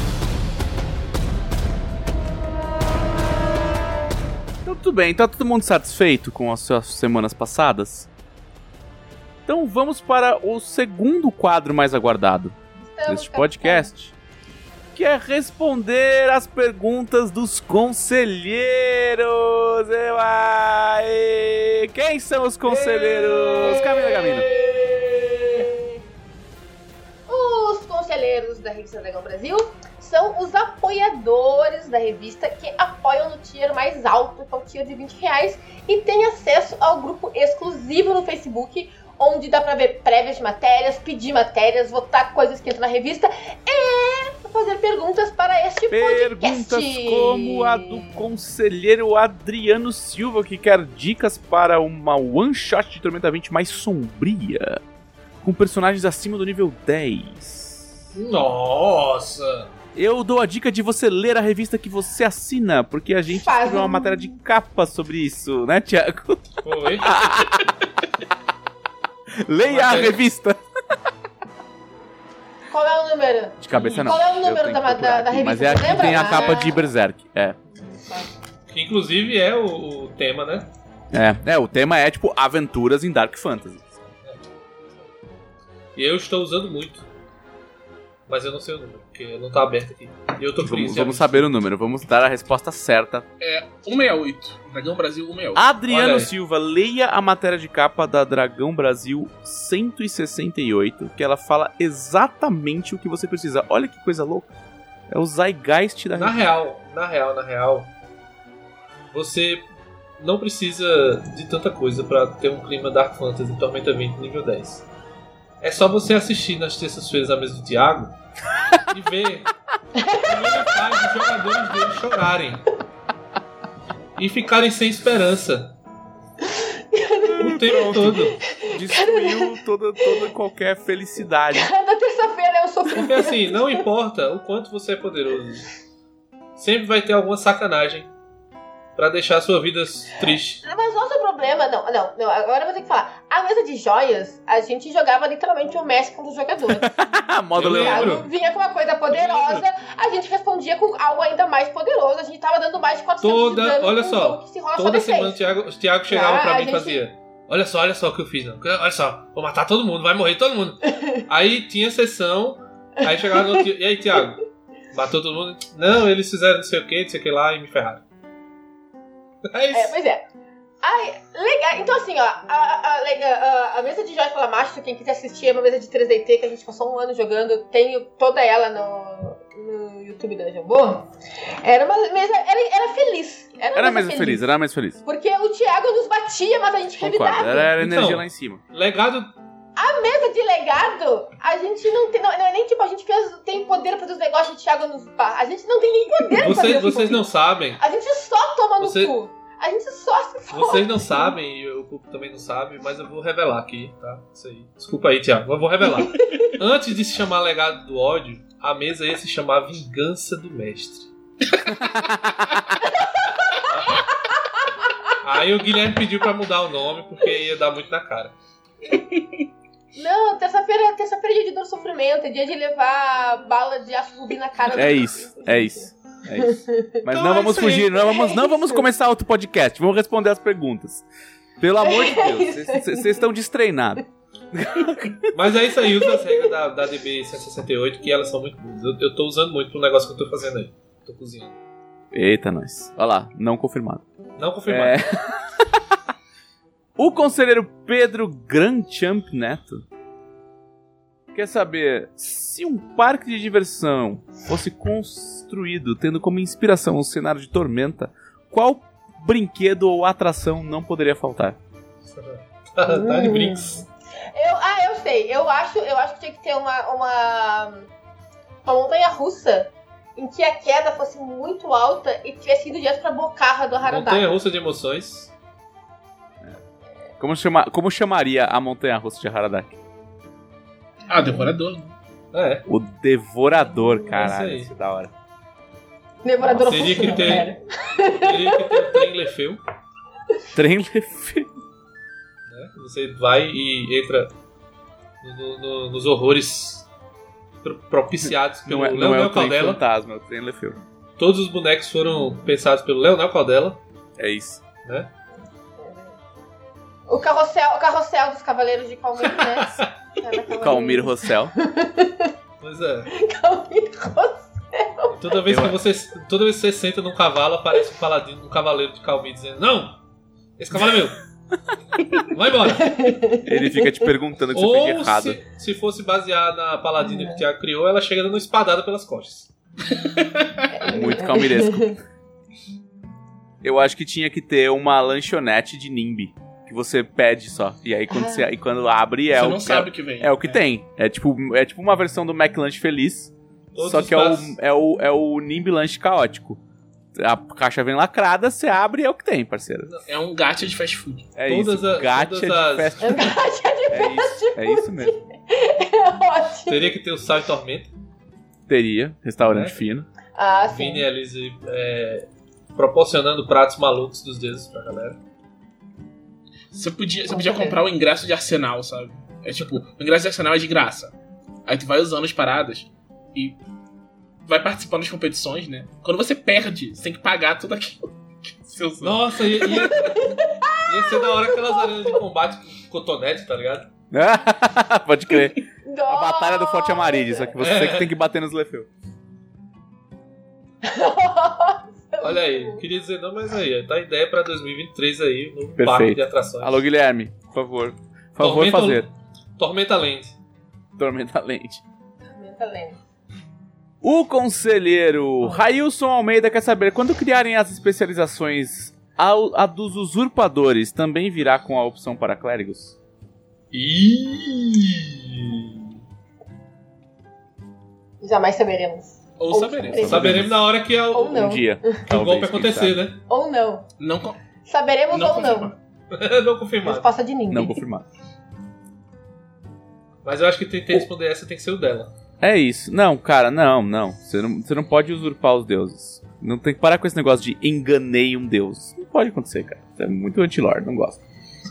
[SPEAKER 1] Então tudo bem, tá todo mundo satisfeito com as suas semanas passadas? Então vamos para o segundo quadro mais aguardado deste podcast, que é responder as perguntas dos conselheiros. Quem são os conselheiros? Camila.
[SPEAKER 4] Os conselheiros da revista Dragão Brasil são os apoiadores da revista que apoiam no tier mais alto, que é o tier de R$20, e tem acesso ao grupo exclusivo no Facebook, onde dá pra ver prévias de matérias, pedir matérias, votar coisas que entram na revista e fazer perguntas para este podcast.
[SPEAKER 1] Perguntas como a do conselheiro Adriano Silva, que quer dicas para uma one-shot de Tormenta 20 mais sombria, com personagens acima do nível 10.
[SPEAKER 3] Nossa!
[SPEAKER 1] Eu dou a dica de você ler a revista que você assina, porque a gente escreveu uma matéria de capa sobre isso, né, Thiago?
[SPEAKER 3] Foi.
[SPEAKER 1] Leia a revista!
[SPEAKER 4] Qual é o número?
[SPEAKER 1] De cabeça não.
[SPEAKER 4] Qual é o número
[SPEAKER 1] Eu tenho que
[SPEAKER 4] da
[SPEAKER 1] procurar aqui,
[SPEAKER 4] revista?
[SPEAKER 1] mas é aqui que
[SPEAKER 4] Lembra?
[SPEAKER 1] tem a capa de Berserk.
[SPEAKER 3] Que inclusive é o tema, né?
[SPEAKER 1] O tema é tipo aventuras em Dark Fantasy.
[SPEAKER 3] E eu estou usando muito. Mas eu não sei o número, porque não tá aberto aqui. E eu tô feliz.
[SPEAKER 1] Vamos saber o número, vamos dar a resposta certa.
[SPEAKER 2] 168. Dragão Brasil 168.
[SPEAKER 1] Adriano Silva, leia a matéria de capa da Dragão Brasil 168, que ela fala exatamente o que você precisa. Olha que coisa louca. É o Zeitgeist da
[SPEAKER 3] Na real, você não precisa de tanta coisa pra ter um clima Dark Fantasy Tormenta 20 nível 10. É só você assistir nas terças-feiras a mesa do Thiago e ver como ele faz os jogadores dele chorarem e ficarem sem esperança o tempo todo.
[SPEAKER 1] Destruiu toda qualquer felicidade.
[SPEAKER 4] Cada terça-feira eu sofri.
[SPEAKER 3] Porque assim, não importa o quanto você é poderoso, sempre vai ter alguma sacanagem pra deixar a sua vida triste.
[SPEAKER 4] Mas nosso problema... Não, agora eu vou ter que falar. A mesa de joias, a gente jogava literalmente o Messi contra os jogadores.
[SPEAKER 1] Modo
[SPEAKER 3] Eu
[SPEAKER 1] Leandro.
[SPEAKER 3] lembro.
[SPEAKER 4] Vinha com uma coisa poderosa, a gente respondia com algo ainda mais poderoso. A gente tava dando mais de 400 de dano
[SPEAKER 3] Olha
[SPEAKER 4] com um
[SPEAKER 3] só,
[SPEAKER 4] jogo que se rola só
[SPEAKER 3] toda
[SPEAKER 4] D6.
[SPEAKER 3] semana o Thiago chegava pra mim e
[SPEAKER 4] gente...
[SPEAKER 3] fazia: olha só o que eu fiz, não. Olha só, vou matar todo mundo, vai morrer todo mundo. Aí tinha sessão, aí chegava no outro, e aí, Thiago, matou todo mundo? Não, eles fizeram não sei o que lá e me ferraram. É isso.
[SPEAKER 4] Pois é. Ai, legal. Então, assim, ó, a mesa de Jorge Calamacho, quem quiser assistir, é uma mesa de 3DT que a gente passou um ano jogando. Tenho toda ela no YouTube da Jambô. Era uma mesa. Era feliz. Era uma mesa feliz.
[SPEAKER 1] Era mais feliz.
[SPEAKER 4] Porque o Thiago nos batia, mas a gente revidava.
[SPEAKER 1] Era energia
[SPEAKER 3] Então,
[SPEAKER 1] lá em cima.
[SPEAKER 3] Legado.
[SPEAKER 4] A mesa de legado, a gente não tem. Não é nem tipo, a gente tem poder pra fazer os negócios de Thiago nos bar. A gente não tem nem poder pra fazer
[SPEAKER 3] Vocês não sabem.
[SPEAKER 4] A gente só toma no cu. A gente só se fode.
[SPEAKER 3] Vocês não sabem, e o público também não sabe, mas eu vou revelar aqui, tá? Isso aí. Desculpa aí, Thiago, eu vou revelar. Antes de se chamar Legado do Ódio, a mesa ia se chamar Vingança do Mestre. Aí o Guilherme pediu pra mudar o nome, porque ia dar muito na cara.
[SPEAKER 4] Não, terça-feira é dia de dor e sofrimento, é dia de levar bala de aço rubi na cara.
[SPEAKER 1] É isso. Mas
[SPEAKER 3] Então
[SPEAKER 1] não
[SPEAKER 3] é
[SPEAKER 1] vamos
[SPEAKER 3] isso aí.
[SPEAKER 1] fugir, não vamos começar outro podcast. Vamos responder as perguntas. Pelo amor de Deus, vocês estão destreinados.
[SPEAKER 3] Mas é isso aí, usa as regras da DB 168, que elas são muito boas. Eu tô usando muito pro negócio que eu tô fazendo aí. Tô cozinhando.
[SPEAKER 1] Eita, nós. Olha lá, não confirmado.
[SPEAKER 3] Não confirmado.
[SPEAKER 1] O conselheiro Pedro Grandchamp Neto quer saber se um parque de diversão fosse construído tendo como inspiração um cenário de Tormenta, qual brinquedo ou atração não poderia faltar?
[SPEAKER 3] Tá de brinks.
[SPEAKER 4] Eu sei. Eu acho que tinha que ter uma montanha-russa em que a queda fosse muito alta e tivesse ido direto pra bocarra do Haradaki.
[SPEAKER 3] Montanha-russa de emoções.
[SPEAKER 1] Como chamaria a montanha-russa de Haradaki?
[SPEAKER 2] Devorador.
[SPEAKER 3] É.
[SPEAKER 1] O Devorador, caralho.
[SPEAKER 3] Isso
[SPEAKER 1] Isso é da hora.
[SPEAKER 4] Devorador
[SPEAKER 3] Teria que
[SPEAKER 4] oficial,
[SPEAKER 3] ter o trem Lefeu.
[SPEAKER 1] Trem Lefeu.
[SPEAKER 3] Né? Você vai e entra nos horrores propiciados pelo
[SPEAKER 1] Não é o
[SPEAKER 3] Leonel
[SPEAKER 1] trem
[SPEAKER 3] Caldela.
[SPEAKER 1] fantasma, é o Trem Lefeu.
[SPEAKER 3] Todos os bonecos foram pensados pelo Leonel Caldela.
[SPEAKER 1] É isso.
[SPEAKER 3] Né?
[SPEAKER 4] O carrossel dos Cavaleiros de Calmir, né?
[SPEAKER 1] Calmir Rossel.
[SPEAKER 3] Pois é.
[SPEAKER 4] Calmir Rossel.
[SPEAKER 3] Toda vez que você senta num cavalo, aparece um paladino, um cavaleiro de Calmir dizendo: não! Esse cavalo é meu! Vai embora!
[SPEAKER 1] Ele fica te perguntando o que você fez de
[SPEAKER 3] Ou
[SPEAKER 1] errado.
[SPEAKER 3] se fosse basear na paladina que o Thiago criou, ela chega dando uma espadada pelas costas.
[SPEAKER 1] Muito calmiresco. Eu acho que tinha que ter uma lanchonete de NIMBY. Que você pede só. E aí quando abre
[SPEAKER 2] Você não sabe o que vem.
[SPEAKER 1] É o que tem. É tipo uma versão do McLanche Feliz.
[SPEAKER 3] Todos
[SPEAKER 1] só que é o NIMBY Lanche caótico. A caixa vem lacrada, você abre e é o que tem, parceiro.
[SPEAKER 2] É um gacha de fast food.
[SPEAKER 1] É
[SPEAKER 3] Todas
[SPEAKER 1] isso.
[SPEAKER 3] as-
[SPEAKER 1] Gacha
[SPEAKER 3] todas
[SPEAKER 1] de
[SPEAKER 3] as-
[SPEAKER 1] fast food. É isso mesmo.
[SPEAKER 4] É ótimo.
[SPEAKER 3] Teria que ter o Sal e Tormenta.
[SPEAKER 1] Teria. Restaurante
[SPEAKER 3] É.
[SPEAKER 1] fino.
[SPEAKER 4] Ah, sim.
[SPEAKER 3] Vini e Alice proporcionando pratos malucos dos deuses pra galera.
[SPEAKER 2] Você podia comprar o ingresso de Arsenal, sabe? É tipo, o ingresso de Arsenal é de graça. Aí tu vai usando as paradas e vai participando das competições, né? Quando você perde, você tem que pagar tudo aquilo que você usou.
[SPEAKER 3] Nossa, ia ser da hora aquelas arenas de combate com cotonete, tá ligado?
[SPEAKER 1] Pode crer. A
[SPEAKER 4] Nossa.
[SPEAKER 1] batalha do Forte Amaride, só que você que tem que bater nos Lefeu.
[SPEAKER 3] Olha aí, não queria dizer não, mas aí, tá a ideia pra 2023 aí, no
[SPEAKER 1] Perfeito.
[SPEAKER 3] parque de atrações.
[SPEAKER 1] Alô, Guilherme, por favor. Por favor,
[SPEAKER 3] Tormenta-
[SPEAKER 1] fazer.
[SPEAKER 3] Tormenta Land.
[SPEAKER 1] Tormenta Lente.
[SPEAKER 4] Tormenta lenta.
[SPEAKER 1] O conselheiro Railson Almeida quer saber, quando criarem as especializações, a dos usurpadores também virá com a opção para clérigos?
[SPEAKER 4] Jamais saberemos.
[SPEAKER 2] Ou saberemos.
[SPEAKER 3] Saberemos na hora que
[SPEAKER 4] Ou não.
[SPEAKER 1] Um dia.
[SPEAKER 3] que o
[SPEAKER 1] talvez,
[SPEAKER 3] golpe
[SPEAKER 1] quem
[SPEAKER 3] acontecer,
[SPEAKER 1] sabe.
[SPEAKER 3] né?
[SPEAKER 4] Ou não.
[SPEAKER 2] Não
[SPEAKER 4] Saberemos ou
[SPEAKER 2] confirmar.
[SPEAKER 4] não.
[SPEAKER 3] Não confirmado.
[SPEAKER 4] Resposta de ninguém.
[SPEAKER 1] Não confirmado.
[SPEAKER 3] Mas eu acho que tentei responder essa tem que ser o dela.
[SPEAKER 1] É isso. Não, cara, não. Você não pode usurpar os deuses. Não tem que parar com esse negócio de enganei um deus. Não pode acontecer, cara. Isso é muito anti-lore, não gosto.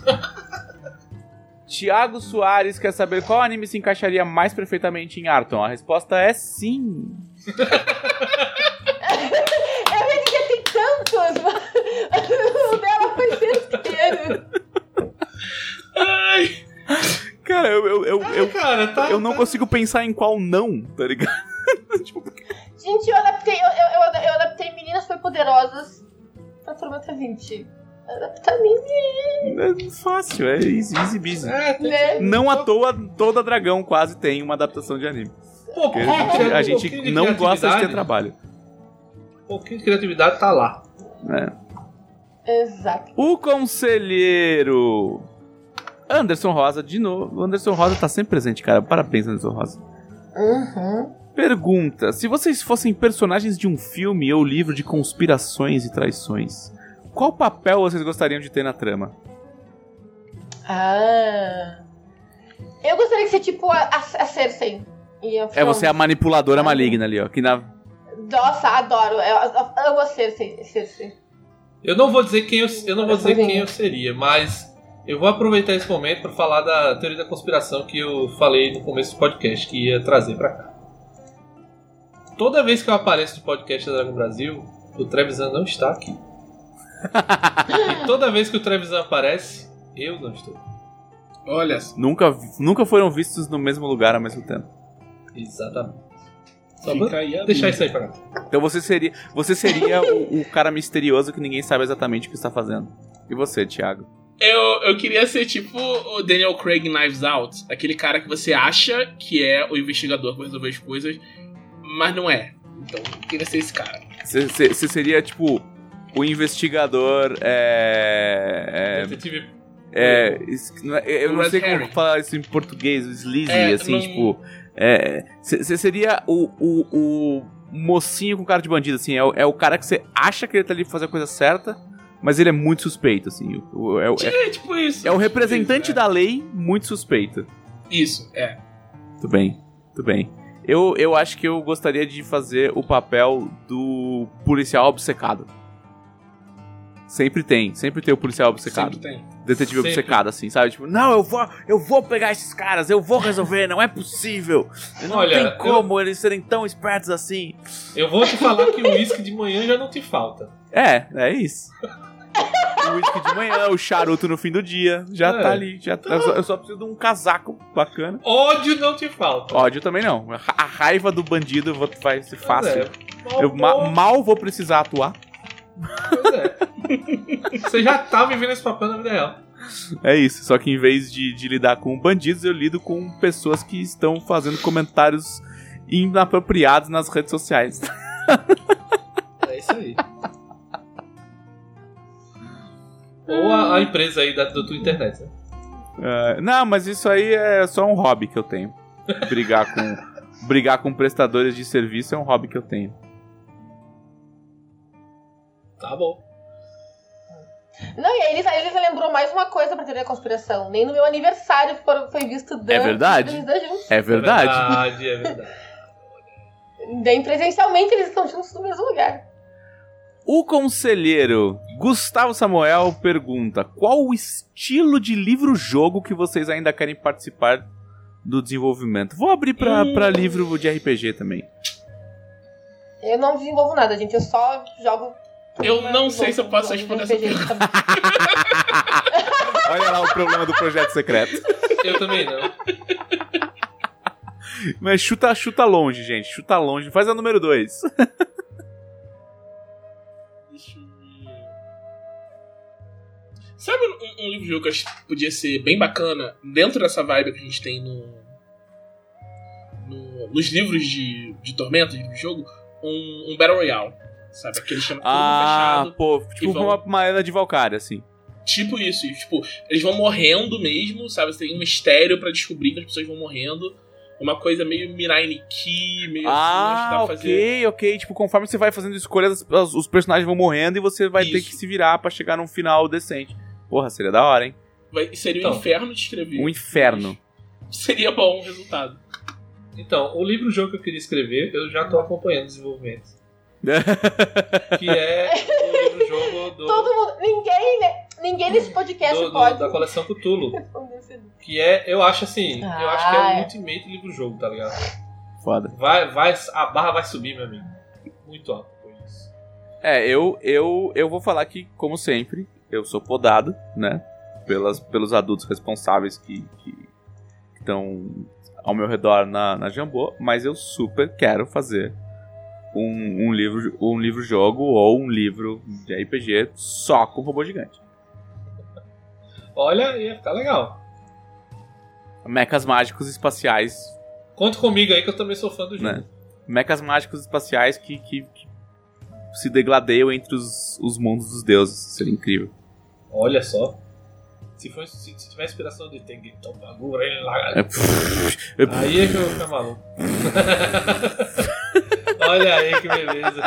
[SPEAKER 1] Tiago Soares quer saber qual anime se encaixaria mais perfeitamente em Arton. A resposta é sim.
[SPEAKER 4] Eu ia dizer, tem tantos, mas o dela foi certeiro.
[SPEAKER 2] Ai,
[SPEAKER 1] Cara,
[SPEAKER 3] Cara,
[SPEAKER 1] eu não consigo pensar em qual não, tá ligado?
[SPEAKER 4] Gente, eu adaptei Meninas Superpoderosas pra Tormenta 20. Adaptar anime
[SPEAKER 1] É fácil, é easy busy.
[SPEAKER 4] né?
[SPEAKER 1] Não à toa, toda Dragão quase tem uma adaptação de anime. Porque a gente não gosta de ter trabalho.
[SPEAKER 3] Um pouquinho de criatividade tá lá.
[SPEAKER 4] Exato.
[SPEAKER 1] O conselheiro Anderson Rosa, de novo. O Anderson Rosa tá sempre presente, cara. Parabéns, Anderson Rosa. Pergunta: se vocês fossem personagens de um filme ou livro de conspirações e traições, qual papel vocês gostariam de ter na trama?
[SPEAKER 4] Eu gostaria de ser tipo a Cersei.
[SPEAKER 1] É você a manipuladora maligna ali, ó. Que na...
[SPEAKER 4] Nossa, adoro. Eu amo a Cersei.
[SPEAKER 3] Eu não vou dizer quem eu seria, mas eu vou aproveitar esse momento para falar da teoria da conspiração que eu falei no começo do podcast, que ia trazer para cá. Toda vez que eu apareço no podcast da Dragon Brasil, o Trevisan não está aqui. E toda vez que o Trevisan aparece, eu não estou.
[SPEAKER 2] Olha.
[SPEAKER 1] Nunca foram vistos no mesmo lugar ao mesmo tempo.
[SPEAKER 3] Exatamente. Só vou deixar isso aí pra cá.
[SPEAKER 1] Então você seria o cara misterioso que ninguém sabe exatamente o que está fazendo. E você, Thiago?
[SPEAKER 2] Eu queria ser tipo o Daniel Craig em Knives Out. Aquele cara que você acha que é o investigador que vai resolver as coisas, mas não é. Então, eu queria ser esse cara.
[SPEAKER 1] Você seria tipo o investigador.
[SPEAKER 3] Detetive.
[SPEAKER 1] Eu não sei como falar isso em português, o sleazy, assim, não... tipo. Você seria o mocinho com cara de bandido, assim. É o cara que você acha que ele tá ali pra fazer a coisa certa, mas ele é muito suspeito, assim.
[SPEAKER 2] Tipo isso.
[SPEAKER 1] É o representante da lei muito suspeito.
[SPEAKER 2] Isso, é.
[SPEAKER 1] Tudo bem. Eu acho que eu gostaria de fazer o papel do policial obcecado. Sempre tem o policial obcecado.
[SPEAKER 2] Sempre tem.
[SPEAKER 1] Detetive obcecado, assim, sabe? Tipo, não, eu vou pegar esses caras, eu vou resolver, não é possível. Não tem como eles serem tão espertos assim.
[SPEAKER 3] Eu vou te falar que o uísque de manhã já não te falta.
[SPEAKER 1] É isso. O uísque de manhã, o charuto no fim do dia, já tá ali. Eu só preciso de um casaco bacana.
[SPEAKER 3] Ódio não te falta.
[SPEAKER 1] Ódio também não. A raiva do bandido vai ser fácil. Eu mal vou precisar atuar.
[SPEAKER 3] Pois é. Você já tá vivendo esse papel na vida real.
[SPEAKER 1] É isso, só que em vez de lidar com bandidos, eu lido com pessoas que estão fazendo comentários inapropriados nas redes sociais.
[SPEAKER 3] É isso aí. Ou a empresa aí da tua internet, né?
[SPEAKER 1] Não, mas isso aí é só um hobby que eu tenho. Brigar com prestadores de serviço é um hobby que eu tenho.
[SPEAKER 3] Tá bom.
[SPEAKER 4] Não, e aí ele lembrou mais uma coisa pra teoria da conspiração. Nem no meu aniversário foi visto Dan.
[SPEAKER 1] É verdade. É verdade.
[SPEAKER 3] É verdade.
[SPEAKER 4] Nem presencialmente eles estão juntos no mesmo lugar.
[SPEAKER 1] O conselheiro Gustavo Samuel pergunta: qual o estilo de livro-jogo que vocês ainda querem participar do desenvolvimento? Vou abrir pra livro de RPG também.
[SPEAKER 4] Eu não desenvolvo nada, gente. Eu só jogo.
[SPEAKER 2] Eu não sei se eu posso responder essa pergunta.
[SPEAKER 1] Olha lá o problema do projeto secreto.
[SPEAKER 3] Eu também não.
[SPEAKER 1] Mas chuta longe, gente. Chuta longe. Faz a número 2.
[SPEAKER 2] Deixa eu ver. Sabe um livro-jogo que eu acho que podia ser bem bacana, dentro dessa vibe que a gente tem nos livros de Tormenta, de jogo, um Battle Royale. Sabe? Aquele chama todo mundo fechado.
[SPEAKER 1] Pô, tipo uma era de Valkyria, assim.
[SPEAKER 2] Tipo isso. Tipo, eles vão morrendo mesmo, sabe? Você tem um mistério pra descobrir que as pessoas vão morrendo. Uma coisa meio Mirai Nikki, meio assim,
[SPEAKER 1] ok. Tipo, conforme você vai fazendo escolhas, os personagens vão morrendo e você vai ter que se virar pra chegar num final decente. Porra, seria da hora, hein?
[SPEAKER 2] Seria um inferno de escrever.
[SPEAKER 1] Um inferno.
[SPEAKER 2] Seria bom o resultado.
[SPEAKER 3] Então, o livro-jogo que eu queria escrever, eu já tô acompanhando o desenvolvimento. Que é o livro-jogo do...
[SPEAKER 4] Todo mundo... Ninguém nesse podcast pode...
[SPEAKER 3] Da coleção Cthulhu. Que é, eu acho assim... eu acho que é o ultimate livro-jogo, tá ligado?
[SPEAKER 1] Foda.
[SPEAKER 3] A barra vai subir, meu amigo. Muito alto por isso.
[SPEAKER 1] Eu vou falar que, como sempre, eu sou podado, né? Pelos adultos responsáveis que estão ao meu redor na Jambô. Mas eu super quero fazer um livro-jogo ou um livro de RPG só com robô gigante.
[SPEAKER 3] Olha, ia ficar legal.
[SPEAKER 1] Mechas mágicos espaciais.
[SPEAKER 3] Conta comigo aí que eu também sou fã do jogo.
[SPEAKER 1] Né? Mechas mágicos espaciais que se degladeiam entre os mundos dos deuses. Seria incrível.
[SPEAKER 3] Olha só. Se tiver inspiração de Tengen Topagura, ele lá. Aí é que eu vou ficar maluco. Olha aí que beleza.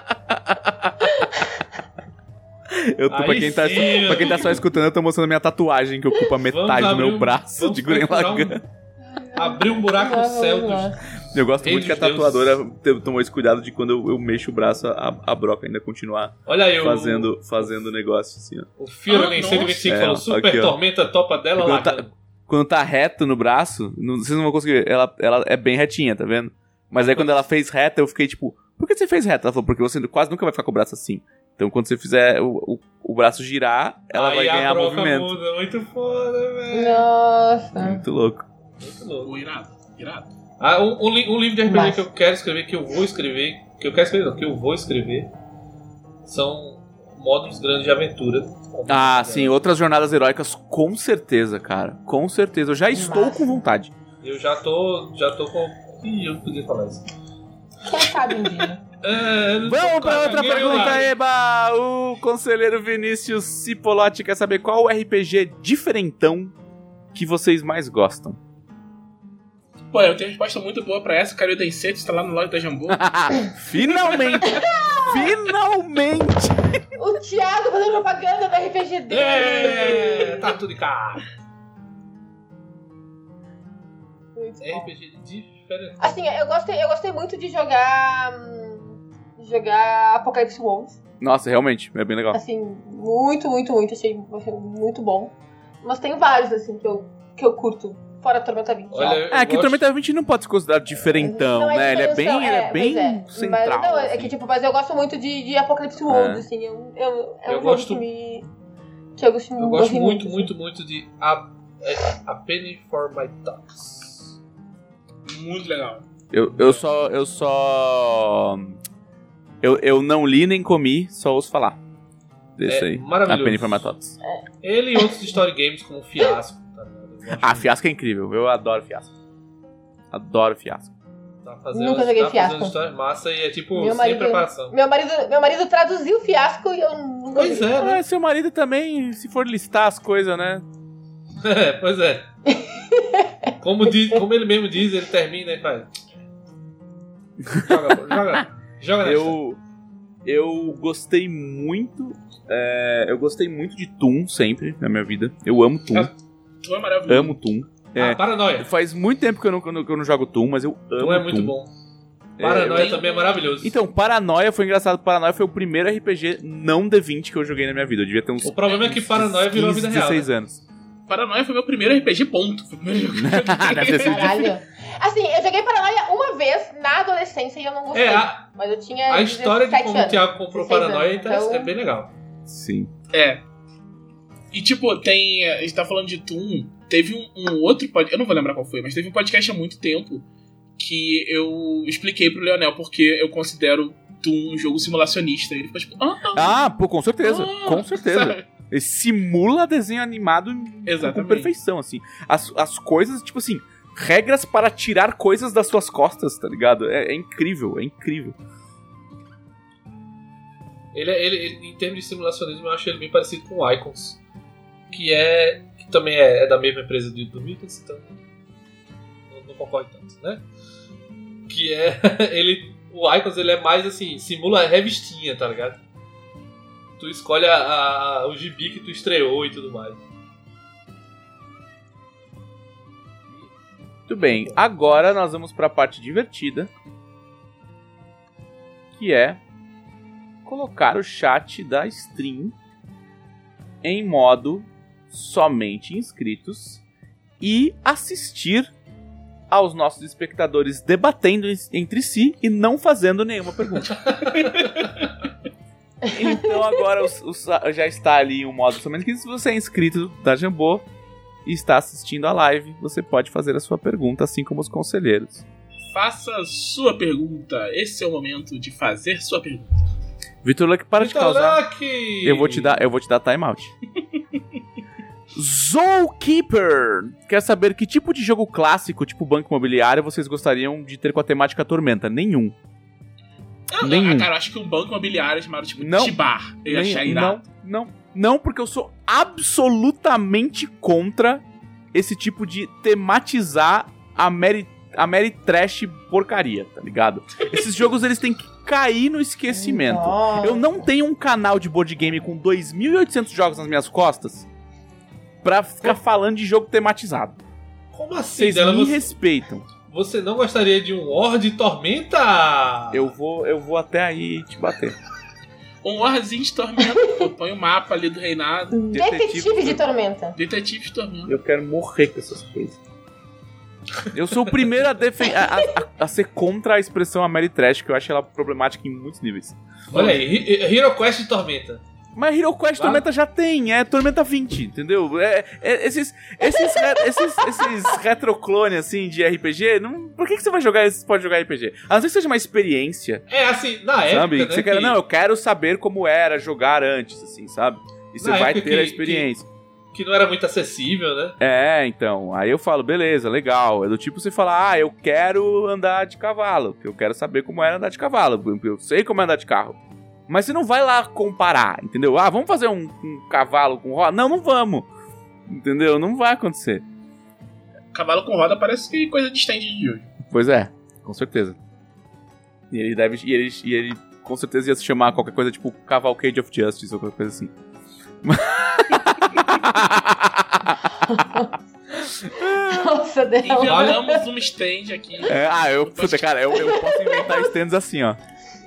[SPEAKER 1] Pra quem tá só escutando, eu tô mostrando a minha tatuagem que ocupa metade do meu braço de Gurren Lagann.
[SPEAKER 3] Abrir um buraco no céu.
[SPEAKER 1] Eu gosto muito que a tatuadora tomou esse cuidado de quando eu mexo o braço, a broca ainda continuar fazendo negócio assim, ó.
[SPEAKER 3] O Firulin 125 falou, Super aqui, Tormenta topa dela
[SPEAKER 1] quando tá reto no braço, vocês não vão conseguir, ela é bem retinha, tá vendo? Mas aí quando ela fez reta, eu fiquei tipo, por que você fez reta? Ela falou, porque você quase nunca vai ficar com o braço assim. Então quando você fizer o braço girar, ela vai ganhar movimento.
[SPEAKER 3] Muda. Muito foda, velho.
[SPEAKER 4] Nossa.
[SPEAKER 1] Muito louco.
[SPEAKER 3] Muito louco.
[SPEAKER 2] Irado.
[SPEAKER 3] Um livro de RPG que eu quero escrever, que eu vou escrever, são módulos grandes de aventura.
[SPEAKER 1] Sim, outras jornadas heróicas, com certeza, cara. Com certeza. Eu já estou com vontade.
[SPEAKER 3] Eu já tô com... Ih, eu não podia falar isso.
[SPEAKER 4] Quem sabe um dia.
[SPEAKER 1] Vamos pra outra pergunta, Eba! O conselheiro Vinícius Cipolotti quer saber qual o RPG diferentão que vocês mais gostam.
[SPEAKER 2] Pô, eu tenho uma resposta muito boa pra essa. Caiu Densetsu, está lá no log da Jambô.
[SPEAKER 1] Finalmente! Finalmente!
[SPEAKER 4] O Thiago fazendo propaganda do RPG dele.
[SPEAKER 3] Tá tudo caro. RPG diferente.
[SPEAKER 4] Assim, eu gostei muito de jogar Apocalypse World.
[SPEAKER 1] Nossa, realmente, é bem legal.
[SPEAKER 4] Assim, muito, achei muito bom. Mas tem vários, assim, que eu curto. Fora Tormenta 20.
[SPEAKER 1] Olha, que Tormenta 20 não pode se considerar diferentão, né? Ele é bem central.
[SPEAKER 4] Mas, é que, tipo, mas eu gosto muito de Apocalypse World, assim. É um jogo que eu gosto
[SPEAKER 3] muito de A Penny for My Thoughts.
[SPEAKER 2] Muito legal.
[SPEAKER 1] Eu não li nem comi, só ouço falar. Desse aí.
[SPEAKER 3] Maravilhoso.
[SPEAKER 1] A Penny for My Thoughts.
[SPEAKER 3] Ele e outros story games como Fiasco.
[SPEAKER 1] Fiasco é incrível. Eu adoro Fiasco.
[SPEAKER 4] Nunca joguei Fiasco.
[SPEAKER 3] Fazendo história massa e é tipo sem preparação.
[SPEAKER 4] Meu marido traduziu Fiasco e eu nunca
[SPEAKER 3] joguei. Pois é, né?
[SPEAKER 1] Seu marido também, se for listar as coisas, né?
[SPEAKER 3] Pois é. Como ele mesmo diz, ele termina e faz. Joga nessa.
[SPEAKER 1] Eu gostei muito. Eu gostei muito de Toon sempre na minha vida. Eu amo Toon.
[SPEAKER 2] Toon é maravilhoso.
[SPEAKER 1] Amo Toon.
[SPEAKER 3] Paranoia.
[SPEAKER 1] Faz muito tempo que eu não jogo Toon, mas eu amo
[SPEAKER 3] Toon. É muito bom. Paranoia também é maravilhoso.
[SPEAKER 1] Então, Paranoia foi engraçado. Paranoia foi o primeiro RPG não D20 que eu joguei na minha vida. Eu devia ter uns...
[SPEAKER 3] O problema é que Paranoia virou a vida real.
[SPEAKER 1] 16 anos.
[SPEAKER 2] Paranoia foi meu primeiro RPG, ponto. Foi o primeiro jogo que eu joguei.
[SPEAKER 4] Caralho. Assim, eu joguei Paranoia uma vez na adolescência e eu não gostei. Mas eu tinha
[SPEAKER 3] a história de como o Thiago comprou Paranoia
[SPEAKER 4] então...
[SPEAKER 3] é bem legal.
[SPEAKER 1] Sim.
[SPEAKER 2] E tipo, a gente tá falando de Toon, teve um outro podcast, eu não vou lembrar qual foi, mas teve um podcast há muito tempo que eu expliquei pro Leonel porque eu considero Toon um jogo simulacionista. E ele ficou tipo,
[SPEAKER 1] com certeza, com certeza. Sabe? Ele simula desenho animado com perfeição, assim. As coisas, tipo assim, regras para tirar coisas das suas costas, tá ligado? É incrível, é incrível.
[SPEAKER 3] Ele, em termos de simulacionismo, eu acho ele bem parecido com o Icons. Que também é da mesma empresa do Mutants, então não concorre tanto, né? Que o Icons ele é mais assim, simula revistinha, tá ligado? Tu escolhe o gibi que tu estreou e tudo mais.
[SPEAKER 1] Muito bem, agora nós vamos pra parte divertida, que é colocar o chat da stream em modo somente inscritos e assistir aos nossos espectadores debatendo entre si e não fazendo nenhuma pergunta. Então agora já está ali um modo somente inscrito. Se você é inscrito da Jambô e está assistindo a live, você pode fazer a sua pergunta, assim como os conselheiros
[SPEAKER 2] faça sua pergunta. Esse é o momento de fazer sua pergunta.
[SPEAKER 1] Vitor Luck, para de causar.
[SPEAKER 3] Luck!
[SPEAKER 1] Eu vou te dar timeout. Zookeeper quer saber que tipo de jogo clássico, tipo Banco Imobiliário, vocês gostariam de ter com a temática Tormenta? Nenhum. Nenhum.
[SPEAKER 2] Cara, eu acho que um banco imobiliário chamado tipo
[SPEAKER 1] Não.
[SPEAKER 2] Tibar. Eu ia achar irado.
[SPEAKER 1] Não, porque eu sou absolutamente contra esse tipo de tematizar a Mary Trash porcaria, tá ligado? Esses jogos, eles têm que cair no esquecimento. Eu não tenho um canal de board game com 2.800 jogos nas minhas costas pra ficar falando de jogo tematizado.
[SPEAKER 3] Como assim?
[SPEAKER 1] Vocês me respeitam.
[SPEAKER 3] Você não gostaria de um Horde Tormenta?
[SPEAKER 1] Eu vou até aí te bater.
[SPEAKER 2] Um Warzinho de Tormenta. Eu ponho o mapa ali do reinado.
[SPEAKER 4] Detetive de Tormenta.
[SPEAKER 2] Detetive de Tormenta.
[SPEAKER 1] Eu quero morrer com essas coisas. Eu sou o primeiro a ser contra a expressão Ameritrash, que eu acho ela problemática em muitos níveis.
[SPEAKER 3] Olha aí, Hero Quest de Tormenta.
[SPEAKER 1] Mas Hero Quest Tormenta já tem, é Tormenta 20, entendeu? Esses retroclones assim de RPG, por que você vai jogar? Você pode jogar RPG? A não ser que seja uma experiência.
[SPEAKER 3] É assim, na época,
[SPEAKER 1] sabe?
[SPEAKER 3] né,
[SPEAKER 1] Que você quer, não, eu quero saber como era jogar antes, assim, sabe? E você vai ter a experiência.
[SPEAKER 3] Que não era muito acessível, né?
[SPEAKER 1] Então, aí eu falo, beleza, legal. É do tipo você falar, eu quero andar de cavalo, que eu quero saber como era andar de cavalo, eu sei como é andar de carro. Mas você não vai lá comparar, entendeu? Vamos fazer um cavalo com roda? Não vamos. Entendeu? Não vai acontecer.
[SPEAKER 2] Cavalo com roda parece que coisa de stand de hoje.
[SPEAKER 1] Pois é, com certeza. E ele com certeza ia se chamar qualquer coisa tipo Cavalcade of Justice ou qualquer coisa assim.
[SPEAKER 4] Nossa, Deus.
[SPEAKER 2] Inventamos um stand aqui.
[SPEAKER 1] Eu posso inventar stands assim, ó.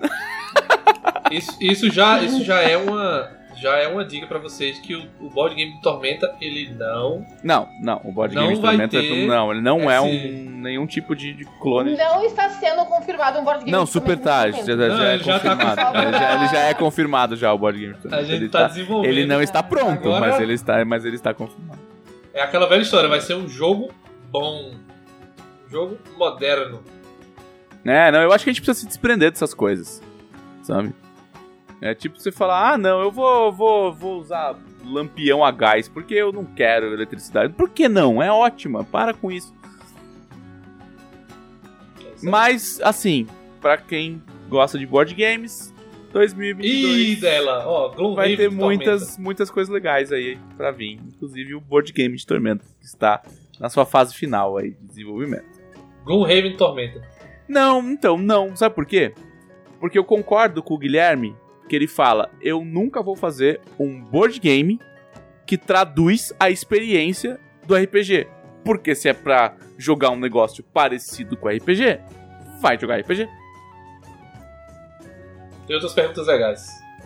[SPEAKER 3] Isso já é uma dica pra vocês que o board game de Tormenta, ele não...
[SPEAKER 1] Não, o board game de Tormenta ele não é nenhum tipo de clone.
[SPEAKER 4] Não está sendo confirmado um board game.
[SPEAKER 1] Não, super tá, já tá confirmado. Ele já é confirmado já o board game de Tormenta.
[SPEAKER 3] A gente tá desenvolvendo.
[SPEAKER 1] Ele não está pronto,
[SPEAKER 3] agora,
[SPEAKER 1] mas ele está confirmado.
[SPEAKER 3] É aquela velha história, vai ser um jogo bom, um jogo moderno.
[SPEAKER 1] Eu acho que a gente precisa se desprender dessas coisas, sabe? É tipo você falar, não, eu vou usar lampião a gás, porque eu não quero eletricidade. Por que não? É ótima, para com isso. Mas, assim, pra quem gosta de board games, 2022
[SPEAKER 3] dela,
[SPEAKER 1] vai ter muitas coisas legais aí pra vir. Inclusive o board game de Tormenta, que está na sua fase final aí de desenvolvimento.
[SPEAKER 3] Gloomhaven Tormenta.
[SPEAKER 1] Não. Sabe por quê? Porque eu concordo com o Guilherme, que ele fala, eu nunca vou fazer um board game que traduz a experiência do RPG. Porque se é pra jogar um negócio parecido com RPG, vai jogar RPG.
[SPEAKER 3] Tem outras perguntas legais.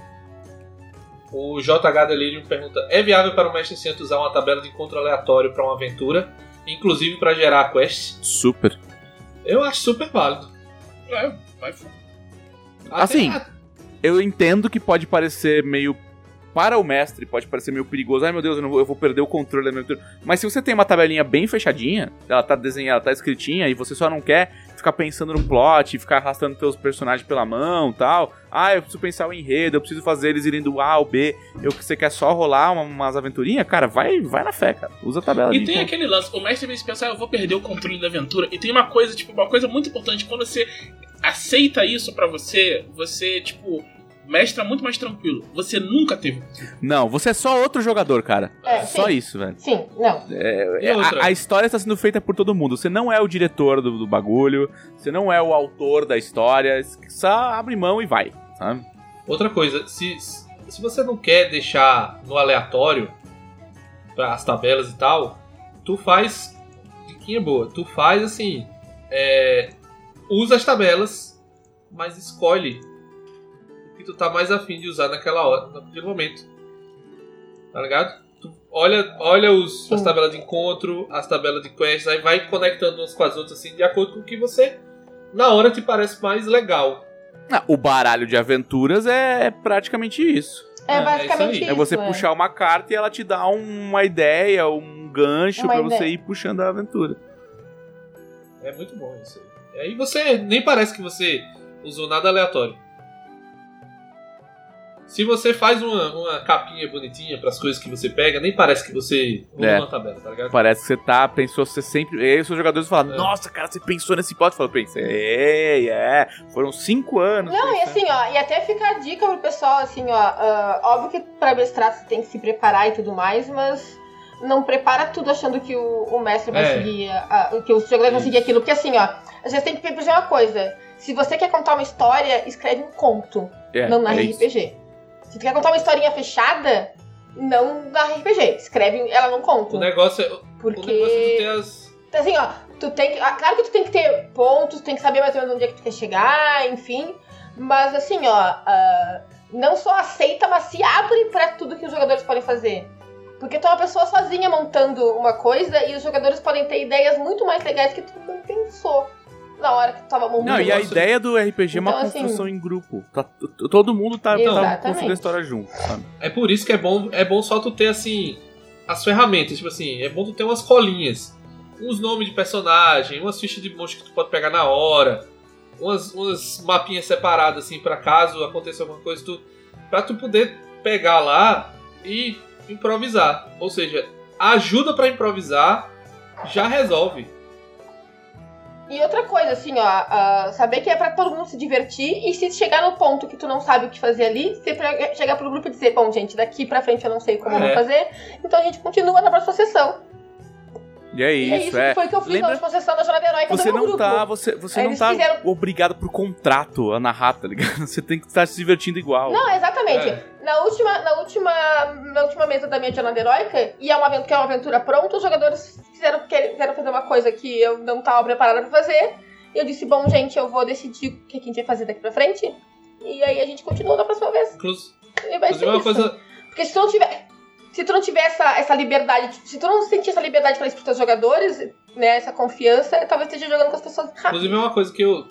[SPEAKER 3] O JH Delirium pergunta, é viável para o mestre Ciento usar uma tabela de encontro aleatório para uma aventura, inclusive para gerar a quest?
[SPEAKER 1] Super.
[SPEAKER 3] Eu acho super válido.
[SPEAKER 2] Vai.
[SPEAKER 1] Assim, eu entendo que pode parecer meio... Para o mestre, pode parecer meio perigoso. Ai, meu Deus, eu vou perder o controle da minha aventura. Mas se você tem uma tabelinha bem fechadinha, ela tá desenhada, ela tá escritinha, e você só não quer ficar pensando no plot, ficar arrastando teus personagens pela mão e tal. Eu preciso pensar o enredo, eu preciso fazer eles irem do A ao B. Você quer só rolar umas aventurinhas? Cara, vai na fé, cara. Usa a tabela.
[SPEAKER 2] E tem aquele lance, o mestre vai pensar, eu vou perder o controle da aventura. E tem uma coisa muito importante, quando você aceita isso pra você, mestra muito mais tranquilo. Você nunca teve.
[SPEAKER 1] Não, você é só outro jogador, cara. Só isso, velho.
[SPEAKER 4] Sim, não.
[SPEAKER 1] A história está sendo feita por todo mundo. Você não é o diretor do bagulho. Você não é o autor da história. Só abre mão e vai, sabe?
[SPEAKER 3] Outra coisa, se você não quer deixar no aleatório as tabelas e tal, tu faz diquinha boa. Tu faz assim, usa as tabelas, mas escolhe tu tá mais afim de usar naquela hora, naquele momento. Tá ligado? Tu olha as tabelas de encontro, as tabelas de quests, aí vai conectando umas com as outras assim, de acordo com o que você, na hora, te parece mais legal.
[SPEAKER 1] O baralho de aventuras é praticamente isso.
[SPEAKER 4] É basicamente isso.
[SPEAKER 1] É você puxar uma carta e ela te dá uma ideia, um gancho pra você ir puxando a aventura.
[SPEAKER 3] É muito bom isso aí. Aí você nem parece que você usou nada aleatório. Se você faz uma capinha bonitinha pras coisas que você pega, nem parece que você rolou uma tabela, tá ligado?
[SPEAKER 1] Parece que você pensou, você sempre... E aí os seus jogadores falam, nossa, cara, você pensou nesse plot? Eu falo, pensei, foram 5 anos.
[SPEAKER 4] Não, e assim, ó, e até fica a dica pro pessoal, assim, ó, óbvio que pra mestrado você tem que se preparar e tudo mais, mas não prepara tudo achando que o mestre vai seguir, que os jogadores vão seguir aquilo, porque assim, ó, vocês têm que perceber uma coisa, se você quer contar uma história, escreve um conto, não narra RPG. Se tu quer contar uma historinha fechada, não narra RPG. Escreve ela num conto.
[SPEAKER 3] O negócio é...
[SPEAKER 4] Porque...
[SPEAKER 3] O negócio é tu ter as...
[SPEAKER 4] Assim, ó, tu tem que... Claro que tu tem que ter pontos, tem que saber mais ou menos onde é que tu quer chegar, enfim. Mas assim, ó... não só aceita, mas se abre pra tudo que os jogadores podem fazer. Porque tu é uma pessoa sozinha montando uma coisa e os jogadores podem ter ideias muito mais legais que tu não pensou na hora que tu tava montando.
[SPEAKER 1] Não, e a ideia do RPG
[SPEAKER 4] então,
[SPEAKER 1] é uma construção em grupo. Todo mundo tá construindo a história junto, sabe?
[SPEAKER 3] É por isso que é bom só tu ter, assim, as ferramentas. Tipo assim, é bom tu ter umas colinhas. Uns nomes de personagem, umas fichas de monstro que tu pode pegar na hora. Umas mapinhas separadas, assim, pra caso aconteça alguma coisa. Pra tu poder pegar lá e improvisar. Ou seja, a ajuda pra improvisar já resolve.
[SPEAKER 4] E outra coisa, assim, ó, saber que é pra todo mundo se divertir e se chegar no ponto que tu não sabe o que fazer ali, você chegar pro grupo e dizer, bom, gente, daqui pra frente eu não sei como eu vou fazer, então a gente continua na próxima sessão.
[SPEAKER 1] E é isso,
[SPEAKER 4] Foi o que eu fiz na última sessão da Jornada Heróica do meu grupo.
[SPEAKER 1] Você não tá obrigado por contrato a narrar, tá ligado? Você tem que estar se divertindo igual.
[SPEAKER 4] Não, exatamente. Na última mesa da minha Jornada Heróica, e é uma aventura pronta, os jogadores quiseram fazer uma coisa que eu não tava preparada pra fazer. E eu disse, bom, gente, eu vou decidir o que a gente vai fazer daqui pra frente. E aí a gente continua da próxima vez. E vai ser isso.
[SPEAKER 3] Coisa...
[SPEAKER 4] Porque se tu não tiver essa liberdade, se tu não sentir essa liberdade pra isso pros teus jogadores, né, essa confiança, talvez esteja jogando com as pessoas rápido.
[SPEAKER 3] Inclusive é uma coisa que eu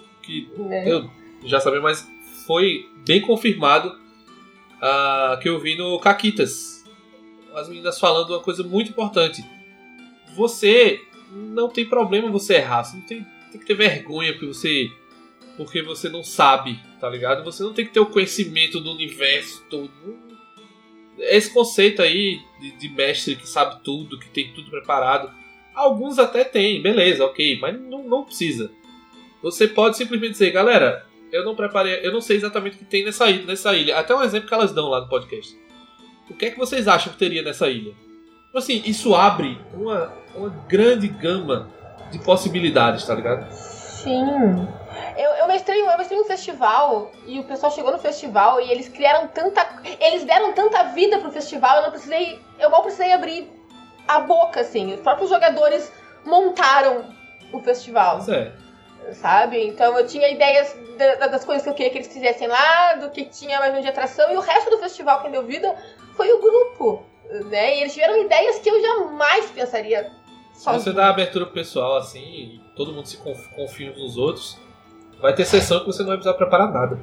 [SPEAKER 3] já sabia, mas foi bem confirmado que eu vi no Caquitas. As meninas falando uma coisa muito importante. Você não tem problema você errar, você não tem que ter vergonha porque você não sabe, tá ligado? Você não tem que ter o conhecimento do universo todo. Esse conceito aí de mestre que sabe tudo, que tem tudo preparado, alguns até tem, beleza, ok, mas não precisa. Você pode simplesmente dizer, galera, eu não preparei, eu não sei exatamente o que tem nessa ilha. Até um exemplo que elas dão lá no podcast. O que é que vocês acham que teria nessa ilha? Assim, isso abre uma grande gama de possibilidades, tá ligado?
[SPEAKER 4] Sim. Eu mestrei um festival e o pessoal chegou no festival e eles deram tanta vida pro festival, eu mal precisei abrir a boca, assim. Os próprios jogadores montaram o festival. Sabe? Então eu tinha ideias das coisas que eu queria que eles fizessem lá, do que tinha mais de atração, e o resto do festival quem deu vida foi o grupo, né? E eles tiveram ideias que eu jamais pensaria sozinho.
[SPEAKER 3] Você dá abertura pro pessoal, assim, e todo mundo se confia uns nos outros. Vai ter sessão que você não vai precisar preparar nada.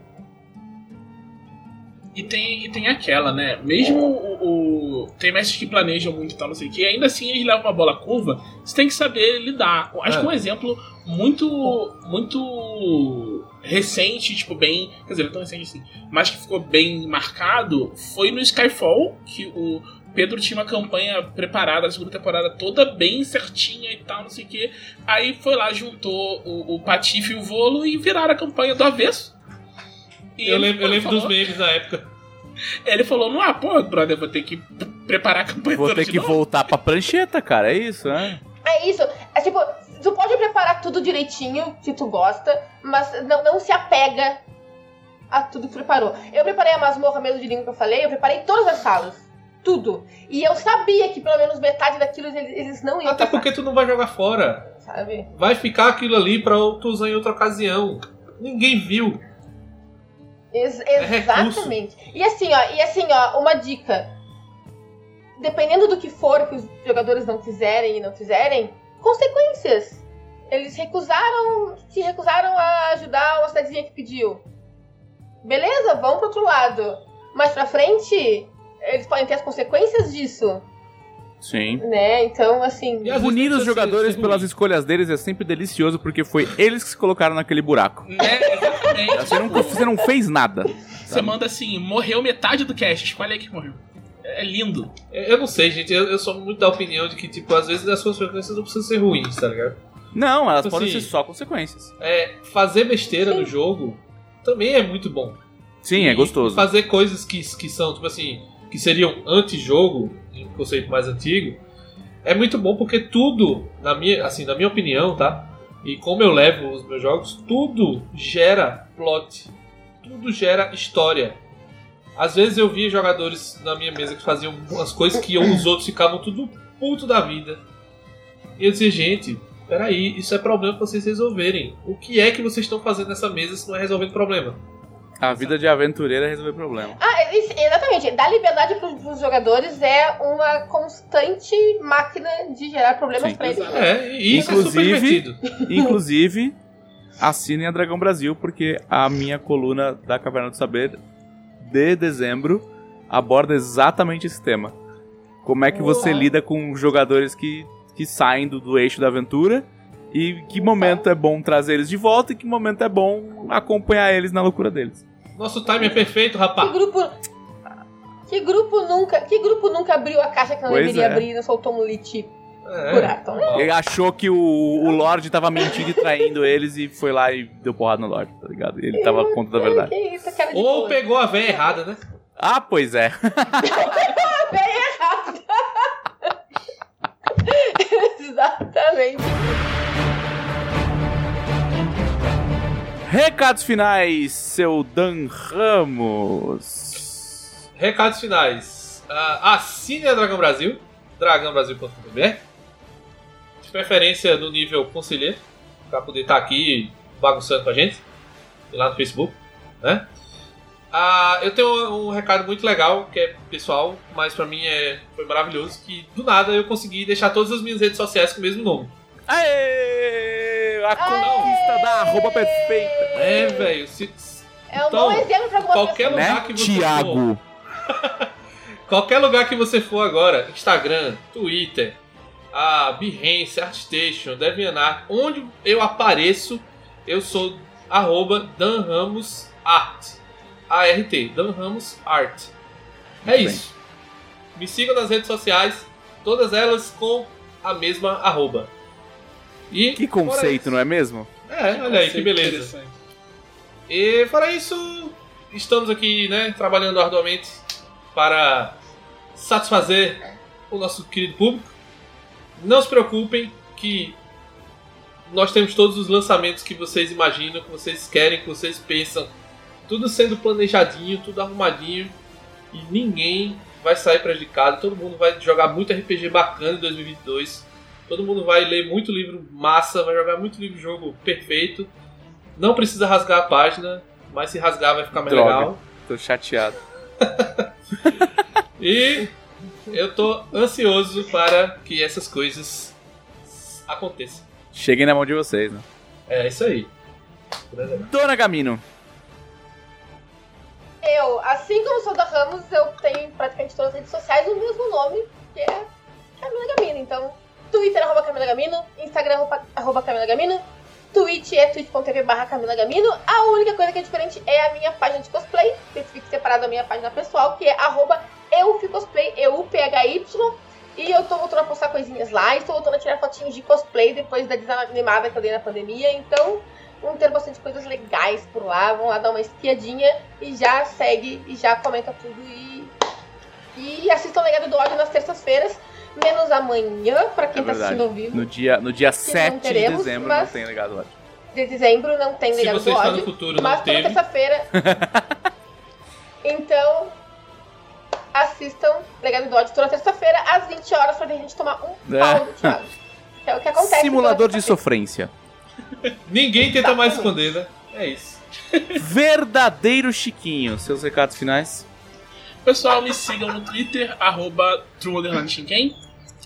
[SPEAKER 2] E tem aquela, né? Mesmo tem mestres que planejam muito e tal, não sei o que, ainda assim eles levam uma bola curva, você tem que saber lidar. Acho que um exemplo muito recente, tipo, bem... Quer dizer, não tão recente assim, mas que ficou bem marcado, foi no Skyfall, que o Pedro tinha uma campanha preparada, a segunda temporada toda bem certinha e tal, não sei o que. Aí foi lá, juntou o Patife e o Volo e viraram a campanha do avesso. E
[SPEAKER 3] eu lembro dos memes na época.
[SPEAKER 2] Ele falou, brother, vou ter que preparar a campanha toda.
[SPEAKER 1] Vou ter que voltar pra prancheta, cara, é isso, né?
[SPEAKER 4] É isso, é tipo, tu pode preparar tudo direitinho, se tu gosta, mas não se apega a tudo que preparou. Eu preparei a masmorra mesmo de língua que eu falei, eu preparei todas as salas. Tudo. E eu sabia que pelo menos metade daquilo eles não iam
[SPEAKER 3] Até
[SPEAKER 4] passar.
[SPEAKER 3] porque tu não vai jogar fora.
[SPEAKER 4] Sabe?
[SPEAKER 3] Vai ficar aquilo ali pra tu usar em outra ocasião. Ninguém viu.
[SPEAKER 4] Exatamente. E assim, ó, uma dica. Dependendo do que for que os jogadores não quiserem e não fizerem, consequências. Eles se recusaram a ajudar uma cidadezinha que pediu. Beleza, vão pro outro lado. Mais pra frente, eles podem ter as consequências disso.
[SPEAKER 1] Sim.
[SPEAKER 4] Né? Então, assim...
[SPEAKER 3] E às vezes
[SPEAKER 1] Punir
[SPEAKER 3] não
[SPEAKER 1] os
[SPEAKER 3] precisa
[SPEAKER 1] jogadores
[SPEAKER 3] ser
[SPEAKER 1] pelas
[SPEAKER 3] ruim.
[SPEAKER 1] escolhas deles é sempre delicioso, porque foi eles que se colocaram naquele buraco.
[SPEAKER 2] Exatamente.
[SPEAKER 1] Você não fez nada.
[SPEAKER 2] Você manda assim, morreu metade do cast, escolhe aí que morreu. É lindo.
[SPEAKER 3] Eu não sei, gente. Eu sou muito da opinião de que, tipo, às vezes as consequências não precisam ser ruins, tá ligado?
[SPEAKER 1] Não, elas
[SPEAKER 3] Tipo
[SPEAKER 1] podem
[SPEAKER 3] assim,
[SPEAKER 1] ser só consequências.
[SPEAKER 3] Fazer besteira no jogo também é muito bom.
[SPEAKER 1] Sim, é
[SPEAKER 3] E
[SPEAKER 1] gostoso.
[SPEAKER 3] fazer coisas que são, tipo assim, que seriam anti-jogo, em um conceito mais antigo, é muito bom porque tudo, na minha opinião, tá? E como eu levo os meus jogos, tudo gera plot. Tudo gera história. Às vezes eu via jogadores na minha mesa que faziam umas coisas que os outros ficavam tudo puto da vida. E eu dizia, gente, peraí, isso é problema pra vocês resolverem. O que é que vocês estão fazendo nessa mesa se não é resolvendo problema?
[SPEAKER 1] A vida de aventureiro é resolver problema.
[SPEAKER 4] Exatamente. Dar liberdade pros jogadores é uma constante máquina de gerar problemas
[SPEAKER 1] Sim.
[SPEAKER 4] pra eles.
[SPEAKER 3] E isso é super divertido.
[SPEAKER 1] Inclusive, assinem a Dragão Brasil, porque a minha coluna da Caverna do Saber de dezembro aborda exatamente esse tema. Como é que você lida com jogadores que saem do eixo da aventura e que momento é bom trazer eles de volta e que momento é bom acompanhar eles na loucura deles.
[SPEAKER 3] Nosso time é perfeito, rapaz.
[SPEAKER 4] Que grupo nunca abriu a caixa que não
[SPEAKER 1] Pois
[SPEAKER 4] deveria
[SPEAKER 1] é.
[SPEAKER 4] abrir e não soltou um lit por Arton, né?
[SPEAKER 1] Ele achou que o Lorde tava mentindo e traindo eles e foi lá e deu porrada no Lorde, tá ligado? Ele tava contra da verdade.
[SPEAKER 4] Que isso, cara de
[SPEAKER 3] Ou
[SPEAKER 4] boa.
[SPEAKER 3] pegou a véia errada, né?
[SPEAKER 1] Ah, pois é.
[SPEAKER 4] Exatamente.
[SPEAKER 1] Recados finais, seu Dan Ramos.
[SPEAKER 3] Recados finais. Assine a Dragão Brasil, dragãobrasil.com.br. De preferência no nível conselheiro, para poder estar aqui bagunçando com a gente. E lá no Facebook, né? Eu tenho um recado muito legal, que é pessoal, mas pra mim foi maravilhoso, que do nada eu consegui deixar todas as minhas redes sociais com o mesmo nome.
[SPEAKER 1] Aê! A conquista da arroba perfeita.
[SPEAKER 3] Velho.
[SPEAKER 4] É um bom exemplo pra alguma
[SPEAKER 3] qualquer
[SPEAKER 4] pessoa.
[SPEAKER 3] lugar
[SPEAKER 1] Né,
[SPEAKER 3] que você
[SPEAKER 1] Thiago?
[SPEAKER 3] Qualquer lugar que você for agora, Instagram, Twitter, Behance, ArtStation, DeviantArt, onde eu apareço, eu sou @DanRamosArt. ART, Dan Ramos Art. É isso. Me sigam nas redes sociais, todas elas com a mesma arroba. E
[SPEAKER 1] Que conceito, não é mesmo?
[SPEAKER 3] olha aí, que beleza. E fora isso, estamos aqui, né, trabalhando arduamente para satisfazer o nosso querido público. Não se preocupem que nós temos todos os lançamentos que vocês imaginam, que vocês querem, que vocês pensam. Tudo sendo planejadinho, tudo arrumadinho. E ninguém vai sair prejudicado. Todo mundo vai jogar muito RPG bacana em 2022. Todo mundo vai ler muito livro massa, vai jogar muito livro jogo perfeito. Não precisa rasgar a página, mas se rasgar vai ficar mais legal.
[SPEAKER 1] Tô chateado.
[SPEAKER 3] E eu tô ansioso para que essas coisas aconteçam.
[SPEAKER 1] Cheguei na mão de vocês, né?
[SPEAKER 3] É isso aí.
[SPEAKER 1] Dona Gamino.
[SPEAKER 4] Eu, assim como sou da Ramos, eu tenho praticamente todas as redes sociais o mesmo nome, que é Camila Gamino. Então, Twitter @Camila Gamino, Instagram @Camila Gamino, Twitch é twitch.tv/Camila Gamino. A única coisa que é diferente é a minha página de cosplay, que fica separada da minha página pessoal, que é @EuFiCosplay, EUPHY. E eu tô voltando a postar coisinhas lá, estou voltando a tirar fotinhos de cosplay depois da desanimada que eu dei na pandemia, então vão ter bastante coisas legais por lá, vão lá dar uma espiadinha e já segue e já comenta tudo e assistam o Legado do Ódio nas terças-feiras, menos amanhã, pra quem tá assistindo ao vivo.
[SPEAKER 1] No dia 7
[SPEAKER 4] teremos,
[SPEAKER 1] de dezembro
[SPEAKER 4] mas-
[SPEAKER 1] não tem Legado do Ódio.
[SPEAKER 4] De dezembro não tem
[SPEAKER 3] Se
[SPEAKER 4] Legado
[SPEAKER 3] você
[SPEAKER 4] do
[SPEAKER 3] está
[SPEAKER 4] Ódio,
[SPEAKER 3] no futuro, não
[SPEAKER 4] mas toda
[SPEAKER 3] teve.
[SPEAKER 4] terça-feira. Então, assistam Legado do Ódio toda terça-feira, às 20 horas, pra ver a gente tomar um pau do Thiago. Que é o que acontece.
[SPEAKER 1] Simulador
[SPEAKER 4] toda
[SPEAKER 1] de
[SPEAKER 4] terça-feira.
[SPEAKER 1] sofrência.
[SPEAKER 3] Ninguém tenta mais esconder, né? É isso.
[SPEAKER 1] Verdadeiro Chiquinho. Seus recados finais?
[SPEAKER 2] Pessoal, me sigam no Twitter, @true_Shinken.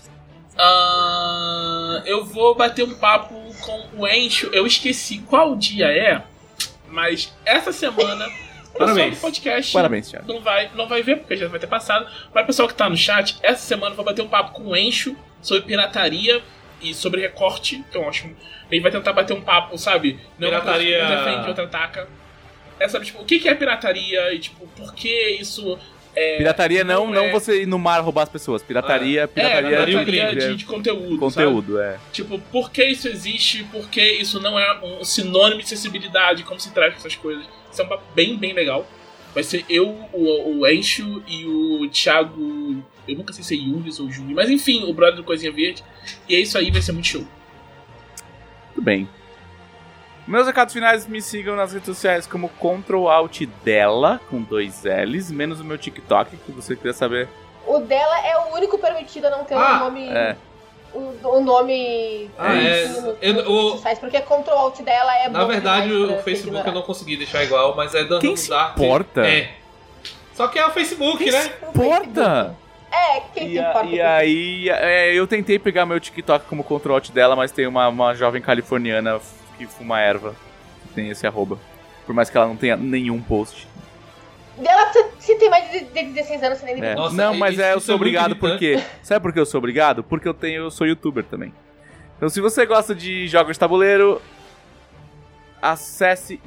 [SPEAKER 2] Eu vou bater um papo com o Encho. Eu esqueci qual dia é, mas essa semana O pessoal do podcast
[SPEAKER 1] Parabéns, Thiago.
[SPEAKER 2] não vai ver, porque já vai ter passado. Mas o pessoal que tá no chat, essa semana eu vou bater um papo com o Encho sobre pirataria e sobre recorte, que eu acho. Ele vai tentar bater um papo, sabe? Não
[SPEAKER 3] Pirataria.
[SPEAKER 2] Um defende, outro ataca. É, sabe, tipo, o que é pirataria e, tipo, por que isso é...
[SPEAKER 1] Pirataria não você ir no mar roubar as pessoas. Pirataria
[SPEAKER 2] de conteúdo,
[SPEAKER 1] conteúdo,
[SPEAKER 2] sabe? Tipo, por que isso existe? Por que isso não é um sinônimo de acessibilidade? Como se traz com essas coisas? Isso é um papo bem, bem legal. Vai ser eu, o Encho e o Thiago... Eu nunca sei se é Yulis ou Júlio, mas enfim, o brother do Coisinha Verde. E é isso aí, vai ser muito show.
[SPEAKER 1] Muito bem. Meus recados finais, me sigam nas redes sociais como Ctrl-Alt-Dela, com 2 L's, menos o meu TikTok, que você queria saber.
[SPEAKER 4] O dela é o único permitido a não ter o nome... O nome... Porque Ctrl-Alt dela é
[SPEAKER 3] na verdade, o Facebook eu não consegui deixar igual, mas é dando
[SPEAKER 1] Quem se importa?
[SPEAKER 3] Só que é o Facebook, né?
[SPEAKER 1] Importa!
[SPEAKER 4] Quem se importa?
[SPEAKER 1] E aí, eu tentei pegar meu TikTok como Ctrl-Alt dela, mas tem uma jovem californiana que fuma erva, que tem esse arroba. Por mais que ela não tenha nenhum post.
[SPEAKER 4] Dela, se tem mais de 16 anos, você nem deve.
[SPEAKER 3] Nossa,
[SPEAKER 1] não, mas eu sou obrigado
[SPEAKER 3] muito
[SPEAKER 1] porque... Sabe por que eu sou obrigado? Porque eu sou youtuber também. Então se você gosta de jogos de tabuleiro, acesse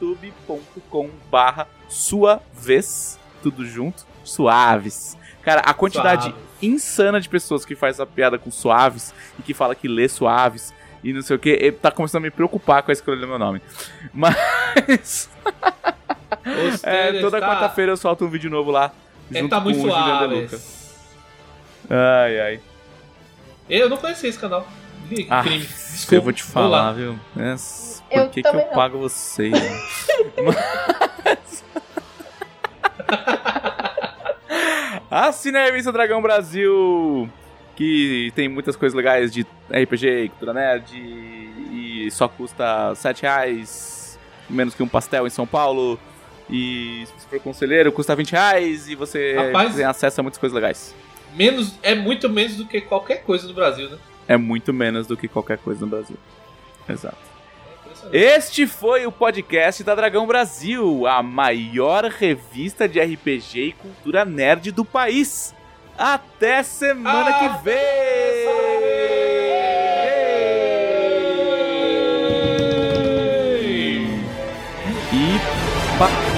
[SPEAKER 1] youtube.com/suavez, tudo junto, suaves. Cara, a quantidade insana de pessoas que faz a piada com suaves e que fala que lê suaves e não sei o que, tá começando a me preocupar com a escolha do meu nome. Mas... toda quarta-feira eu solto um vídeo novo lá. Junto
[SPEAKER 3] tá muito
[SPEAKER 1] com o Juliano De Luca. Ai.
[SPEAKER 3] Eu não conhecia esse canal. Que crime. Desculpa,
[SPEAKER 1] eu vou te falar, viu? Por que eu pago vocês? Assine a revista Dragão Brasil, que tem muitas coisas legais de RPG, cultura nerd, e só custa R$7, menos que um pastel em São Paulo. E se você for conselheiro, custa R$20 e você tem acesso a muitas coisas legais.
[SPEAKER 3] É muito menos do que qualquer coisa no Brasil, né?
[SPEAKER 1] É muito menos do que qualquer coisa no Brasil. Exato. Este foi o podcast da Dragão Brasil, a maior revista de RPG e cultura nerd do país. Até semana que vem! E...